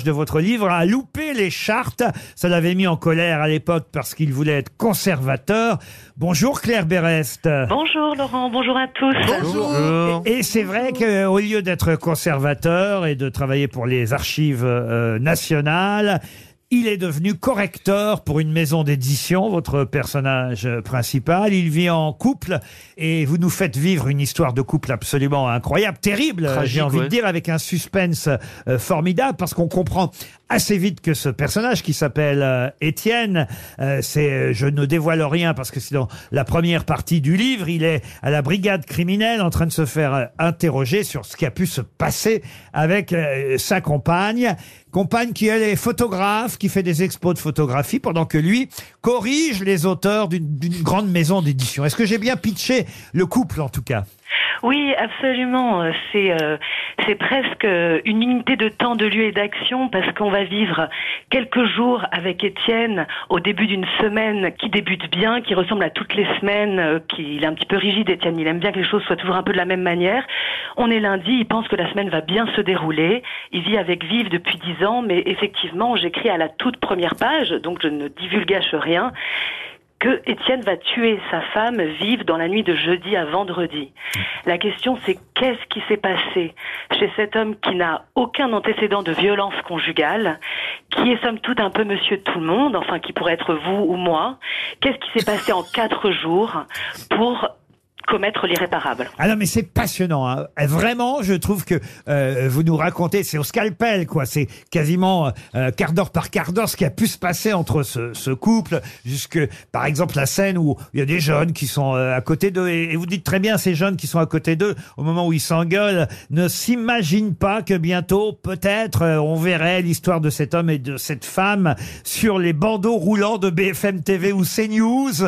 livre a loupé les chartes. Ça l'avait mis en colère à l'époque parce qu'il voulait être conservateur. Bonjour Claire Berest. Bonjour Laurent, bonjour à tous. Bonjour. Et c'est vrai qu'au lieu d'être conservateur et de travailler pour les archives nationales, il est devenu correcteur pour une maison d'édition, votre personnage principal. Il vit en couple et vous nous faites vivre une histoire de couple absolument incroyable, terrible, Tragique, j'ai envie ouais. de dire, avec un suspense formidable parce qu'on comprend assez vite que ce personnage qui s'appelle Étienne, je ne dévoile rien parce que c'est dans la première partie du livre, il est à la brigade criminelle en train de se faire interroger sur ce qui a pu se passer avec sa compagne qui elle est photographe, qui fait des expos de photographie pendant que lui corrige les auteurs d'une grande maison d'édition. Est-ce que j'ai bien pitché le couple en tout cas ? Oui, absolument. C'est presque une unité de temps, de lieu et d'action parce qu'on va vivre quelques jours avec Étienne au début d'une semaine qui débute bien, qui ressemble à toutes les semaines, il est un petit peu rigide Étienne, il aime bien que les choses soient toujours un peu de la même manière. On est lundi, il pense que la semaine va bien se dérouler. Il vit avec Vive depuis 10 ans, mais effectivement, j'écris à la toute première page, donc je ne divulgâche rien, que Étienne va tuer sa femme Vive dans la nuit de jeudi à vendredi. La question c'est qu'est-ce qui s'est passé chez cet homme qui n'a aucun antécédent de violence conjugale, qui est somme toute un peu monsieur tout le monde, enfin qui pourrait être vous ou moi. Qu'est-ce qui s'est passé en 4 jours pour commettre l'irréparable. Ah non, mais c'est passionnant. Hein. Vraiment, je trouve que vous nous racontez, c'est au scalpel, quoi. C'est quasiment quart d'heure par quart d'heure ce qui a pu se passer entre ce couple, jusque, par exemple, la scène où il y a des jeunes qui sont à côté d'eux. Et vous dites très bien, ces jeunes qui sont à côté d'eux, au moment où ils s'engueulent, ne s'imaginent pas que bientôt, peut-être, on verrait l'histoire de cet homme et de cette femme sur les bandeaux roulants de BFM TV ou CNews.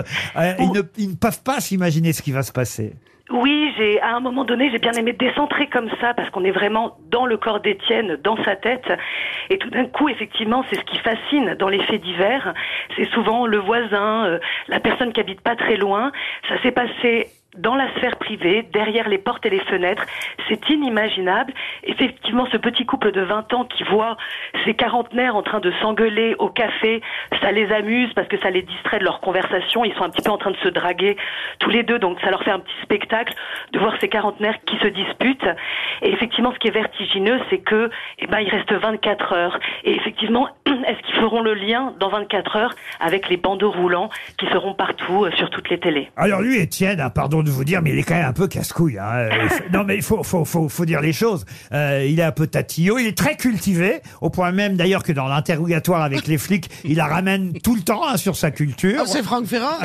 Ils ne peuvent pas s'imaginer ce qui va se passer. Oui, à un moment donné, j'ai bien aimé décentrer comme ça, parce qu'on est vraiment dans le corps d'Étienne, dans sa tête. Et tout d'un coup, effectivement, c'est ce qui fascine dans les faits divers. C'est souvent le voisin, la personne qui habite pas très loin. Ça s'est passé dans la sphère privée, derrière les portes et les fenêtres. C'est inimaginable. Effectivement, ce petit couple de 20 ans qui voit ces quarantenaires en train de s'engueuler au café, ça les amuse parce que ça les distrait de leur conversation. Ils sont un petit peu en train de se draguer tous les deux, donc ça leur fait un petit spectacle de voir ces quarantenaires qui se disputent. Et effectivement, ce qui est vertigineux, c'est que, il reste 24 heures. Et effectivement, est-ce qu'ils feront le lien dans 24 heures avec les bandeaux roulants qui seront partout sur toutes les télés? Alors lui, Étienne, pardon de vous dire, mais il est quand même un peu casse-couille. Hein. Non, mais il faut dire les choses. Il est un peu tatillot, il est très cultivé, au point même d'ailleurs que dans l'interrogatoire avec les flics, il la ramène tout le temps sur sa culture. Ah, c'est Franck Ferrand.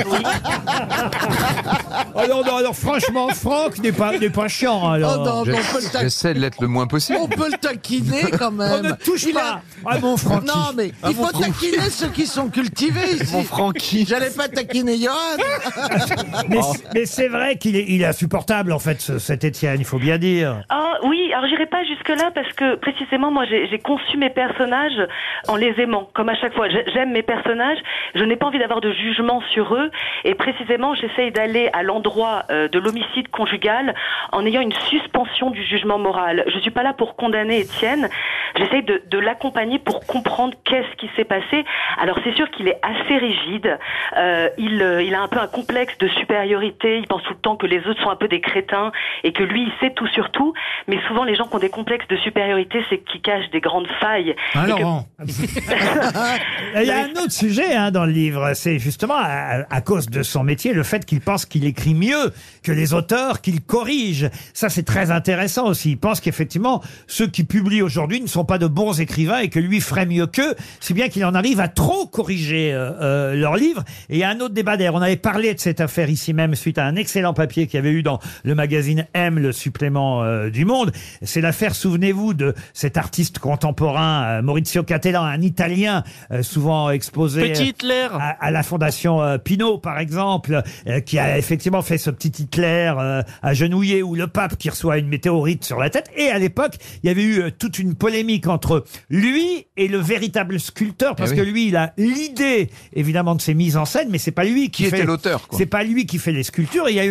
Alors franchement, Franck n'est pas chiant. Alors. J'essaie de l'être le moins possible. On peut le taquiner quand même. On ne touche pas à mon Francky. Non, mais il faut taquiner ceux qui sont cultivés ici. Mon Francky. J'allais pas taquiner Johan. Mais c'est vrai qu'il est insupportable, en fait, cet Étienne, il faut bien dire. Ah oui, alors j'irai pas jusque-là parce que précisément, moi, j'ai conçu mes personnages en les aimant. Comme à chaque fois, j'aime mes personnages, je n'ai pas envie d'avoir de jugement sur eux. Et précisément, j'essaye d'aller à l'endroit de l'homicide conjugal en ayant une suspension du jugement moral. Je suis pas là pour condamner Étienne, j'essaye de l'accompagner pour comprendre qu'est-ce qui s'est passé. Alors c'est sûr qu'il est assez rigide, il a un peu un complexe de supériorité, il pense tout le temps que les autres sont un peu des crétins et que lui il sait tout sur tout, mais souvent les gens qui ont des complexes de supériorité, c'est qu'ils cachent des grandes failles. Alors, il y a un autre sujet dans le livre, c'est justement à cause de son métier, le fait qu'il pense qu'il écrit mieux que les auteurs, qu'il corrige. Ça c'est très intéressant aussi. Il pense qu'effectivement ceux qui publient aujourd'hui ne sont pas de bons écrivains et que lui ferait mieux qu'eux, si bien qu'il en arrive à trop corriger leurs livres. Et il y a un autre débat d'ailleurs, on avait parlé de cette affaire ici même suite à un excellent papier qu'il y avait eu dans le magazine M, le supplément du Monde. C'est l'affaire, souvenez-vous, de cet artiste contemporain Maurizio Cattelan, un Italien souvent exposé à la fondation Pinault par exemple, qui a effectivement fait ce petit Hitler agenouillé ou le pape qui reçoit une météorite sur la tête. Et à l'époque, il y avait eu toute une polémique entre lui et le véritable sculpteur, parce que lui, il a l'idée évidemment de ses mises en scène, mais c'est pas lui qui était l'auteur, quoi. C'est pas lui qui fait les sculptures. Il y a eu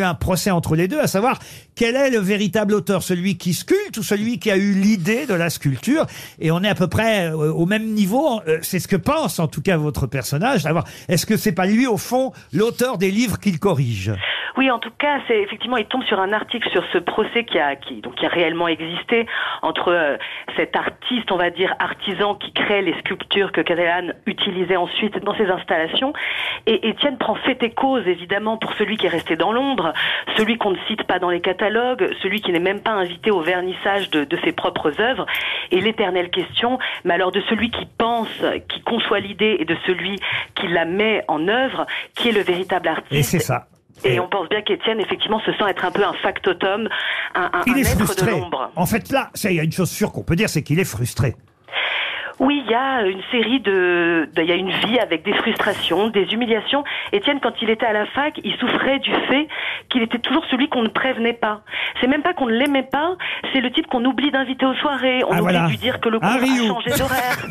un procès entre les deux, à savoir quel est le véritable auteur, celui qui sculpte ou celui qui a eu l'idée de la sculpture. Et on est à peu près au même niveau. C'est ce que pense en tout cas votre personnage. Savoir, est-ce que c'est pas lui au fond l'auteur des livres qu'il corrige? Oui, en tout cas, c'est effectivement, il tombe sur un article sur ce procès qui a réellement existé entre cet artiste, on va dire artisan, qui crée les sculptures que Catalan utilisait ensuite dans ses installations. Et Étienne prend fait et cause, évidemment, pour celui qui est resté dans l'ombre, celui qu'on ne cite pas dans les catalogues, celui qui n'est même pas invité au vernissage de ses propres œuvres. Et l'éternelle question, mais alors de celui qui pense, qui conçoit l'idée, et de celui qui la met en œuvre, qui est le véritable artiste. Et c'est ça. Et on pense bien qu'Étienne, effectivement, se sent être un peu un factotum, un Il est maître frustré. de l'ombre. En fait, là, il y a une chose sûre qu'on peut dire, c'est qu'il est frustré. Oui, il y a une série il y a une vie avec des frustrations, des humiliations. Étienne, quand il était à la fac, il souffrait du fait qu'il était toujours celui qu'on ne prévenait pas. C'est même pas qu'on ne l'aimait pas, c'est le type qu'on oublie d'inviter aux soirées. On oublie de lui dire que le cours a changé d'horaire.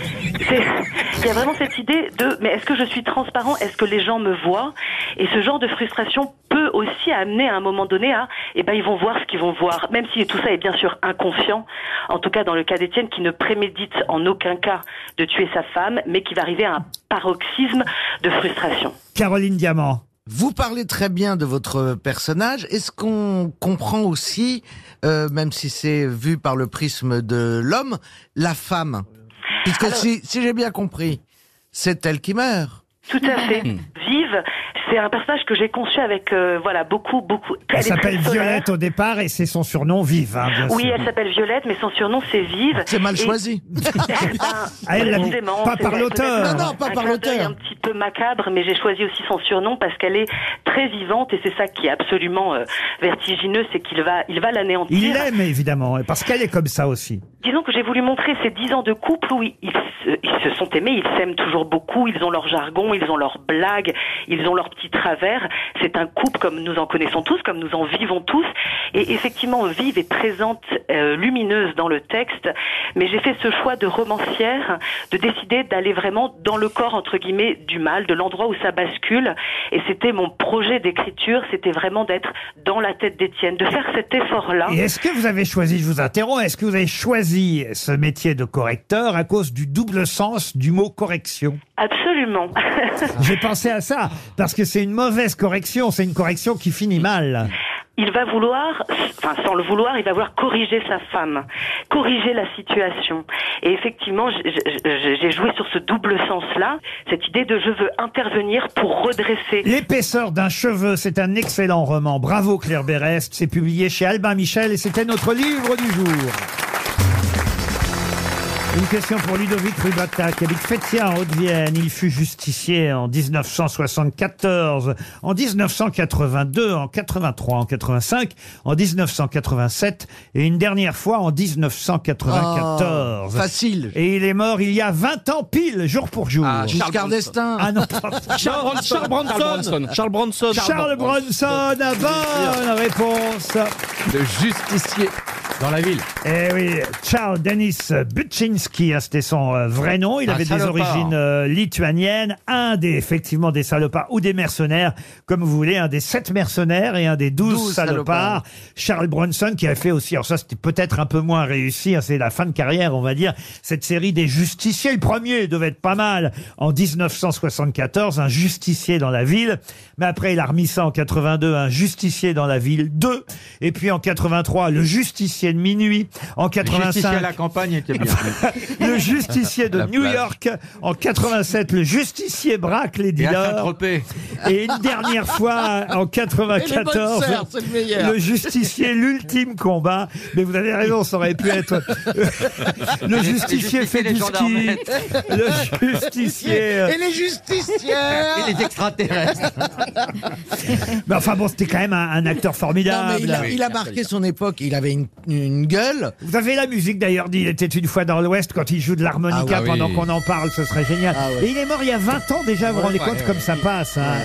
Il y a vraiment cette idée de, mais est-ce que je suis transparent? Est-ce que les gens me voient? Et ce genre de frustration peut aussi amener à un moment donné à, ils vont voir ce qu'ils vont voir. Même si tout ça est bien sûr inconscient. En tout cas, dans le cas d'Étienne, qui ne prémédite en aucun cas de tuer sa femme, mais qui va arriver à un paroxysme de frustration. Caroline Diamant. Vous parlez très bien de votre personnage. Est-ce qu'on comprend aussi, même si c'est vu par le prisme de l'homme, la femme? Puisque si j'ai bien compris, c'est elle qui meurt. Tout à fait. Vive, c'est un personnage que j'ai conçu avec beaucoup. Elle s'appelle Violette au départ et c'est son surnom Vive. Hein, bien oui, sûr. elle s'appelle Violette, mais son surnom c'est Vive. C'est mal choisi. Elle l'a mis pas par l'auteur. Non, pas par l'auteur. Un petit peu macabre, mais j'ai choisi aussi son surnom parce qu'elle est très vivante et c'est ça qui est absolument vertigineux, c'est qu'il va l'anéantir. Il l'aime évidemment, parce qu'elle est comme ça aussi. Disons que j'ai voulu montrer ces 10 ans de couple où ils se sont aimés, ils s'aiment toujours beaucoup, ils ont leur jargon, ils ont leurs blagues, ils ont leurs petits travers. C'est un couple comme nous en connaissons tous, comme nous en vivons tous. Et effectivement, Vive est présente, lumineuse dans le texte, mais j'ai fait ce choix de romancière, de décider d'aller vraiment dans le corps, entre guillemets, du mal, de l'endroit où ça bascule. Et c'était mon projet d'écriture, c'était vraiment d'être dans la tête d'Étienne, de faire cet effort-là. Et est-ce que vous avez choisi, je vous interromps, est-ce que vous avez choisi ce métier de correcteur à cause du double sens du mot correction? Absolument. J'ai pensé à ça, parce que c'est une mauvaise correction, c'est une correction qui finit mal. Il va vouloir, sans le vouloir, il va vouloir corriger sa femme, corriger la situation. Et effectivement, j'ai joué sur ce double sens-là, cette idée de je veux intervenir pour redresser. L'épaisseur d'un cheveu, c'est un excellent roman. Bravo Claire Berest, c'est publié chez Albin Michel et c'était notre livre du jour. Une question pour Ludovic Rubata, qui habite Fétia en Haute-Vienne. Il fut justicier en 1974, en 1982, en 83, en 85, en 1987 et une dernière fois en 1994. Facile. Et il est mort il y a 20 ans pile, jour pour jour. Giscard d'Estaing. Ah non, Charles Bronson. Charles Bronson, bonne réponse. Le justicier dans la ville. Eh oui, Charles Denis Buczynski, c'était son vrai nom. Il avait des origines lituaniennes. Effectivement, des salopards ou des mercenaires, comme vous voulez, un des 7 mercenaires et un des 12 salopards. Charles Bronson, qui a fait aussi, alors ça c'était peut-être un peu moins réussi, c'est la fin de carrière, on va dire, cette série des justiciers. Le premier devait être pas mal en 1974, un justicier dans la ville. Mais après, il a remis ça en 82, un justicier dans la ville 2. Et puis en 83, le justicier de minuit. En 85, le justicier à la campagne était bien. le justicier de New York. En 87, le justicier braque les dealers. Et une dernière fois, en 94, le justicier l'ultime combat. Mais vous avez raison, ça aurait pu être le justicier fait du ski. Le justicier... Et les justicières. Et les extraterrestres. Mais enfin bon, c'était quand même un acteur formidable. Non, mais il a marqué son époque. Il avait une gueule. Vous avez la musique d'ailleurs d'Il était une fois dans l'Ouest quand il joue de l'harmonica pendant qu'on en parle, ce serait génial. Et il est mort il y a 20 ans déjà, vous vous rendez compte comme ça passe. Hein.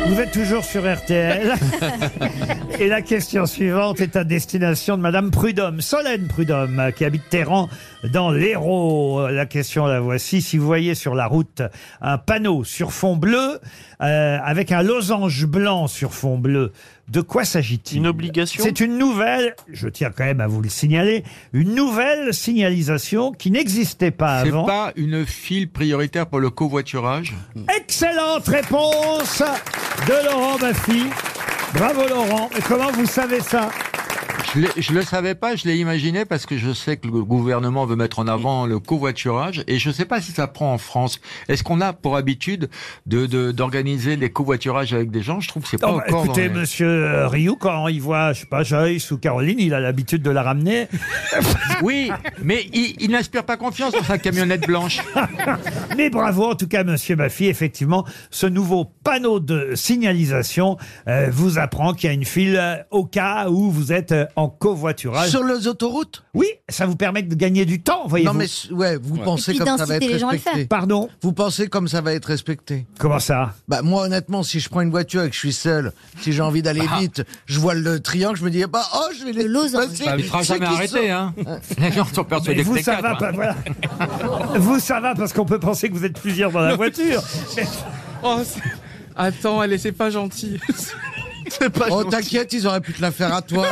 Vous êtes toujours sur RTL. Et la question suivante est à destination de Madame Prudhomme, Solène Prudhomme, qui habite Téhéran dans l'Hérault. La question, la voici. Si vous voyez sur la route un panneau sur fond bleu, avec un losange blanc sur fond bleu, de quoi s'agit-il? Une obligation? C'est une nouvelle, je tiens quand même à vous le signaler, une nouvelle signalisation qui n'existait pas avant. C'est pas une file prioritaire pour le covoiturage? Excellente réponse de Laurent Baffy. Bravo Laurent. Et comment vous savez ça? Je le savais pas, je l'ai imaginé parce que je sais que le gouvernement veut mettre en avant le covoiturage et je sais pas si ça prend en France. Est-ce qu'on a pour habitude d'organiser des covoiturages avec des gens? Je trouve que c'est pas encore. Écoutez, monsieur Rioux, quand il voit, je sais pas, Joyce ou Caroline, il a l'habitude de la ramener. Oui, mais il n'inspire pas confiance dans sa camionnette blanche. Mais bravo, en tout cas, monsieur Baffy, effectivement, ce nouveau panneau de signalisation vous apprend qu'il y a une file au cas où vous êtes en covoiturage. Sur les autoroutes? Oui, ça vous permet de gagner du temps, voyez-vous. Non mais ouais, vous pensez comme ça va être respecté? Pardon? Vous pensez comme ça va être respecté? Comment ça? Bah moi honnêtement, si je prends une voiture et que je suis seul, si j'ai envie d'aller vite, je vois le triangle, je me dis bah oh je vais les passer. Ça ne sera jamais arrêté, hein. Les gens sont persuadés que vous, c'est ça va pas, voilà. Vous, ça va parce qu'on peut penser que vous êtes plusieurs dans la voiture. Oh, attends, allez, c'est pas gentil. C'est pas gentil. T'inquiète, ils auraient pu te la faire à toi.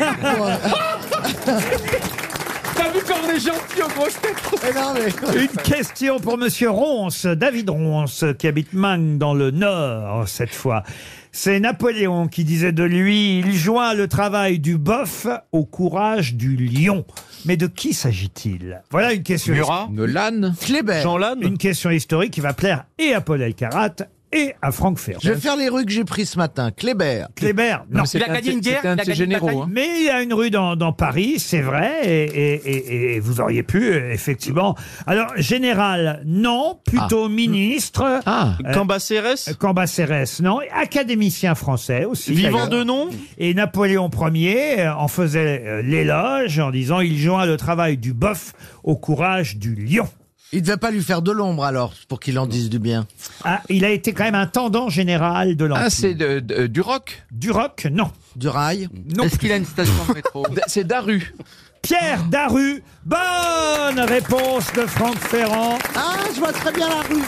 T'as vu comme on est gentil aux grosses têtes? Une question pour monsieur Ronce, David Ronce, qui habite Magne dans le Nord, cette fois. C'est Napoléon qui disait de lui, il joint le travail du bœuf au courage du lion. Mais de qui s'agit-il? Voilà une question. Murat, Meulane, Kléber. Jean Lannes. Une question historique qui va plaire et à Paul Elkarat et à Franck Ferrand. Je vais faire les rues que j'ai prises ce matin. Kléber. Kléber, non. Il a gagné une guerre, c'est un de ses généraux. Hein. Mais il y a une rue dans Paris, c'est vrai, et vous auriez pu, effectivement. Alors, général, non, plutôt ministre. Cambacérès. Cambacérès, non. Académicien français aussi. Vivant d'ailleurs. de nom. Et Napoléon Ier en faisait l'éloge en disant il joint le travail du bœuf au courage du lion. Il devait pas lui faire de l'ombre alors, pour qu'il en dise du bien. Ah, il a été quand même intendant général de l'Empire. Ah, c'est du rock? Du rock, non. Du rail. Non. Est-ce qu'il a une station de métro? C'est Daru. Pierre Daru. Bonne réponse de Franck Ferrand. Ah, je vois très bien la rue.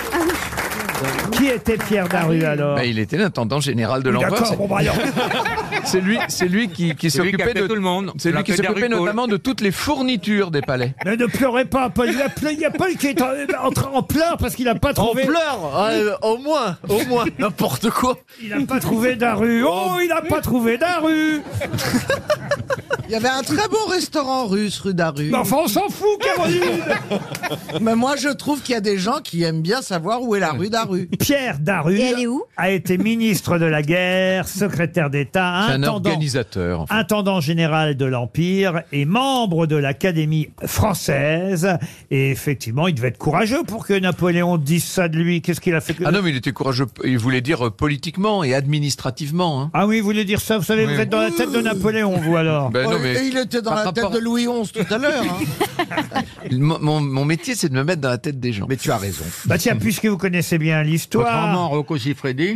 Qui était Pierre Daru alors? Il était l'intendant général de l'Empereur. D'accord, bon, bah alors. C'est lui qui s'occupait de tout le monde. C'est lui qui s'occupait notamment de toutes les fournitures des palais. Mais ne pleurez pas, Paul. Il y a Paul qui est en pleurs parce qu'il n'a pas trouvé. En pleurs. Au moins. N'importe quoi. Il n'a pas trouvé Daru. Oh, il n'a pas trouvé Daru. Il y avait un très beau restaurant russe, rue Daru. Mais enfin, on s'en fout, Caroline. Mais moi, je trouve qu'il y a des gens qui aiment bien savoir où est la rue Daru. Pierre Daru Et elle est où? a été ministre de la guerre, secrétaire d'État, C'est un organisateur. En fait. intendant général de l'Empire et membre de l'Académie française. Et effectivement, il devait être courageux pour que Napoléon dise ça de lui. Qu'est-ce qu'il a fait? Ah non, mais il était courageux. Il voulait dire politiquement et administrativement. Hein. Ah oui, vous voulez dire ça? Vous savez, Oui. vous êtes dans la tête de Napoléon, vous alors. Ben non, mais Et il était dans par la tête rapport- de Louis XI tout à l'heure. Hein. mon métier, c'est de me mettre dans la tête des gens. Mais tu as raison. Bah tiens, puisque vous connaissez bien l'histoire. Contrairement à Rocco Siffredi.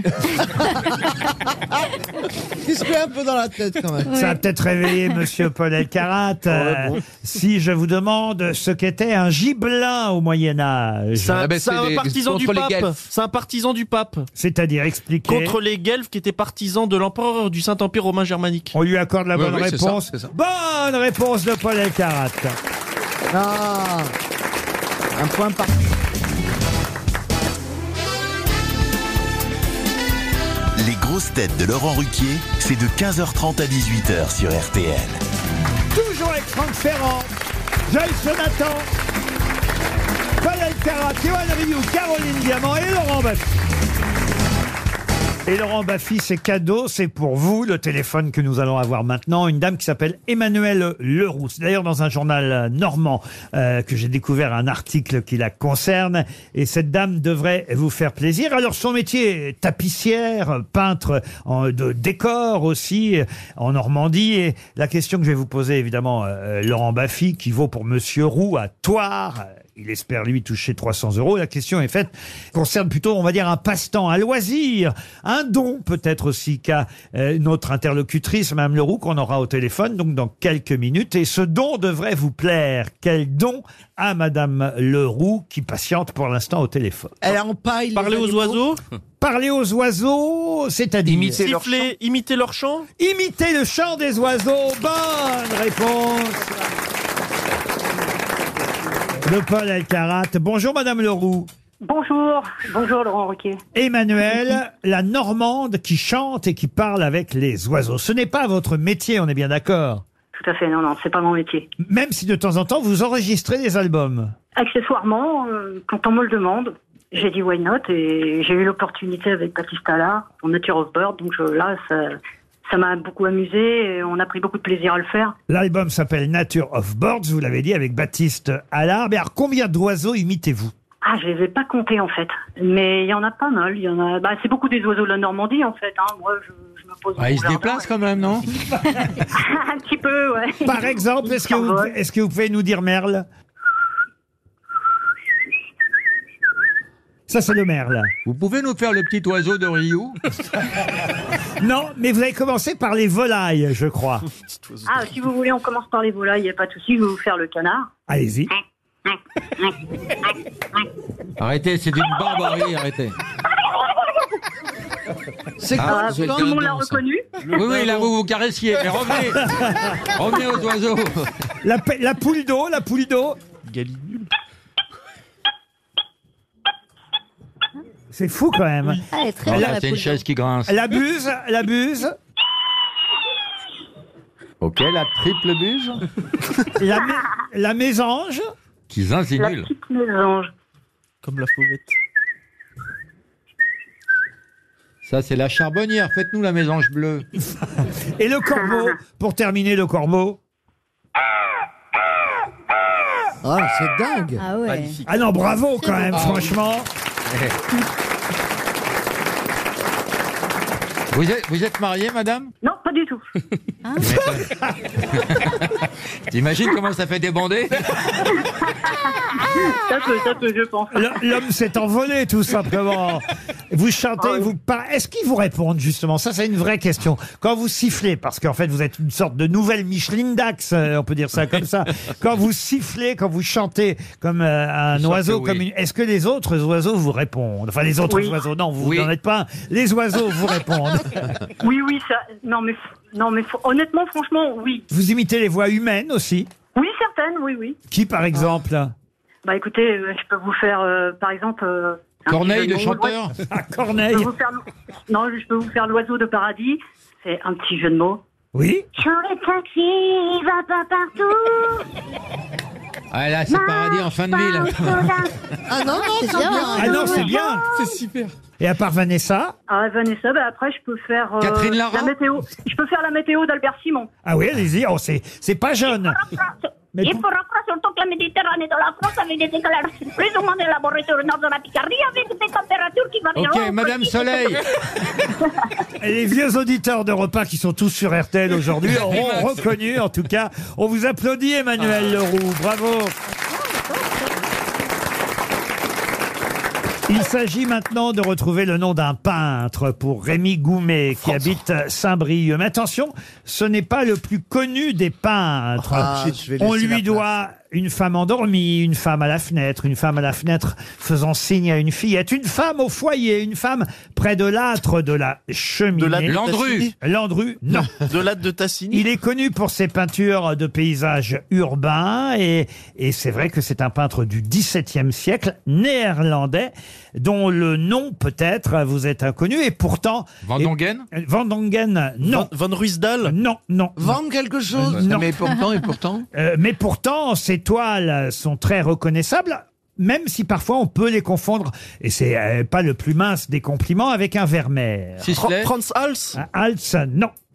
Il se met un peu dans la tête quand même. Ça a peut-être réveillé Monsieur Paul Elkarat. Si je vous demande ce qu'était un gibelin au Moyen-Âge. C'est un, Ah ben, c'est c'est un les- partisan du contre les pape. guelfes. C'est un partisan du pape. C'est-à-dire expliquer. Contre les guelfes qui étaient partisans de l'empereur du Saint-Empire romain germanique. On lui accorde la Oui, bonne oui, c'est ça, réponse. c'est ça. Bonne réponse de Paul Elkarat. Ah, un point par. Les grosses têtes de Laurent Ruquier, c'est de 15h30 à 18h sur RTL. Toujours avec Franck Ferrand, Joyce Jonathan, Paul Elkarat, Yoann Rioux, Caroline Diamant et Laurent Baffy. Et Laurent Baffy, c'est cadeau, c'est pour vous, le téléphone que nous allons avoir maintenant. Une dame qui s'appelle Emmanuelle Leroux. C'est d'ailleurs dans un journal normand que j'ai découvert un article qui la concerne. Et cette dame devrait vous faire plaisir. Alors son métier est tapissière, peintre de décor aussi en Normandie. Et la question que je vais vous poser, évidemment, Laurent Baffy, qui vaut pour Monsieur Roux à Thouars. Il espère, lui, toucher 300 €. La question est faite, concerne plutôt, on va dire, un passe-temps, un loisir, un don peut-être aussi qu'a notre interlocutrice, Mme Leroux, qu'on aura au téléphone, donc dans quelques minutes. Et ce don devrait vous plaire. Quel don à Mme Leroux, qui patiente pour l'instant au téléphone? Elle empaille. Parler aux oiseaux. Parler aux oiseaux, c'est-à-dire Imiter leur chant. Imiter le chant des oiseaux. Bonne réponse de Paul Elkarat. Bonjour Madame Leroux. Bonjour Laurent Ruquier. Emmanuel, la Normande qui chante et qui parle avec les oiseaux. Ce n'est pas votre métier, on est bien d'accord? Tout à fait, non, c'est pas mon métier. Même si de temps en temps vous enregistrez des albums. Accessoirement, quand on me le demande, j'ai dit why not, et j'ai eu l'opportunité avec Baptiste Allard pour Nature of Bird, donc là, ça m'a beaucoup amusé et on a pris beaucoup de plaisir à le faire. L'album s'appelle Nature of Birds, vous l'avez dit, avec Baptiste Allard. Mais alors, combien d'oiseaux imitez-vous? Ah, je les ai pas comptés en fait, mais il y en a pas mal. Il y en a, c'est beaucoup des oiseaux de la Normandie en fait. Moi, je me pose. Ils se déplacent quand même, non? Un petit peu, ouais. Par exemple, est-ce que vous pouvez nous dire merle? Ça, c'est le merle. Vous pouvez nous faire le petit oiseau de Rio? Non, mais vous avez commencé par les volailles, je crois. Ah, si vous voulez, on commence par les volailles, il n'y a pas de souci, je vais vous faire le canard. Allez-y. Arrêtez, c'est d'une barbarie, arrêtez. C'est quoi, tout le monde l'a reconnu? Oui, là vous caressiez, mais revenez aux oiseaux. La poule d'eau, Galinule. C'est fou quand même. Elle est très bien, la C'est une poule. chaise qui grince. La buse. Ok, la triple buse. La mésange. Qui La zinzinule. petite mésange. Comme la fauvette. Ça, c'est la charbonnière. Faites-nous la mésange bleue. Et le corbeau. Pour terminer, le corbeau. Ah, c'est dingue. Ah ouais. Ah non, bravo quand même, franchement. Vous êtes mariée, madame? Non, pas du tout. T'imagines comment ça fait débander? Ça peut, je pense. L'homme s'est envolé, tout simplement. Vous chantez, vous parlez. Est-ce qu'ils vous répondent, justement? Ça, c'est une vraie question. Quand vous sifflez, parce qu'en fait, vous êtes une sorte de nouvelle Micheline Dax, on peut dire ça comme ça. Quand vous sifflez, quand vous chantez comme un oiseau, est-ce que les autres oiseaux vous répondent? Enfin, les autres oiseaux, non, vous n'en êtes pas un. Les oiseaux vous répondent. Oui, ça. Non, mais honnêtement, franchement, oui. Vous imitez les voix humaines aussi? Oui, certaines, oui. Qui, par exemple? Écoutez, je peux vous faire, par exemple... Corneille, le chanteur. Corneille. Je peux vous faire l'oiseau de paradis. C'est un petit jeu de mots. Oui. Sur les taxis, il va pas partout. Ah là, c'est paradis en fin de ville. Ah non, C'est bien. Ah non, c'est bien. C'est super. Et à part Vanessa? Ah, Vanessa, après, je peux faire Catherine Lara. la météo. Je peux faire la météo d'Albert Simon. Ah oui, allez-y. Oh, c'est pas jeune. Mais Il fera froid sur toute la Méditerranée de la France avec des déclarations plus ou moins élaborées sur le nord de la Picardie avec des températures qui varieront. Ok, Madame Soleil. Et les vieux auditeurs de repas qui sont tous sur RTL aujourd'hui auront reconnu, en tout cas. On vous applaudit, Emmanuel Leroux. Bravo. Il s'agit maintenant de retrouver le nom d'un peintre pour Rémi Goumet qui habite Saint-Brieuc. Mais attention, ce n'est pas le plus connu des peintres. On lui doit une femme endormie, une femme à la fenêtre faisant signe à une fillette, une femme au foyer, une femme près de l'âtre de la cheminée. Landru, non. De l'âtre de Tassigny. Il est connu pour ses peintures de paysages urbains et c'est vrai que c'est un peintre du XVIIe siècle, néerlandais, dont le nom peut-être vous est inconnu et pourtant... Van Dongen, non. Van Ruysdael. Non. Vendre quelque chose. Non. Mais pourtant. Mais pourtant, ces toiles sont très reconnaissables, même si parfois on peut les confondre, et c'est pas le plus mince des compliments, avec un Vermeer. Franz Hals. Hals, non.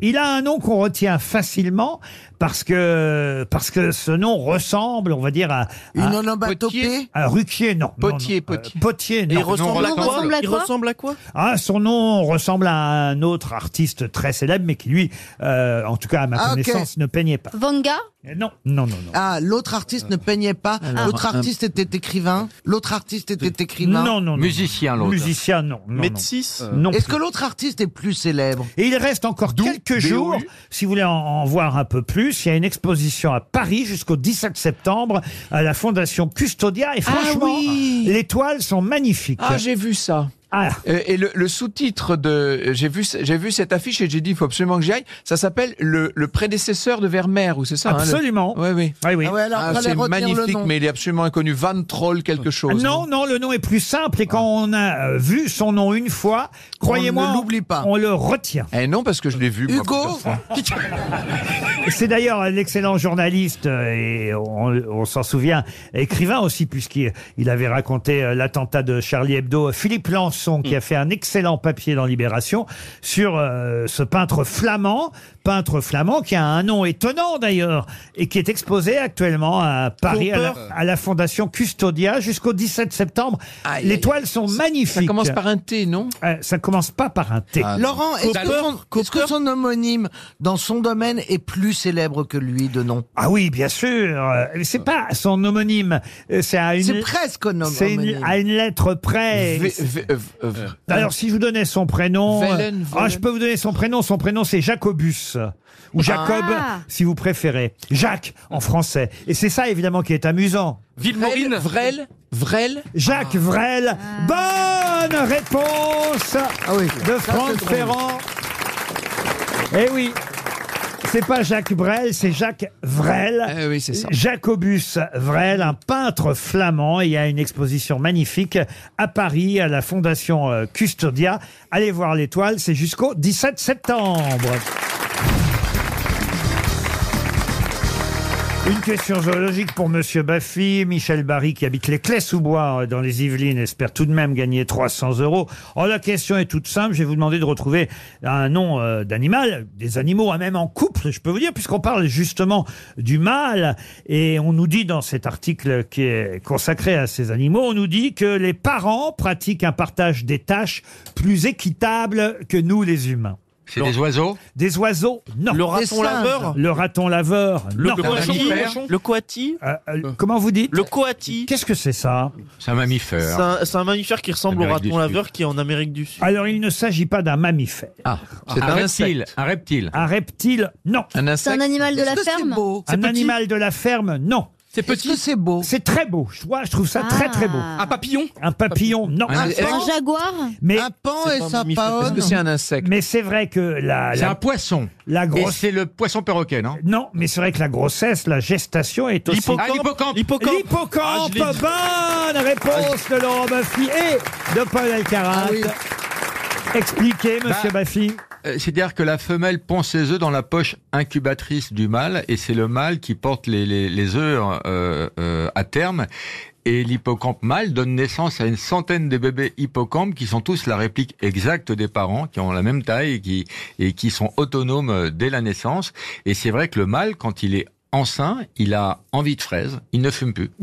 Il a un nom qu'on retient facilement parce que ce nom ressemble, on va dire, à Une onomatopée. à Ruquier, non. Potier, non, Potier. Potier, Et non. il ressemble à Son nom quoi ressemble à Il quoi ressemble à quoi Ah, son nom ressemble à un autre artiste très célèbre, mais qui lui, en tout cas à ma Ah, ok. connaissance, ne peignait pas. Vanga. Non, non, non, non. Ah, l'autre artiste ne peignait pas. L'autre artiste était écrivain. L'autre artiste était écrivain. Non, non, non. Musicien, l'autre. Musicien, non. non, non. Métis Non. Est-ce que l'autre artiste est plus célèbre? Et il reste encore quelques jours, si vous voulez en voir un peu plus. Il y a une exposition à Paris jusqu'au 17 septembre à la Fondation Custodia. Et franchement, les toiles sont magnifiques. Ah, j'ai vu ça. Ah. Et le sous-titre de j'ai vu cette affiche et j'ai dit il faut absolument que j'y aille. Ça s'appelle le prédécesseur de Vermeer ou c'est ça? Absolument. Oui, oui. Oui, oui. Ah ouais, alors, fallait c'est retenir le magnifique, nom. mais il est absolument inconnu. Van Troll quelque chose. Non, non, le nom est plus simple et quand on a vu son nom une fois, croyez-moi, ne l'oublie pas. on le retient. Eh non, parce que je l'ai vu. moi, Hugo plusieurs fois. C'est d'ailleurs l'excellent journaliste, et on s'en souvient, écrivain aussi, puisqu'il avait raconté l'attentat de Charlie Hebdo, Philippe Lançon, qui a fait un excellent papier dans Libération sur ce peintre flamand qui a un nom étonnant d'ailleurs, et qui est exposé actuellement à Paris, à la Fondation Custodia, jusqu'au 17 septembre. Aïe, Les aïe, toiles sont magnifiques. Ça commence par un T, non? Ça commence pas par un T. Laurent, est-ce que son homonyme dans son domaine est plus célèbre que lui de nom? Ah oui, bien sûr. C'est pas son homonyme. C'est à une. C'est presque un homonyme. C'est à une lettre près. Alors, si je vous donnais son prénom, Velen. je peux vous donner son prénom. Son prénom, c'est Jacobus. Ou Jacob, si vous préférez. Jacques, en français. Et c'est ça, évidemment, qui est amusant. Villemorine. Vrel. Jacques Vrel. Bonne réponse de Franck Ferrand. Eh oui. C'est pas Jacques Brel, c'est Jacques Vrel. Oui, c'est ça. Jacobus Vrel, un peintre flamand. Et il y a une exposition magnifique à Paris, à la Fondation Custodia. Allez voir les toiles, c'est jusqu'au 17 septembre. Une question zoologique pour Monsieur Baffy. Michel Barry, qui habite les Clés-sous-Bois dans les Yvelines, espère tout de même gagner 300 €. Oh, la question est toute simple. Je vais vous demander de retrouver un nom d'animal, des animaux, même en couple, je peux vous dire, puisqu'on parle justement du mâle. Et on nous dit dans cet article qui est consacré à ces animaux, on nous dit que les parents pratiquent un partage des tâches plus équitable que nous, les humains. C'est des oiseaux? Des oiseaux, non. Le raton laveur? Le raton laveur, non. Le coati? Comment vous dites? Le coati? Qu'est-ce que c'est ça? C'est un mammifère. C'est un mammifère qui ressemble au Amérique du raton Sud. laveur qui est en Amérique du Sud. Alors, il ne s'agit pas d'un mammifère. C'est un reptile. insecte. Un reptile. Un reptile, non. Un C'est insecte. un animal de la Est-ce que c'est ferme. beau? Un animal de la ferme, non. C'est Est-ce que petit. c'est beau? C'est très beau. Je trouve ça très très beau. Un papillon. Un papillon, non. Un Un pan? jaguar. Mais, Un pan C'est et pas un sa mammifère. Est-ce paonne? que c'est un insecte? mais c'est vrai que C'est un poisson. la Et grosse... c'est le poisson perroquet, non? Non, mais c'est vrai que la grossesse, la gestation est aussi... Ah, l'hippocampe. L'hippocampe, bonne réponse de Laurent Baffy et de Paul Alcarat. Ah oui. Expliquez, monsieur Baffy. C'est-à-dire que la femelle pond ses œufs dans la poche incubatrice du mâle et c'est le mâle qui porte les œufs à terme. Et l'hippocampe mâle donne naissance à une centaine de bébés hippocampes qui sont tous la réplique exacte des parents, qui ont la même taille et qui sont autonomes dès la naissance. Et c'est vrai que le mâle, quand il est enceint, il a envie de fraises, il ne fume plus.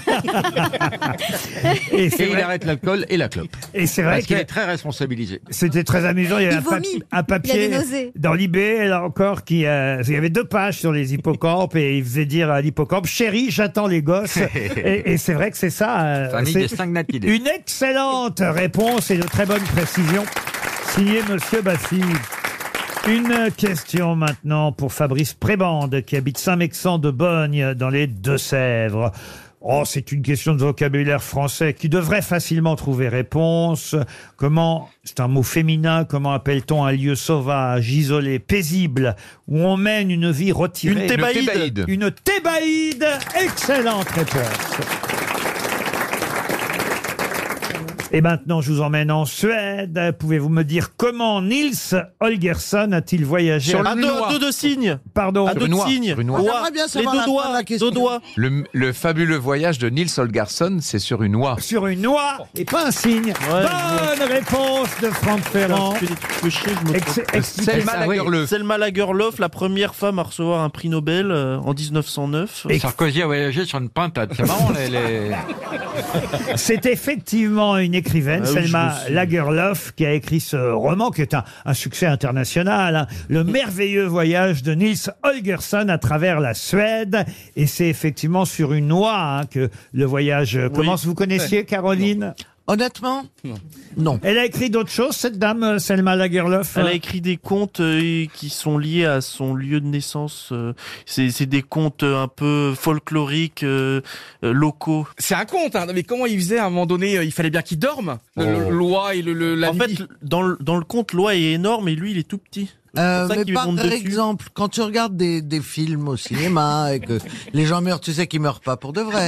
Et il arrête l'alcool et la clope. Et c'est vrai Parce qu'il que est très responsabilisé. c'était très amusant. Il y avait Il vomit. un Il a papier des nausées. dans l'IB, là encore, il y avait 2 pages sur les hippocampes et il faisait dire à l'hippocampe, chérie, j'attends les gosses. et c'est vrai que c'est ça. Famille c'est des syngnathidae. une excellente réponse et de très bonne précision. Signé Monsieur Baffy. Une question maintenant pour Fabrice Prébande qui habite Saint-Mexan de Bogne dans les Deux-Sèvres. Oh, c'est une question de vocabulaire français qui devrait facilement trouver réponse. C'est un mot féminin, comment appelle-t-on un lieu sauvage, isolé, paisible, où on mène une vie retirée? Une thébaïde. Une thébaïde. Excellente réponse. Et maintenant, je vous emmène en Suède. Pouvez-vous me dire comment Nils Holgersson a-t-il voyagé Sur À deux de signes. Pardon. À deux de signes. Sur une oie. J'aimerais bien Les savoir deux la fin de doigts. la question. Deux doigts. Le fabuleux voyage de Nils Holgersson, c'est sur une oie. Sur une oie et pas un signe. Bonne réponse de Franck Ferrand. Je fais des trucs peu chier, je me trompe. Selma Lagerlöf. Selma Lagerlöf, la première femme à recevoir un prix Nobel en 1909. Et Sarkozy a voyagé sur une pintade. C'est marrant, C'est effectivement une écrivaine, Ah oui, Selma je me suis- Lagerlöf, qui a écrit ce roman qui est un succès international, hein. Le merveilleux voyage de Nils Holgersson à travers la Suède. Et c'est effectivement sur une oie hein, que le voyage commence. Vous connaissiez, Caroline? Honnêtement, non. Elle a écrit d'autres choses, cette dame, Selma Lagerlöf? Elle a écrit des contes qui sont liés à son lieu de naissance. C'est des contes un peu folkloriques, locaux. C'est un conte, hein. Mais comment il faisait à un moment donné? Il fallait bien qu'il dorme. L'oie et la En nuit. fait, dans le conte, l'oie est énorme et lui, il est tout petit. C'est pour ça Mais qu'il par monte dessus. exemple, quand tu regardes des films au cinéma et que les gens meurent, tu sais qu'ils meurent pas pour de vrai.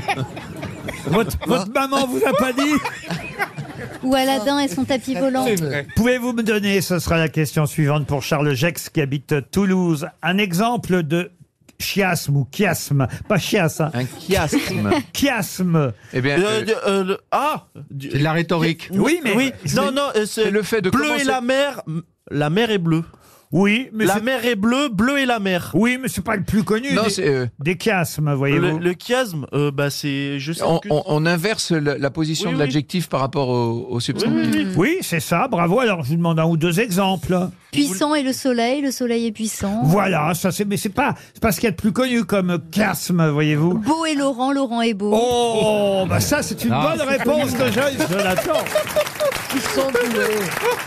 Votre maman vous a pas dit? Ou Aladdin et son tapis volant. Pouvez-vous me donner, ce sera la question suivante pour Charles Gex qui habite Toulouse, un exemple de chiasme ou chiasme, pas chiasse, hein. Un chiasme. Chiasme. Eh bien, c'est de la rhétorique. Oui, mais oui. Non, non, c'est le fait de bleu commencer- et la mer. La mer est bleue. Oui, mais la c'est- mer est bleue, bleu et la mer. Oui, mais c'est pas le plus connu Non, des, c'est, des chiasmes, voyez-vous. Le chiasme, bah c'est je sais que- on inverse la position Oui, de oui. l'adjectif par rapport au substantif. Oui, c'est ça, bravo. Alors, je vous demande un ou deux exemples. Puissant et le soleil est puissant. Voilà, ça c'est, mais c'est pas ce qu'il y a de plus connu comme chiasme, voyez-vous. Beau et Laurent est beau. Oh, bah ça c'est une Ah. bonne réponse de Joyce Jonathan. Ils sont doués.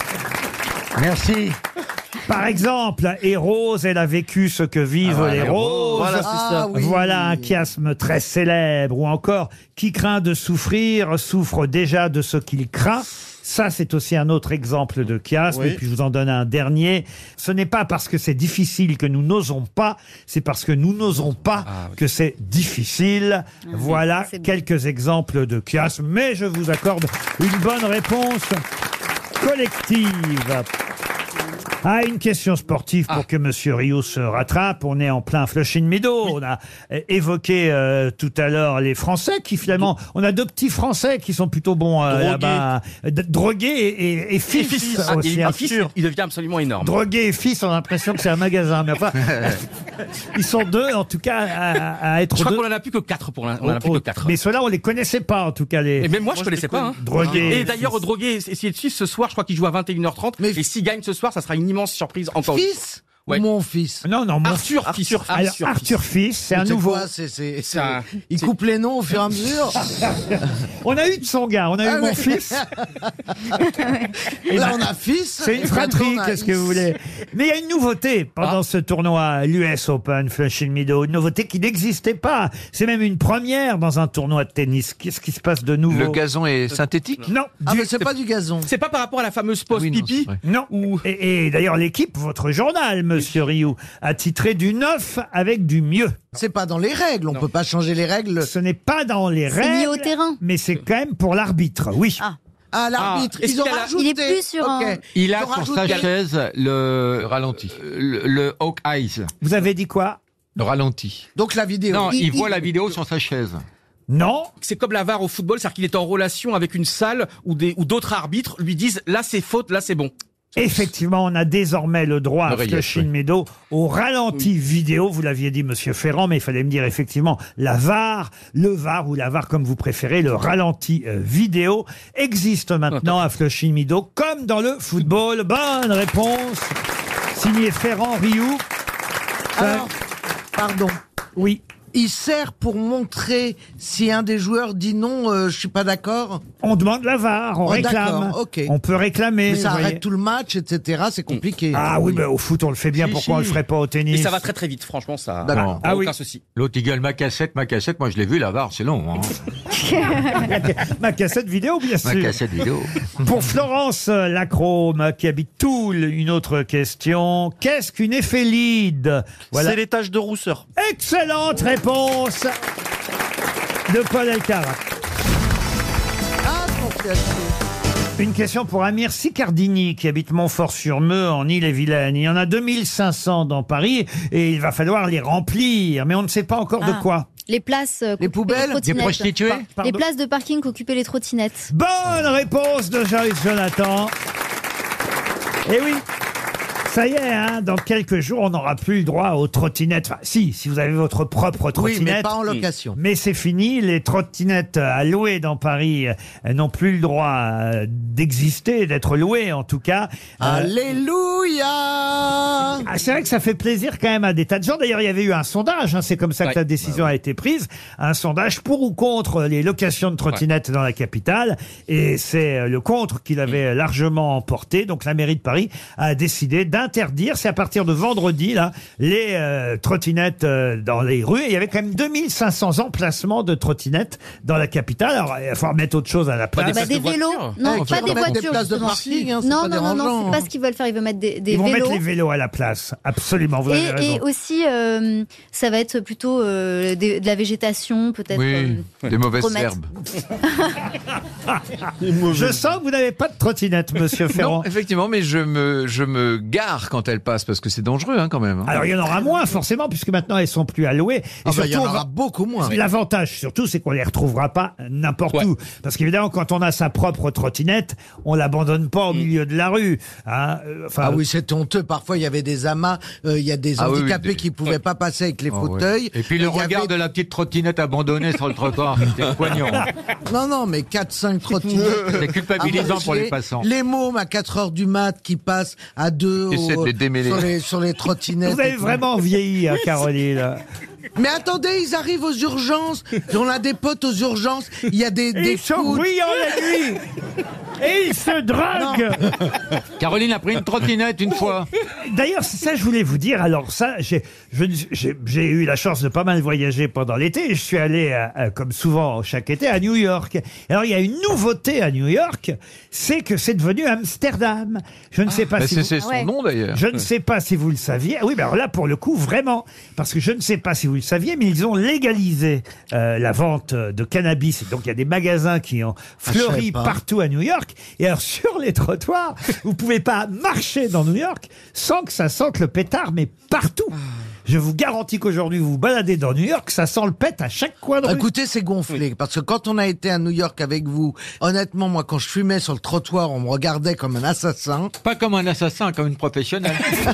Merci. Par exemple, et Rose, elle a vécu ce que vivent les roses. Voilà, c'est ça. oui. Voilà un chiasme très célèbre. Ou encore, qui craint de souffrir, souffre déjà de ce qu'il craint. Ça, c'est aussi un autre exemple de chiasme. Oui. Et puis, je vous en donne un dernier. Ce n'est pas parce que c'est difficile que nous n'osons pas, c'est parce que nous n'osons pas que c'est difficile. Voilà c'est bon. quelques exemples de chiasme. Mais je vous accorde une bonne réponse collective. Ah, une question sportive pour que Monsieur Rioux se rattrape. On est en plein Flushing Meadow. On a évoqué tout à l'heure les Français qui finalement, on a deux petits Français qui sont plutôt bons là-bas. Drogué et fils Ah, aussi. et hein. un fils, il devient absolument énorme. Drogué et fils, on a l'impression que c'est un magasin. Mais enfin, ils sont deux en tout cas à être Je crois deux. qu'on en a plus que 4 pour l'instant. On en a plus que 4. Mais ceux-là, on les connaissait pas en tout cas. Les Et même moi, je connaissais pas. Hein. Drogué. Et d'ailleurs, Drogué, essayez de suivre ce soir. Je crois qu'il joue à 21h30. Mais- Et s'il gagne ce soir, ça sera une immense surprise encore. Fils Ouais. ou mon fils? Non, non, mon Arthur, fils. Alors, Arthur Fils, c'est un C'est nouveau. quoi, un- Il coupe les noms au fur et à mesure. On a eu de son gars, on a eu Ah, mon mais- fils. Là, on a fils. C'est une fratrie, Maintenant, on a qu'est-ce que vous voulez. Mais il y a une nouveauté pendant ce tournoi, l'US Open Flushing Meadow, une nouveauté qui n'existait pas. C'est même une première dans un tournoi de tennis. Qu'est-ce qui se passe de nouveau? Le gazon est synthétique. Non, Ah, mais c'est pas du gazon. C'est pas par rapport à la fameuse pause Ah oui, non, pipi. c'est vrai. non. Et d'ailleurs, l'équipe, votre journal, Monsieur Rioux, a titré du neuf avec du mieux. C'est pas dans les règles. On peut pas changer les règles. Ce n'est pas dans les C'est lié au règles, terrain. mais c'est quand même pour l'arbitre, oui. Ah. Ah, l'arbitre. est-ce Ils ont qu'il y a la- rajouté. Il est plus sur Ok. un- Il Ils a ont sur rajouté- sa chaise le Ralenti. le Hawk Eyes. Vous avez dit quoi? Le ralenti. Donc la vidéo. Non, il voit il- la vidéo sur sa chaise. Non. C'est comme la VAR au football, c'est-à-dire qu'il est en relation avec une salle où d'autres arbitres lui disent là c'est faute, là c'est bon. Effectivement, on a désormais le droit à L'oreillette, Flushing oui. Meadow au ralenti vidéo. Vous l'aviez dit, Monsieur Ferrand, mais il fallait me dire effectivement la VAR, le VAR ou la VAR comme vous préférez, le ralenti vidéo existe maintenant à Flushing Meadow comme dans le football. Bonne réponse. Signé Ferrand Rioux. Alors, pardon. Oui. Il sert pour montrer si un des joueurs dit non, je suis pas d'accord. On demande la VAR, on Oh, réclame. d'accord, ok. On peut réclamer. Mais ça vous voyez. arrête tout le match, etc. C'est compliqué. Ah oui, mais au foot, on le fait bien. Si, Pourquoi on si. le ferait pas au tennis? Et ça va très très vite, franchement, ça. D'accord. Ah oui. Aucun souci. L'autre, il gueule ma cassette. Moi, je l'ai vu, la VAR, c'est long. Hein. Ma cassette vidéo, bien Ma sûr. cassette vidéo. Pour Florence Lacrome, qui habite Toul, une autre question. Qu'est-ce qu'une éphélide? Voilà. C'est les taches de rousseur. Excellente réponse de Paul Elkarat. Ah, mon Pierre. Une question pour Amir Sicardini qui habite Montfort-sur-Meux en Île-et-Vilaine. Il y en a 2500 dans Paris et il va falloir les remplir, mais on ne sait pas encore de quoi. Les places, Les poubelles, les des prostituées Les places de parking qu'occupaient les trottinettes. Bonne réponse de Joyce Jonathan. Eh oui. Ça y est, hein, dans quelques jours, on n'aura plus le droit aux trottinettes. Enfin, si vous avez votre propre trottinette. Oui, mais pas en location. Mais c'est fini. Les trottinettes à louer dans Paris n'ont plus le droit d'exister, d'être louées en tout cas. Alléluia. C'est vrai que ça fait plaisir quand même à des tas de gens. D'ailleurs, il y avait eu un sondage. Hein, c'est comme ça que la décision a été prise. Un sondage pour ou contre les locations de trottinettes dans la capitale. Et c'est le contre qui l'avait largement emporté. Donc la mairie de Paris a décidé d'interdire, c'est à partir de vendredi, là, les trottinettes dans les rues. Et il y avait quand même 2500 emplacements de trottinettes dans la capitale. Alors, il va falloir mettre autre chose à la place. Des vélos. Non, pas des voitures. Des places de parking, hein, c'est non, pas non, non, dérangeant. c'est pas ce qu'ils veulent faire. Ils veulent mettre des Ils vont vélos. mettre les vélos à la place. Absolument, vous avez raison. Et aussi, ça va être plutôt de la végétation, peut-être. Oui, des mauvaises remettre. herbes. Je sens que vous n'avez pas de trottinette, monsieur Ferrand. Non, effectivement, mais je me gare quand elles passent parce que c'est dangereux hein, quand même. Alors il y en aura moins forcément puisque maintenant elles sont plus à louer. Et il y en aura beaucoup moins. L'avantage surtout c'est qu'on les retrouvera pas n'importe où. Parce qu'évidemment quand on a sa propre trottinette, on l'abandonne pas au milieu de la rue. Hein. Ah oui, c'est honteux. Parfois il y avait des amas, il y a des handicapés qui pouvaient pas passer avec les fauteuils. Et puis le regard de la petite trottinette abandonnée sur le trottoir, c'était poignant. Non, mais 4-5 trottinettes. C'est culpabilisant pour les passants. Les mômes à 4h du mat qui passent à 2 sur les trottinettes. Vous avez vraiment vieilli, hein, Caroline. Mais attendez, ils arrivent aux urgences. On a des potes aux urgences. Il y a des ils sont bruyants la nuit. Et ils se draguent. Caroline a pris une trottinette une fois. D'ailleurs, c'est ça que je voulais vous dire. Alors ça, j'ai eu la chance de pas mal voyager pendant l'été. Je suis allé, comme souvent chaque été, à New York. Alors il y a une nouveauté à New York, c'est que c'est devenu Amsterdam. Je ne sais pas si c'est son nom d'ailleurs. Je ne sais pas si vous le saviez. Oui, mais alors là, pour le coup, vraiment, parce que je ne sais pas si vous le saviez, mais ils ont légalisé la vente de cannabis. Donc il y a des magasins qui ont fleuri partout à New York. Et alors sur les trottoirs, vous pouvez pas marcher dans New York sans que ça sente le pétard, mais partout. Je vous garantis qu'aujourd'hui, vous vous baladez dans New York, ça sent le pet à chaque coin de rue. Écoutez, c'est gonflé. Parce que quand on a été à New York avec vous, honnêtement, moi, quand je fumais sur le trottoir, on me regardait comme un assassin. Pas comme un assassin, comme une professionnelle.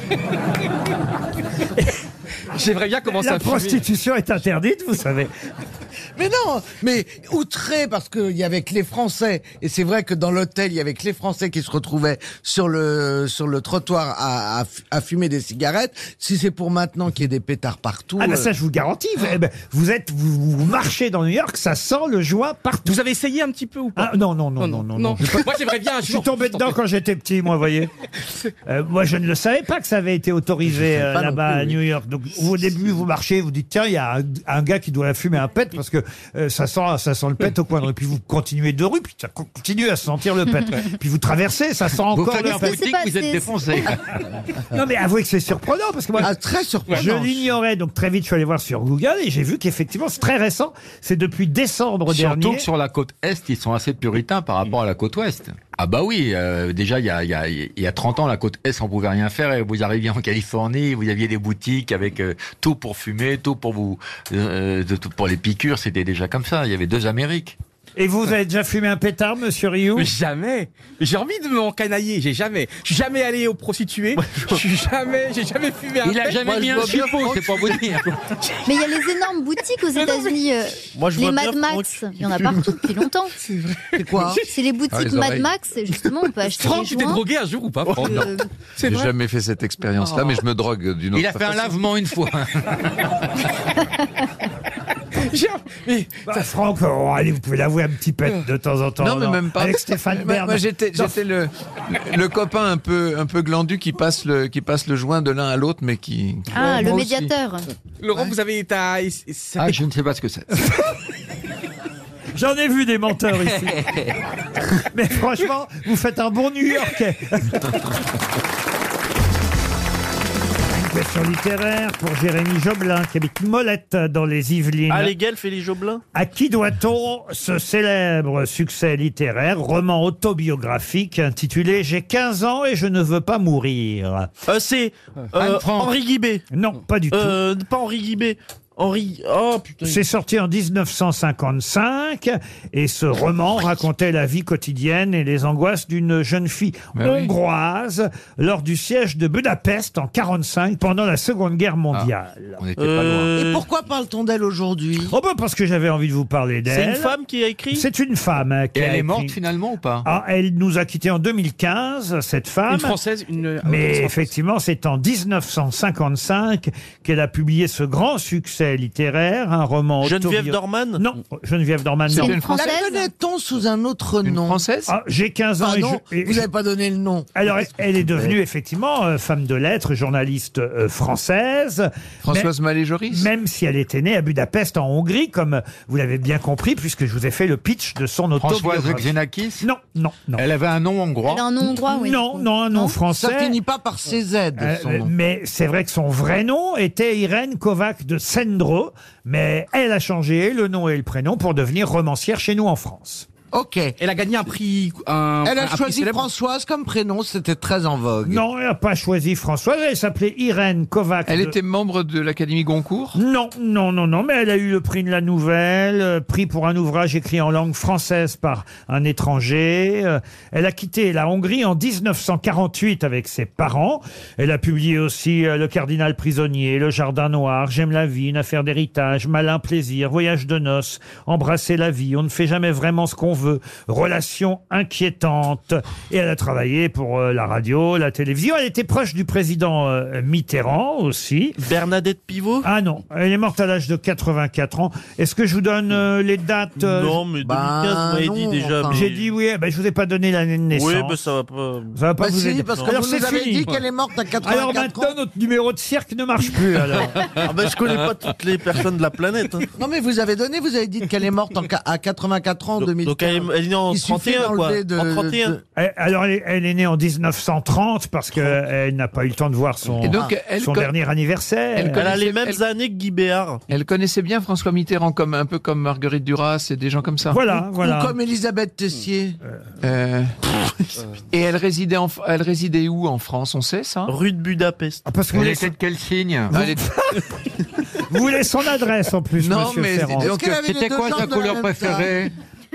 J'aimerais bien commencer à fumer. La prostitution est interdite, vous savez. Mais non, mais outré parce qu'il y avait que les Français. Et c'est vrai que dans l'hôtel, il y avait que les Français qui se retrouvaient sur le trottoir à fumer des cigarettes. Si c'est pour maintenant qu'il y ait des pétards partout. Ah ben ça, je vous garantis. Vous marchez dans New York, ça sent le joint partout. Vous avez essayé un petit peu ou pas? Non. Moi, j'aimerais bien un Je suis jour. tombé dedans quand j'étais petit, moi, vous voyez. Moi, je ne le savais pas que ça avait été autorisé là-bas à New York. Donc, au début, vous marchez, vous dites, tiens, il y a un gars qui doit fumer un pet parce que ça sent le pet au coin de rue. Puis vous continuez de rue, puis ça continue à sentir le pet. Puis vous traversez, ça sent encore le pet. Vous êtes défoncé. Non, mais avouez que c'est surprenant parce que moi, très surprenant. Je l'ignorais. Donc, très vite, je suis allé voir sur Google et j'ai vu qu'effectivement, c'est très récent. C'est depuis décembre dernier. Surtout que sur la côte Est, ils sont assez puritains par rapport à la côte Ouest. Ah bah oui, déjà il y a 30 ans la côte Est on pouvait rien faire et vous arriviez en Californie, vous aviez des boutiques avec tout pour fumer, tout pour pour les piqûres, c'était déjà comme ça, il y avait 2 Amériques. Et vous avez déjà fumé un pétard, monsieur Rioux? Jamais. J'ai envie de m'encanailler. Je suis jamais allé aux prostituées. J'ai jamais fumé un pet. Il a jamais mis un chiffon, c'est pas vous dire. Mais il y a les énormes boutiques aux États-Unis. Les Mad Max, il y en a partout depuis longtemps. C'est vrai. C'est quoi? C'est les boutiques Mad Max. Justement, on peut acheter Franck, des tu t'es joints. drogué un jour ou pas, Franck? J'ai jamais fait cette expérience-là, mais je me drogue d'une autre Il a fait un façon. lavement une fois. Franck, allez, vous pouvez l'avouer un petit pet de temps en temps. Non, mais même pas. Avec Stéphane Bern. Moi, j'étais le copain un peu glandu qui passe le joint de l'un à l'autre, mais qui. Ah, le médiateur. Laurent, vous avez été à... Ah, je ne sais pas ce que c'est. J'en ai vu des menteurs ici. Mais franchement, vous faites un bon New-Yorkais. Une question littéraire pour Jérémy Joblin, qui habite Molette dans les Yvelines. Ah, les Guelfes et les Joblin. À qui doit-on ce célèbre succès littéraire, roman autobiographique intitulé « J'ai 15 ans et je ne veux pas mourir » C'est Henri Guibé. Non, pas du tout. Pas Henri Guibé. Henri... Oh putain. C'est sorti en 1955 et ce roman racontait la vie quotidienne et les angoisses d'une jeune fille hongroise lors du siège de Budapest en 1945 pendant la Seconde Guerre mondiale. On n'était pas loin. Et pourquoi parle-t-on d'elle aujourd'hui? Oh ben parce que j'avais envie de vous parler d'elle. C'est une femme qui a écrit? C'est une femme. Et elle est morte finalement ou pas? Ah, elle nous a quittés en 2015, cette femme. Une française, Mais effectivement, c'est en 1955 qu'elle a publié ce grand succès littéraire, un roman Geneviève Dorman? Non, Geneviève Dorman, non. La connaît-on sous un autre nom? Française? Ah, j'ai 15 ans non, vous n'avez pas donné le nom. Alors, elle est devenue effectivement femme de lettres, journaliste française. Françoise Malé-Joris? Même si elle était née à Budapest, en Hongrie, comme vous l'avez bien compris, puisque je vous ai fait le pitch de son autobiographie. Françoise Xenakis? Non, non, non. Elle avait un nom hongrois? Elle a un nom hongrois, oui. Non, non, un nom français. Ça finit pas par CZ, son nom. Mais c'est vrai que son vrai nom était Irène Kovac de Sendro, mais elle a changé le nom et le prénom pour devenir romancière chez nous en France. Ok. Elle a gagné un prix. Elle a choisi Françoise comme prénom, c'était très en vogue. Non, elle n'a pas choisi Françoise, elle s'appelait Irène Kovac. Elle était membre de l'Académie Goncourt? Non, non, non, non, mais elle a eu le prix de la Nouvelle, prix pour un ouvrage écrit en langue française par un étranger. Elle a quitté la Hongrie en 1948 avec ses parents. Elle a publié aussi Le Cardinal prisonnier, Le Jardin noir, J'aime la vie, Une affaire d'héritage, Malin plaisir, Voyage de noces, Embrasser la vie, On ne fait jamais vraiment ce qu'on veut, Relations inquiétantes. Et elle a travaillé pour la radio, la télévision. Elle était proche du président Mitterrand aussi. Bernadette Pivot? Ah non, elle est morte à l'âge de 84 ans. Est-ce que je vous donne les dates Non, mais 2015, vous m'avez dit déjà. enfin. mais- J'ai dit oui, je vous ai pas donné l'année de naissance. Oui, ça va pas. Ça va pas Bah vous si, aider. parce que Alors vous c'est nous avez fini. dit qu'elle est morte à 84 Alors ans. maintenant, notre numéro de cirque ne marche plus alors. Ah ben, je connais pas toutes les personnes de la planète. Hein. Non mais vous avez dit qu'elle est morte à 84 ans en 2015. Donc elle est née en Il suffit 31, quoi. d'enlever de- En 31. de- Alors elle est née en 1930 parce qu'elle n'a pas eu le temps de voir son, Et donc, son dernier anniversaire. Elle Elle a les connaissait- mêmes années que Guy Béard. Elle connaissait bien François Mitterrand, un peu comme Marguerite Duras et des gens comme ça. Voilà, voilà. Ou comme Elisabeth Tessier. Et elle résidait où en France, on sait ça? Rue de Budapest. Ah, parce que Elle était de quel signe? vous voulez son adresse en plus, Non, monsieur mais Ferrand. donc, qu'elle avait les C'était deux quoi jambes sa de la couleur même préférée?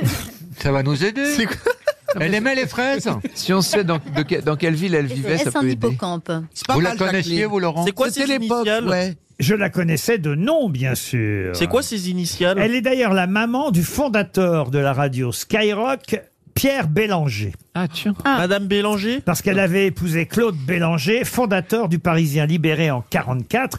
Ça va nous aider. Elle aimait les fraises? Si on sait dans quelle ville elle vivait, ça Est-ce un peut aider. hippocampe? C'est pas Vous la mal, connaissiez, Jacqueline. vous, Laurent? C'est quoi C'était ses l'époque, initiales? ouais. Je la connaissais de nom, bien sûr. C'est quoi ses initiales? Elle est d'ailleurs la maman du fondateur de la radio Skyrock, Pierre Bélanger. Ah tiens. Madame Bélanger? Parce qu'elle avait épousé Claude Bélanger, fondateur du Parisien Libéré en 44,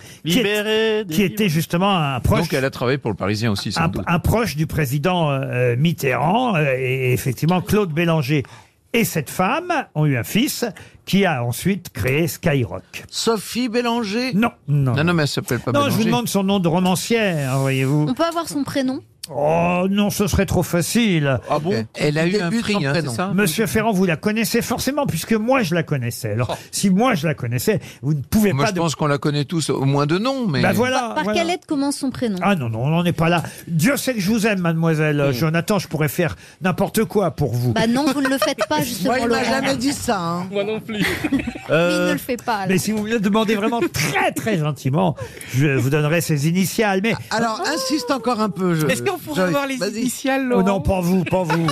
qui était justement un proche. Donc elle a travaillé pour le Parisien aussi, sans doute. Un proche du président Mitterrand. Et effectivement, Claude Bélanger et cette femme ont eu un fils qui a ensuite créé Skyrock. Sophie Bélanger? Non, non. Non, mais elle s'appelle pas Non, Bélanger. je vous demande son nom de romancière, voyez-vous. On peut avoir son prénom? Oh non, ce serait trop facile. Ah bon? Elle a eu un prix, hein, c'est ça? Monsieur Ferrand, vous la connaissez forcément, puisque moi je la connaissais. Alors, si moi je la connaissais, vous ne pouvez Moi, pas... je pense qu'on la connaît tous, au moins de nom, mais... Bah voilà, Par voilà. quelle lettre commence son prénom? Ah non, non, on n'en est pas là. Dieu sait que je vous aime, mademoiselle Jonathan, je pourrais faire n'importe quoi pour vous. Bah non, vous ne le faites pas, justement, Moi, il m'a Laurent. jamais dit ça. Hein. Moi non plus. Mais il ne le fait pas. alors. Mais si vous me le demandez vraiment très très gentiment, je vous donnerai ses initiales. Mais Alors, insiste encore un peu. Est-ce qu'on pourrait avoir les Vas-y. initiales, oh Laurent? non, pas vous, pas vous.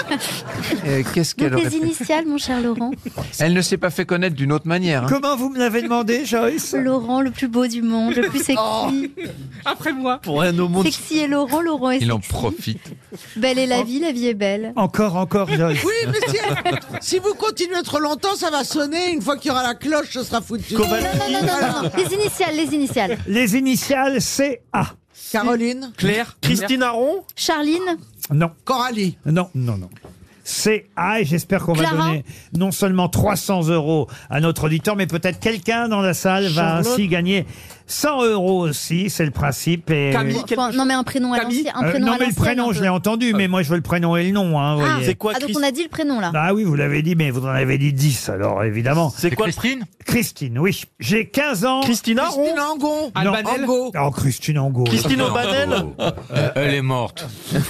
Qu'est-ce qu'elle Donc aurait les fait? initiales, mon cher Laurent. Elle ne s'est pas fait connaître d'une autre manière. Hein. Comment vous me l'avez demandé, Joyce? Laurent, le plus beau du monde, le plus sexy. Après moi. Pour un au monde. Sexy et Laurent, Laurent est Il en sexy. profite. Belle est la vie est belle. Encore, Joyce. Oui, mais si vous continuez trop longtemps, ça va sonner. Une fois qu'il y aura la cloche, ce sera foutu. Non, non. Les initiales. Les initiales, c'est A. Caroline? Claire? Christine Aron? Charline? Non. Coralie? Non, non, non. C'est A et j'espère qu'on va Clara donner non seulement 300 € à notre auditeur, mais peut-être quelqu'un dans la salle va Charlotte ainsi gagner 100 € aussi, c'est le principe. Et... Camille, Enfin, non, mais un prénom à l'ancienne. Un prénom non, à mais le l'ancienne, prénom, un je peu. l'ai entendu, mais moi, je veux le prénom et le nom. Hein, vous Ah, voyez. quoi, donc on a dit le prénom là. Ah oui, vous l'avez dit, mais vous en avez dit 10, alors évidemment. C'est quoi Christine? Christine, oui. J'ai 15 ans. Christina Christine Angon. Albanel. Angot. Oh, Christine Angot. Christine O'Banel. Elle est morte.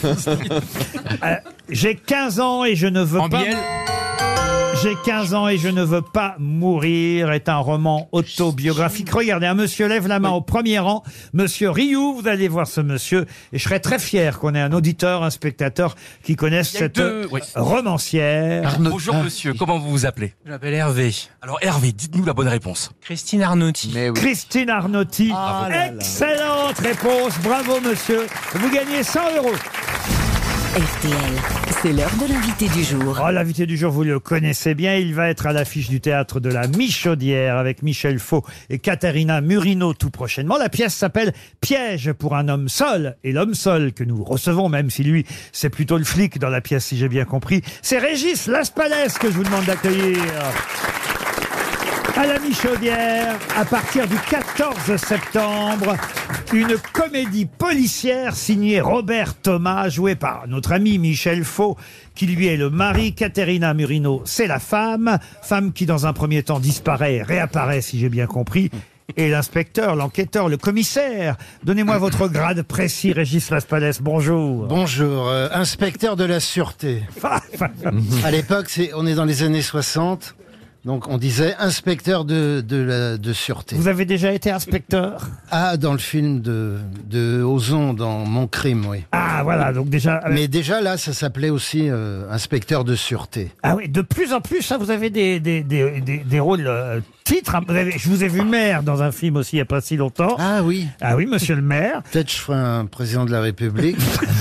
J'ai 15 ans et je ne veux En pas... bielle. J'ai 15 ans et je ne veux pas mourir est un roman autobiographique. Regardez, un monsieur lève la main au premier rang. Monsieur Rioux, vous allez voir ce monsieur. Et je serais très fier qu'on ait un auditeur, un spectateur qui connaisse cette romancière. Bonjour monsieur, comment vous vous appelez? Je m'appelle Hervé. Alors Hervé, dites-nous la bonne réponse. Christine Arnauty. Mais oui. Christine Arnauty. Ah là là. Excellente réponse. Bravo monsieur. Vous gagnez 100 €. RTL, c'est l'heure de l'invité du jour. Oh, l'invité du jour, vous le connaissez bien. Il va être à l'affiche du théâtre de la Michaudière avec Michel Faux et Caterina Murino tout prochainement. La pièce s'appelle Piège pour un homme seul. Et l'homme seul que nous recevons, même si lui, c'est plutôt le flic dans la pièce, si j'ai bien compris, c'est Régis Laspalès que je vous demande d'accueillir. À la Michaudière, à partir du 14 septembre, une comédie policière signée Robert Thomas, jouée par notre ami Michel Faux, qui lui est le mari. Caterina Murino, c'est la femme qui dans un premier temps disparaît, réapparaît si j'ai bien compris. Et l'inspecteur, l'enquêteur, le commissaire. Donnez-moi votre grade précis, Régis Laspalès. Bonjour. Bonjour, inspecteur de la sûreté. À l'époque, on est dans les années 60. Donc on disait inspecteur de sûreté. Vous avez déjà été inspecteur? Ah, dans le film de Ozon, dans Mon Crime, oui. Ah voilà, donc déjà... Mais déjà là, ça s'appelait aussi inspecteur de sûreté. Ah oui, de plus en plus, ça, vous avez des rôles titres. Hein. Je vous ai vu maire dans un film aussi il n'y a pas si longtemps. Ah oui. Ah oui, monsieur le maire. Peut-être je ferai un président de la République.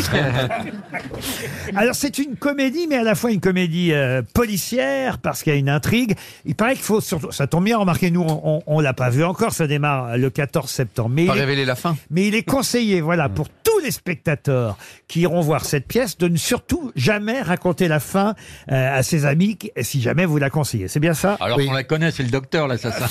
Alors c'est une comédie, mais à la fois une comédie policière, parce qu'il y a une intrigue. Il paraît qu'il faut surtout... Ça tombe bien, remarquez, nous, on l'a pas vu encore, ça démarre le 14 septembre. Mais Pas révéler la fin. Mais il est conseillé, voilà, pour tous les spectateurs qui iront voir cette pièce, de ne surtout jamais raconter la fin à ses amis, si jamais vous la conseillez. C'est bien ça? Alors qu'on la connaît, c'est le docteur, l'assassin.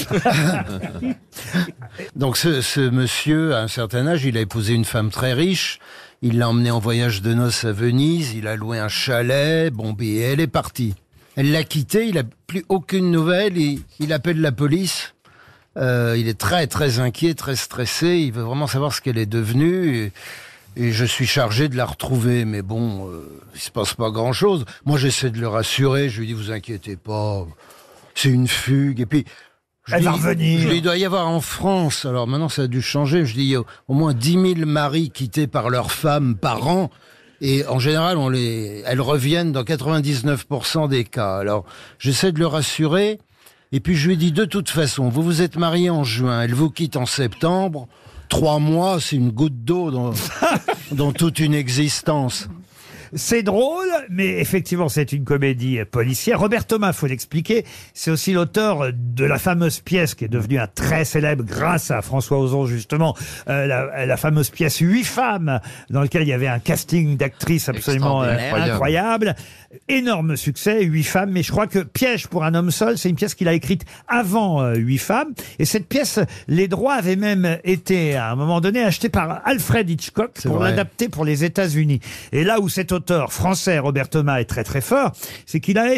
Donc ce monsieur, à un certain âge, il a épousé une femme très riche. Il l'a emmenée en voyage de noces à Venise. Il a loué un chalet. Bon, et elle est partie. Elle l'a quitté. Il n'a plus aucune nouvelle. Il appelle la police. Il est très, très inquiet, très stressé. Il veut vraiment savoir ce qu'elle est devenue. Et je suis chargé de la retrouver. Mais bon, il se passe pas grand-chose. Moi, j'essaie de le rassurer. Je lui dis, vous inquiétez pas. C'est une fugue. Et puis... Elle va revenir. Il doit y avoir en France, alors maintenant ça a dû changer, je dis il y a au moins 10 000 maris quittés par leurs femmes par an, et en général elles reviennent dans 99% des cas. Alors j'essaie de le rassurer, et puis je lui dis de toute façon, vous vous êtes mariés en juin, elle vous quitte en septembre, 3 mois c'est une goutte d'eau dans toute une existence. C'est drôle, mais effectivement, c'est une comédie policière. Robert Thomas, faut l'expliquer, c'est aussi l'auteur de la fameuse pièce qui est devenue un très célèbre grâce à François Ozon, justement, la fameuse pièce 8 femmes, dans laquelle il y avait un casting d'actrices absolument incroyable. Énorme succès, 8 femmes, mais je crois que Piège pour un homme seul, c'est une pièce qu'il a écrite avant 8 femmes. Et cette pièce, les droits avaient même été, à un moment donné, achetés par Alfred Hitchcock pour l'adapter pour les États-Unis. Et là où cet auteur français, Robert Thomas, est très très fort, c'est qu'il avait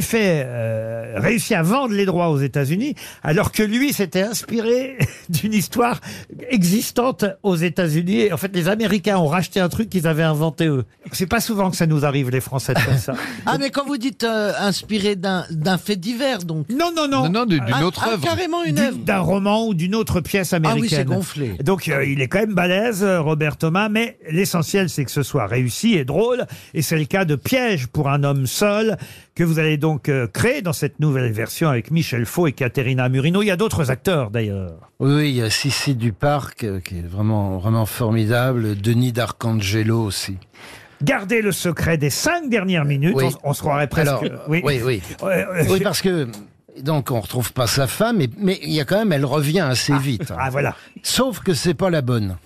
réussi à vendre les droits aux États-Unis, alors que lui s'était inspiré d'une histoire existante aux États-Unis. Et en fait, les Américains ont racheté un truc qu'ils avaient inventé eux. C'est pas souvent que ça nous arrive, les Français, de faire ça. Ah, mais quand vous dites inspiré d'un fait divers, donc. Non, d'une autre œuvre. Carrément une œuvre. D'un roman ou d'une autre pièce américaine. Ah oui, c'est gonflé. Donc il est quand même balèze, Robert Thomas, mais l'essentiel c'est que ce soit réussi et drôle, et c'est le cas de Piège pour un homme seul, que vous allez donc créer dans cette nouvelle version avec Michel Faux et Caterina Murino. Il y a d'autres acteurs d'ailleurs. Oui, il y a Sissi Duparc qui est vraiment, vraiment formidable, Denis D'Arcangelo aussi. Gardez le secret des 5 dernières minutes, Oui. on se croirait presque... Alors, oui, parce que donc on retrouve pas sa femme, mais il y a quand même, elle revient assez vite. Ah voilà. Sauf que c'est pas la bonne.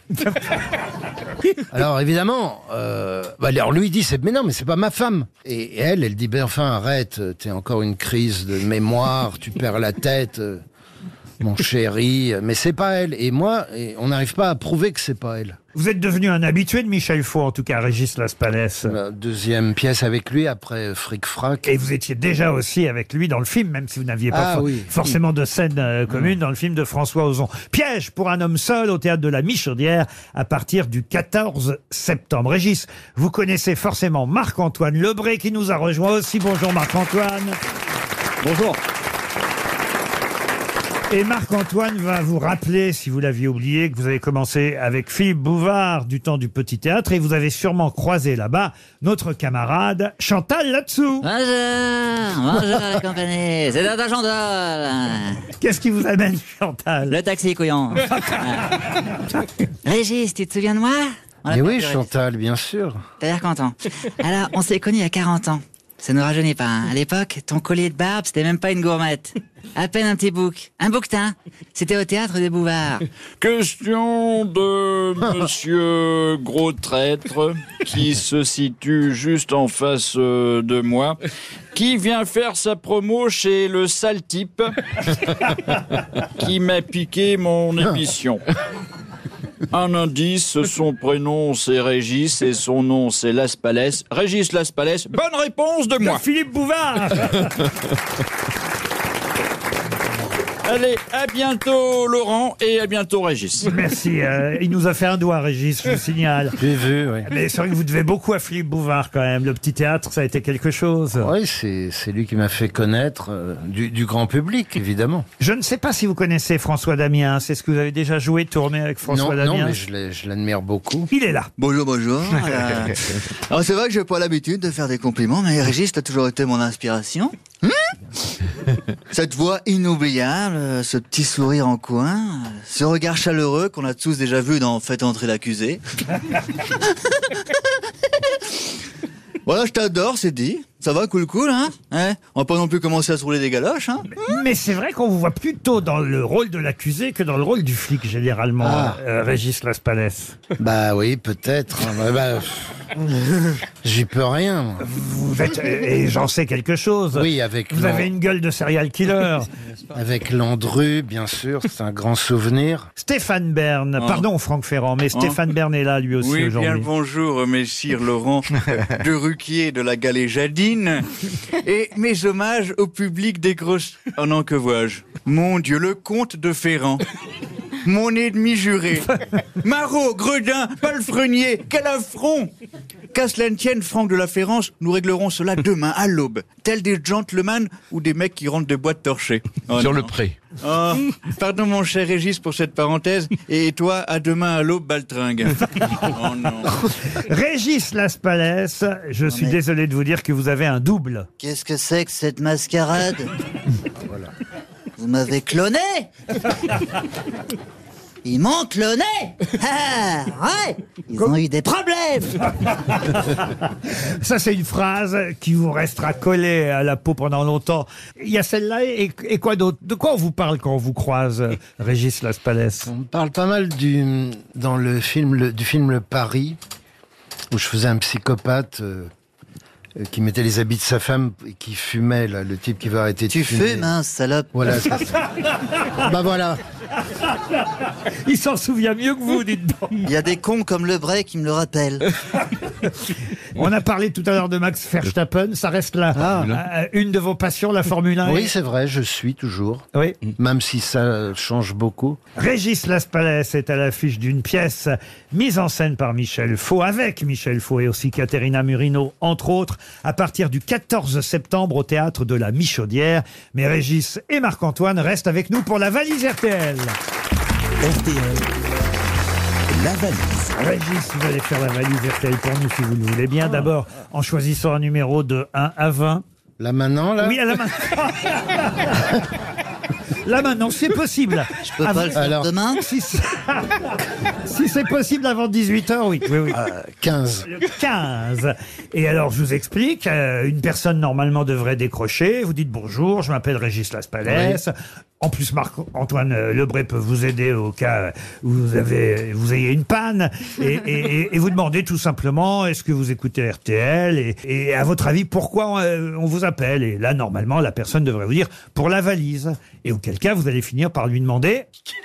Alors évidemment, alors lui dit mais non, mais c'est pas ma femme. Et elle dit ben enfin arrête, t'es encore une crise de mémoire, tu perds la tête. mon chéri, mais c'est pas elle. Et moi, on n'arrive pas à prouver que c'est pas elle. Vous êtes devenu un habitué de Michel Faux, en tout cas, Régis Laspalès. La deuxième pièce avec lui après Fric Frac. Et vous étiez déjà aussi avec lui dans le film, même si vous n'aviez pas forcément de scène commune, dans le film de François Ozon. Piège pour un homme seul au théâtre de la Michaudière à partir du 14 septembre. Régis, vous connaissez forcément Marc-Antoine Lebré qui nous a rejoint aussi. Bonjour Marc-Antoine. Bonjour. Et Marc-Antoine va vous rappeler, si vous l'aviez oublié, que vous avez commencé avec Philippe Bouvard du temps du Petit Théâtre et vous avez sûrement croisé là-bas notre camarade Chantal là-dessous. Bonjour la compagnie, c'est Tata Chantal. Qu'est-ce qui vous amène, Chantal? Le taxi, couillon. Régis, tu te souviens de moi? Mais oui, Chantal, bien sûr. T'as l'air content. Alors, on s'est connus il y a 40 ans. Ça nous rajeunit pas, hein. À l'époque, ton collier de barbe, c'était même pas une gourmette. À peine un petit bouc. Un bouquetin. C'était au théâtre des Bouvards. Question de monsieur Gros Traître, qui se situe juste en face de moi, qui vient faire sa promo chez le sale type, qui m'a piqué mon émission. Un indice, son prénom c'est Régis et son nom c'est Laspalès. Régis Laspalès, bonne réponse de moi. Philippe Bouvard. Allez, à bientôt Laurent et à bientôt Régis. Merci. Il nous a fait un doigt, Régis, je vous signale. J'ai vu, oui. Mais c'est vrai que vous devez beaucoup à Philippe Bouvard quand même. Le Petit Théâtre, ça a été quelque chose. Oui, c'est lui qui m'a fait connaître du grand public, évidemment. Je ne sais pas si vous connaissez François Damiens. C'est ce que vous avez déjà joué, tourné avec François Damiens? Non, mais je l'admire beaucoup. Il est là. Bonjour, bonjour. Alors c'est vrai que j'ai pas l'habitude de faire des compliments, mais Régis, t'as toujours été mon inspiration. Cette voix inoubliable, ce petit sourire en coin, ce regard chaleureux qu'on a tous déjà vu dans Faites entrer l'accusé. Voilà, je t'adore, c'est dit. Ça va, cool, hein, on va pas non plus commencer à se rouler des galoches, hein. Mais c'est vrai qu'on vous voit plutôt dans le rôle de l'accusé que dans le rôle du flic, généralement, Régis Laspalès. Bah oui, peut-être. J'y peux rien, moi. Vous êtes, et j'en sais quelque chose. Oui, avec vous avez une gueule de serial killer. Avec Landru, bien sûr, c'est un grand souvenir. Stéphane Bern, pardon Franck Ferrand, mais Stéphane Bern est là lui aussi aujourd'hui. Oui, bien le bonjour, messire Laurent de Ruquier de la Galéjadine. Et mes hommages au public des grosses... Oh non, que vois-je? Mon Dieu, le comte de Ferrand. Mon ennemi juré. Marot, Gredin, Palefrenier, quel affront! Qu'à cela ne tienne, Franck de la Ferrance, nous réglerons cela demain, à l'aube. Tels des gentlemen ou des mecs qui rentrent de boîtes torchées. Oh, sur le pré. Oh, pardon mon cher Régis pour cette parenthèse. Et toi, à demain à l'aube, baltringue. Oh non. Régis Laspalès, je suis désolé de vous dire que vous avez un double. Qu'est-ce que c'est que cette mascarade? Voilà. Vous m'avez cloné. Ils m'ont cloné. Ah, ouais. Ils ont eu des problèmes. Ça, c'est une phrase qui vous restera collée à la peau pendant longtemps. Il y a celle-là et quoi d'autre? De quoi on vous parle quand on vous croise, Régis Laspalès? On me parle pas mal du film Le Pari, où je faisais un psychopathe qui mettait les habits de sa femme et qui fumait, là, le type qui va arrêter de fumer. Tu fumes, hein, salope. Voilà, c'est ça. Bah voilà. Il s'en souvient mieux que vous, dites donc. Il y a des cons comme Lebray qui me le rappellent. On a parlé tout à l'heure de Max Verstappen, ça reste là. Une de vos passions, la Formule 1. Oui, c'est vrai, je suis toujours. Oui. Même si ça change beaucoup. Régis Laspalès est à l'affiche d'une pièce mise en scène par Michel Faux, avec Michel Faux et aussi Caterina Murino, entre autres, à partir du 14 septembre au théâtre de la Michaudière. Mais Régis et Marc-Antoine restent avec nous pour la valise RTL. RTL, la valise. Régis, vous allez faire la valise RTL pour nous si vous le voulez bien. D'abord, en choisissant un numéro de 1 à 20. Là maintenant, là? Oui, à la main. Là maintenant, c'est possible. Je peux pas le faire demain. Si c'est possible avant 18h, oui. 15. 15. Et alors, je vous explique. Une personne, normalement, devrait décrocher. Vous dites bonjour, je m'appelle Régis Laspalès. Oui. En plus, Marc-Antoine Lebré peut vous aider au cas où vous ayez une panne. Et vous demandez tout simplement, est-ce que vous écoutez RTL? Et à votre avis, pourquoi on vous appelle? Et là, normalement, la personne devrait vous dire, pour la valise. Et auquel auquel cas vous allez finir par lui demander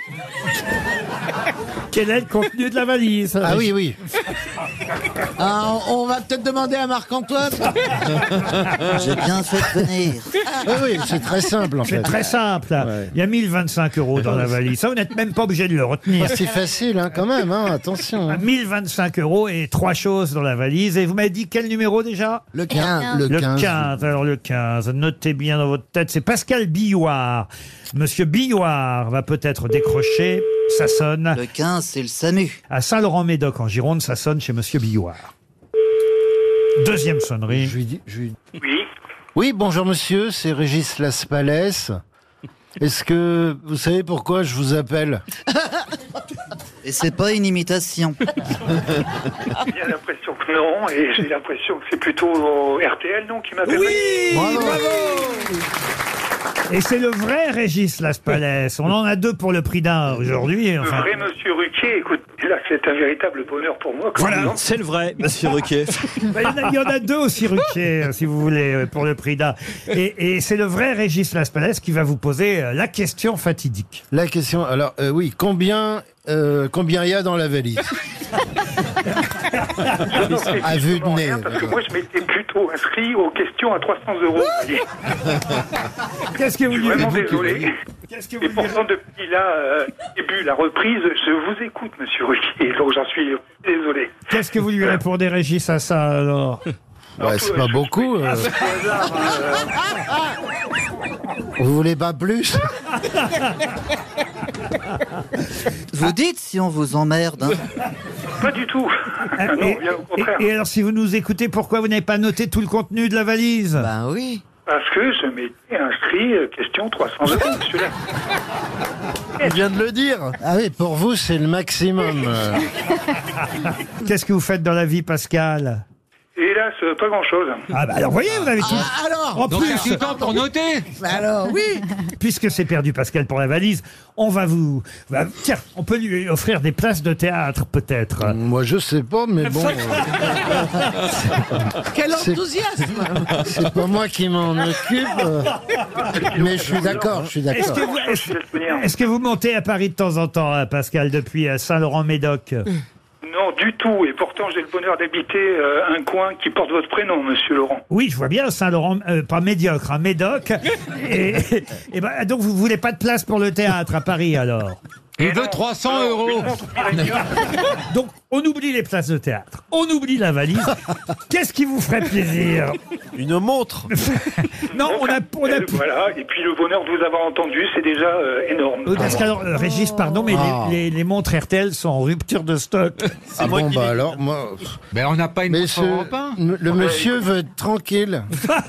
quel est le contenu de la valise. Ah oui, oui. Ah, on va peut-être demander à Marc-Antoine. J'ai bien fait de venir. Oui, c'est très simple en fait. C'est très simple. Ouais. Il y a 1025 € dans la valise. Ça, vous n'êtes même pas obligé de le retenir. C'est facile hein, quand même, hein, attention. 1025 € et 3 choses dans la valise. Et vous m'avez dit quel numéro déjà? Le 15. Le 15. 15. Alors le 15. Notez bien dans votre tête. C'est Pascal Billouard. Monsieur Billouard va peut-être décrocher. Ça sonne. Le 15, c'est le SAMU. À Saint-Laurent-Médoc, en Gironde, ça sonne chez Monsieur Billouard. Deuxième sonnerie. Oui. Oui, bonjour monsieur, c'est Régis Laspalès. Est-ce que vous savez pourquoi je vous appelle? Et c'est pas une imitation. J'ai l'impression que non, et j'ai l'impression que c'est plutôt RTL, non, qui m'appelle. Oui, bravo. Et c'est le vrai Régis Laspalès. On en a 2 pour le prix d'un aujourd'hui. Le vrai Monsieur Ruquier, écoute, là, c'est un véritable bonheur pour moi. Voilà, c'est le vrai, Monsieur Ruquier. Il y en a 2 aussi Ruquier, si vous voulez, pour le prix d'un. Et c'est le vrai Régis Laspalès qui va vous poser la question fatidique. La question, alors oui, combien il y a dans la valise? À vue de nez. Parce que moi, je m'étais plutôt inscrit aux questions à 300 €. Qu'est-ce que vous Je suis vraiment désolé. Et pourtant, depuis là, début, la reprise, je vous écoute, Monsieur Ruquier, donc j'en suis désolé. Qu'est-ce que vous lui répondez, Régis, à ça, alors? Ouais, c'est pas beaucoup. Vous voulez pas plus? Vous dites si on vous emmerde. Hein. Pas du tout. Non, bien au contraire. Et alors, si vous nous écoutez, pourquoi vous n'avez pas noté tout le contenu de la valise? Ben oui. Parce que je m'étais inscrit, question 300 €, celui-là. Il vient de le dire. Ah oui, pour vous, c'est le maximum. Qu'est-ce que vous faites dans la vie, Pascal? Hélas, pas grand-chose. Ah bah alors, voyez, vous avez tout. Alors, En plus, Du temps pour noter. alors, oui. puisque c'est perdu, Pascal, pour la valise, on va vous... Tiens, on peut lui offrir des places de théâtre, peut-être. Moi, je sais pas, mais bon. Quel enthousiasme. C'est pas moi qui m'en occupe. Mais je suis d'accord, je suis d'accord. Est-ce que vous montez à Paris de temps en temps, hein, Pascal, depuis Saint-Laurent-Médoc? Non, du tout. Et pourtant, j'ai le bonheur d'habiter un coin qui porte votre prénom, Monsieur Laurent. Oui, je vois bien Saint-Laurent, pas médiocre, hein, Médoc. Et ben, donc, vous voulez pas de place pour le théâtre à Paris, alors? Il veut 300 €. Donc, on oublie les places de théâtre. On oublie la valise. Qu'est-ce qui vous ferait plaisir? Une montre. Non, on a Voilà, et puis le bonheur de vous avoir entendu, c'est déjà énorme. Parce qu'alors, Régis, pardon, mais les montres RTL sont en rupture de stock. Ah bon, bah alors, moi... Mais on n'a pas une Mais montre européen. le monsieur veut être tranquille.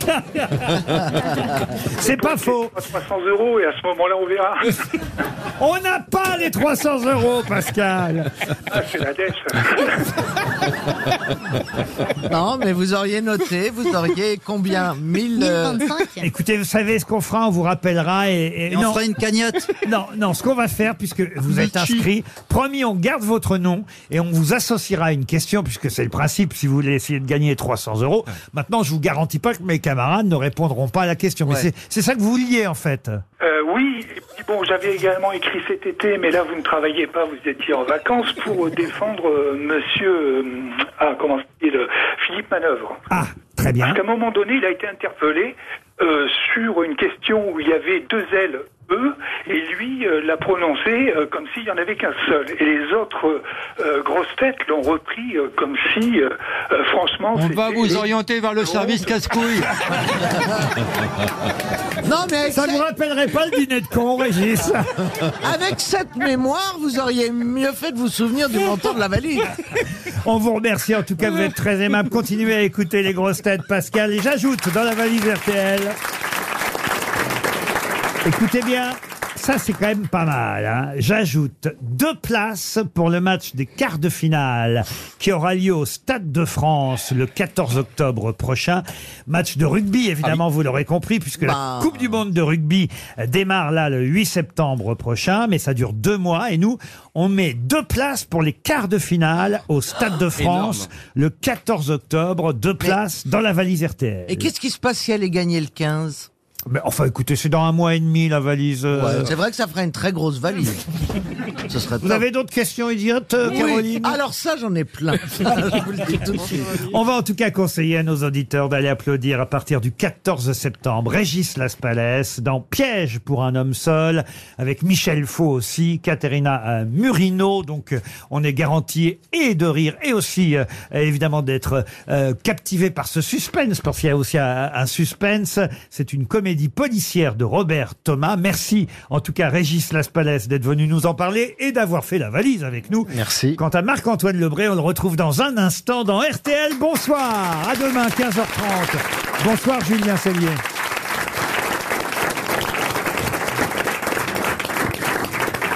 C'est pas faux. 300 € et à ce moment-là, on verra. On n'a pas les 300 €, Pascal. Ah, c'est la dèche. Non, mais vous auriez noté, vous auriez combien? 1025. Écoutez, vous savez ce qu'on fera, on vous rappellera et on non, fera une cagnotte. Non, ce qu'on va faire, puisque vous êtes inscrit, promis, on garde votre nom et on vous associera à une question, puisque c'est le principe, si vous voulez essayer de gagner 300 €. Maintenant, je vous garantis pas que mes camarades ne répondront pas à la question, mais c'est ça que vous vouliez, en fait. Oui, et puis bon, j'avais également écrit cet été, mais là, vous ne travailliez pas, vous étiez en vacances pour défendre monsieur, comment s'appelle, Philippe Manœuvre. Ah, très bien. Parce qu'à un moment donné, il a été interpellé sur une question où il y avait 2 L, E, et lui l'a prononcé comme s'il n'y en avait qu'un seul. Et les autres grosses têtes l'ont repris comme si, franchement... On va vous orienter vers le service casse-couille. Non, mais Ça ne vous rappellerait pas le dîner de con, Régis? avec cette mémoire, vous auriez mieux fait de vous souvenir du montant de la valise. On vous remercie, en tout cas, vous êtes très aimable. Continuez à écouter les grosses têtes, Pascal. Et j'ajoute dans la valise RTL... Écoutez bien, ça c'est quand même pas mal. Hein. J'ajoute 2 places pour le match des quarts de finale qui aura lieu au Stade de France le 14 octobre prochain. Match de rugby, évidemment, vous l'aurez compris, puisque la Coupe du Monde de rugby démarre là le 8 septembre prochain, mais ça dure 2 mois. Et nous, on met 2 places pour les quarts de finale au Stade de France le 14 octobre. 2 places dans la valise RTL. Et qu'est-ce qui se passe si elle est gagnée le 15? Mais enfin, écoutez, c'est dans 1 mois et demi, la valise. C'est vrai que ça ferait une très grosse valise. Ce serait Vous top. avez d'autres questions idiotes, Oui. Caroline? Alors ça, j'en ai plein. Je vous le dis tout de suite. On va en tout cas conseiller à nos auditeurs d'aller applaudir à partir du 14 septembre Régis Laspalès dans Piège pour un homme seul, avec Michel Faux aussi, Caterina Murino. Donc on est garanti et de rire et aussi évidemment d'être captivé par ce suspense, parce qu'il y a aussi un suspense. C'est une comédie policière de Robert Thomas. Merci en tout cas Régis Laspalès d'être venu nous en parler et d'avoir fait la valise avec nous. Merci. Quant à Marc-Antoine Lebré, on le retrouve dans un instant dans RTL. Bonsoir, à demain 15h30. Bonsoir Julien Cellier. Ça va, Régis ?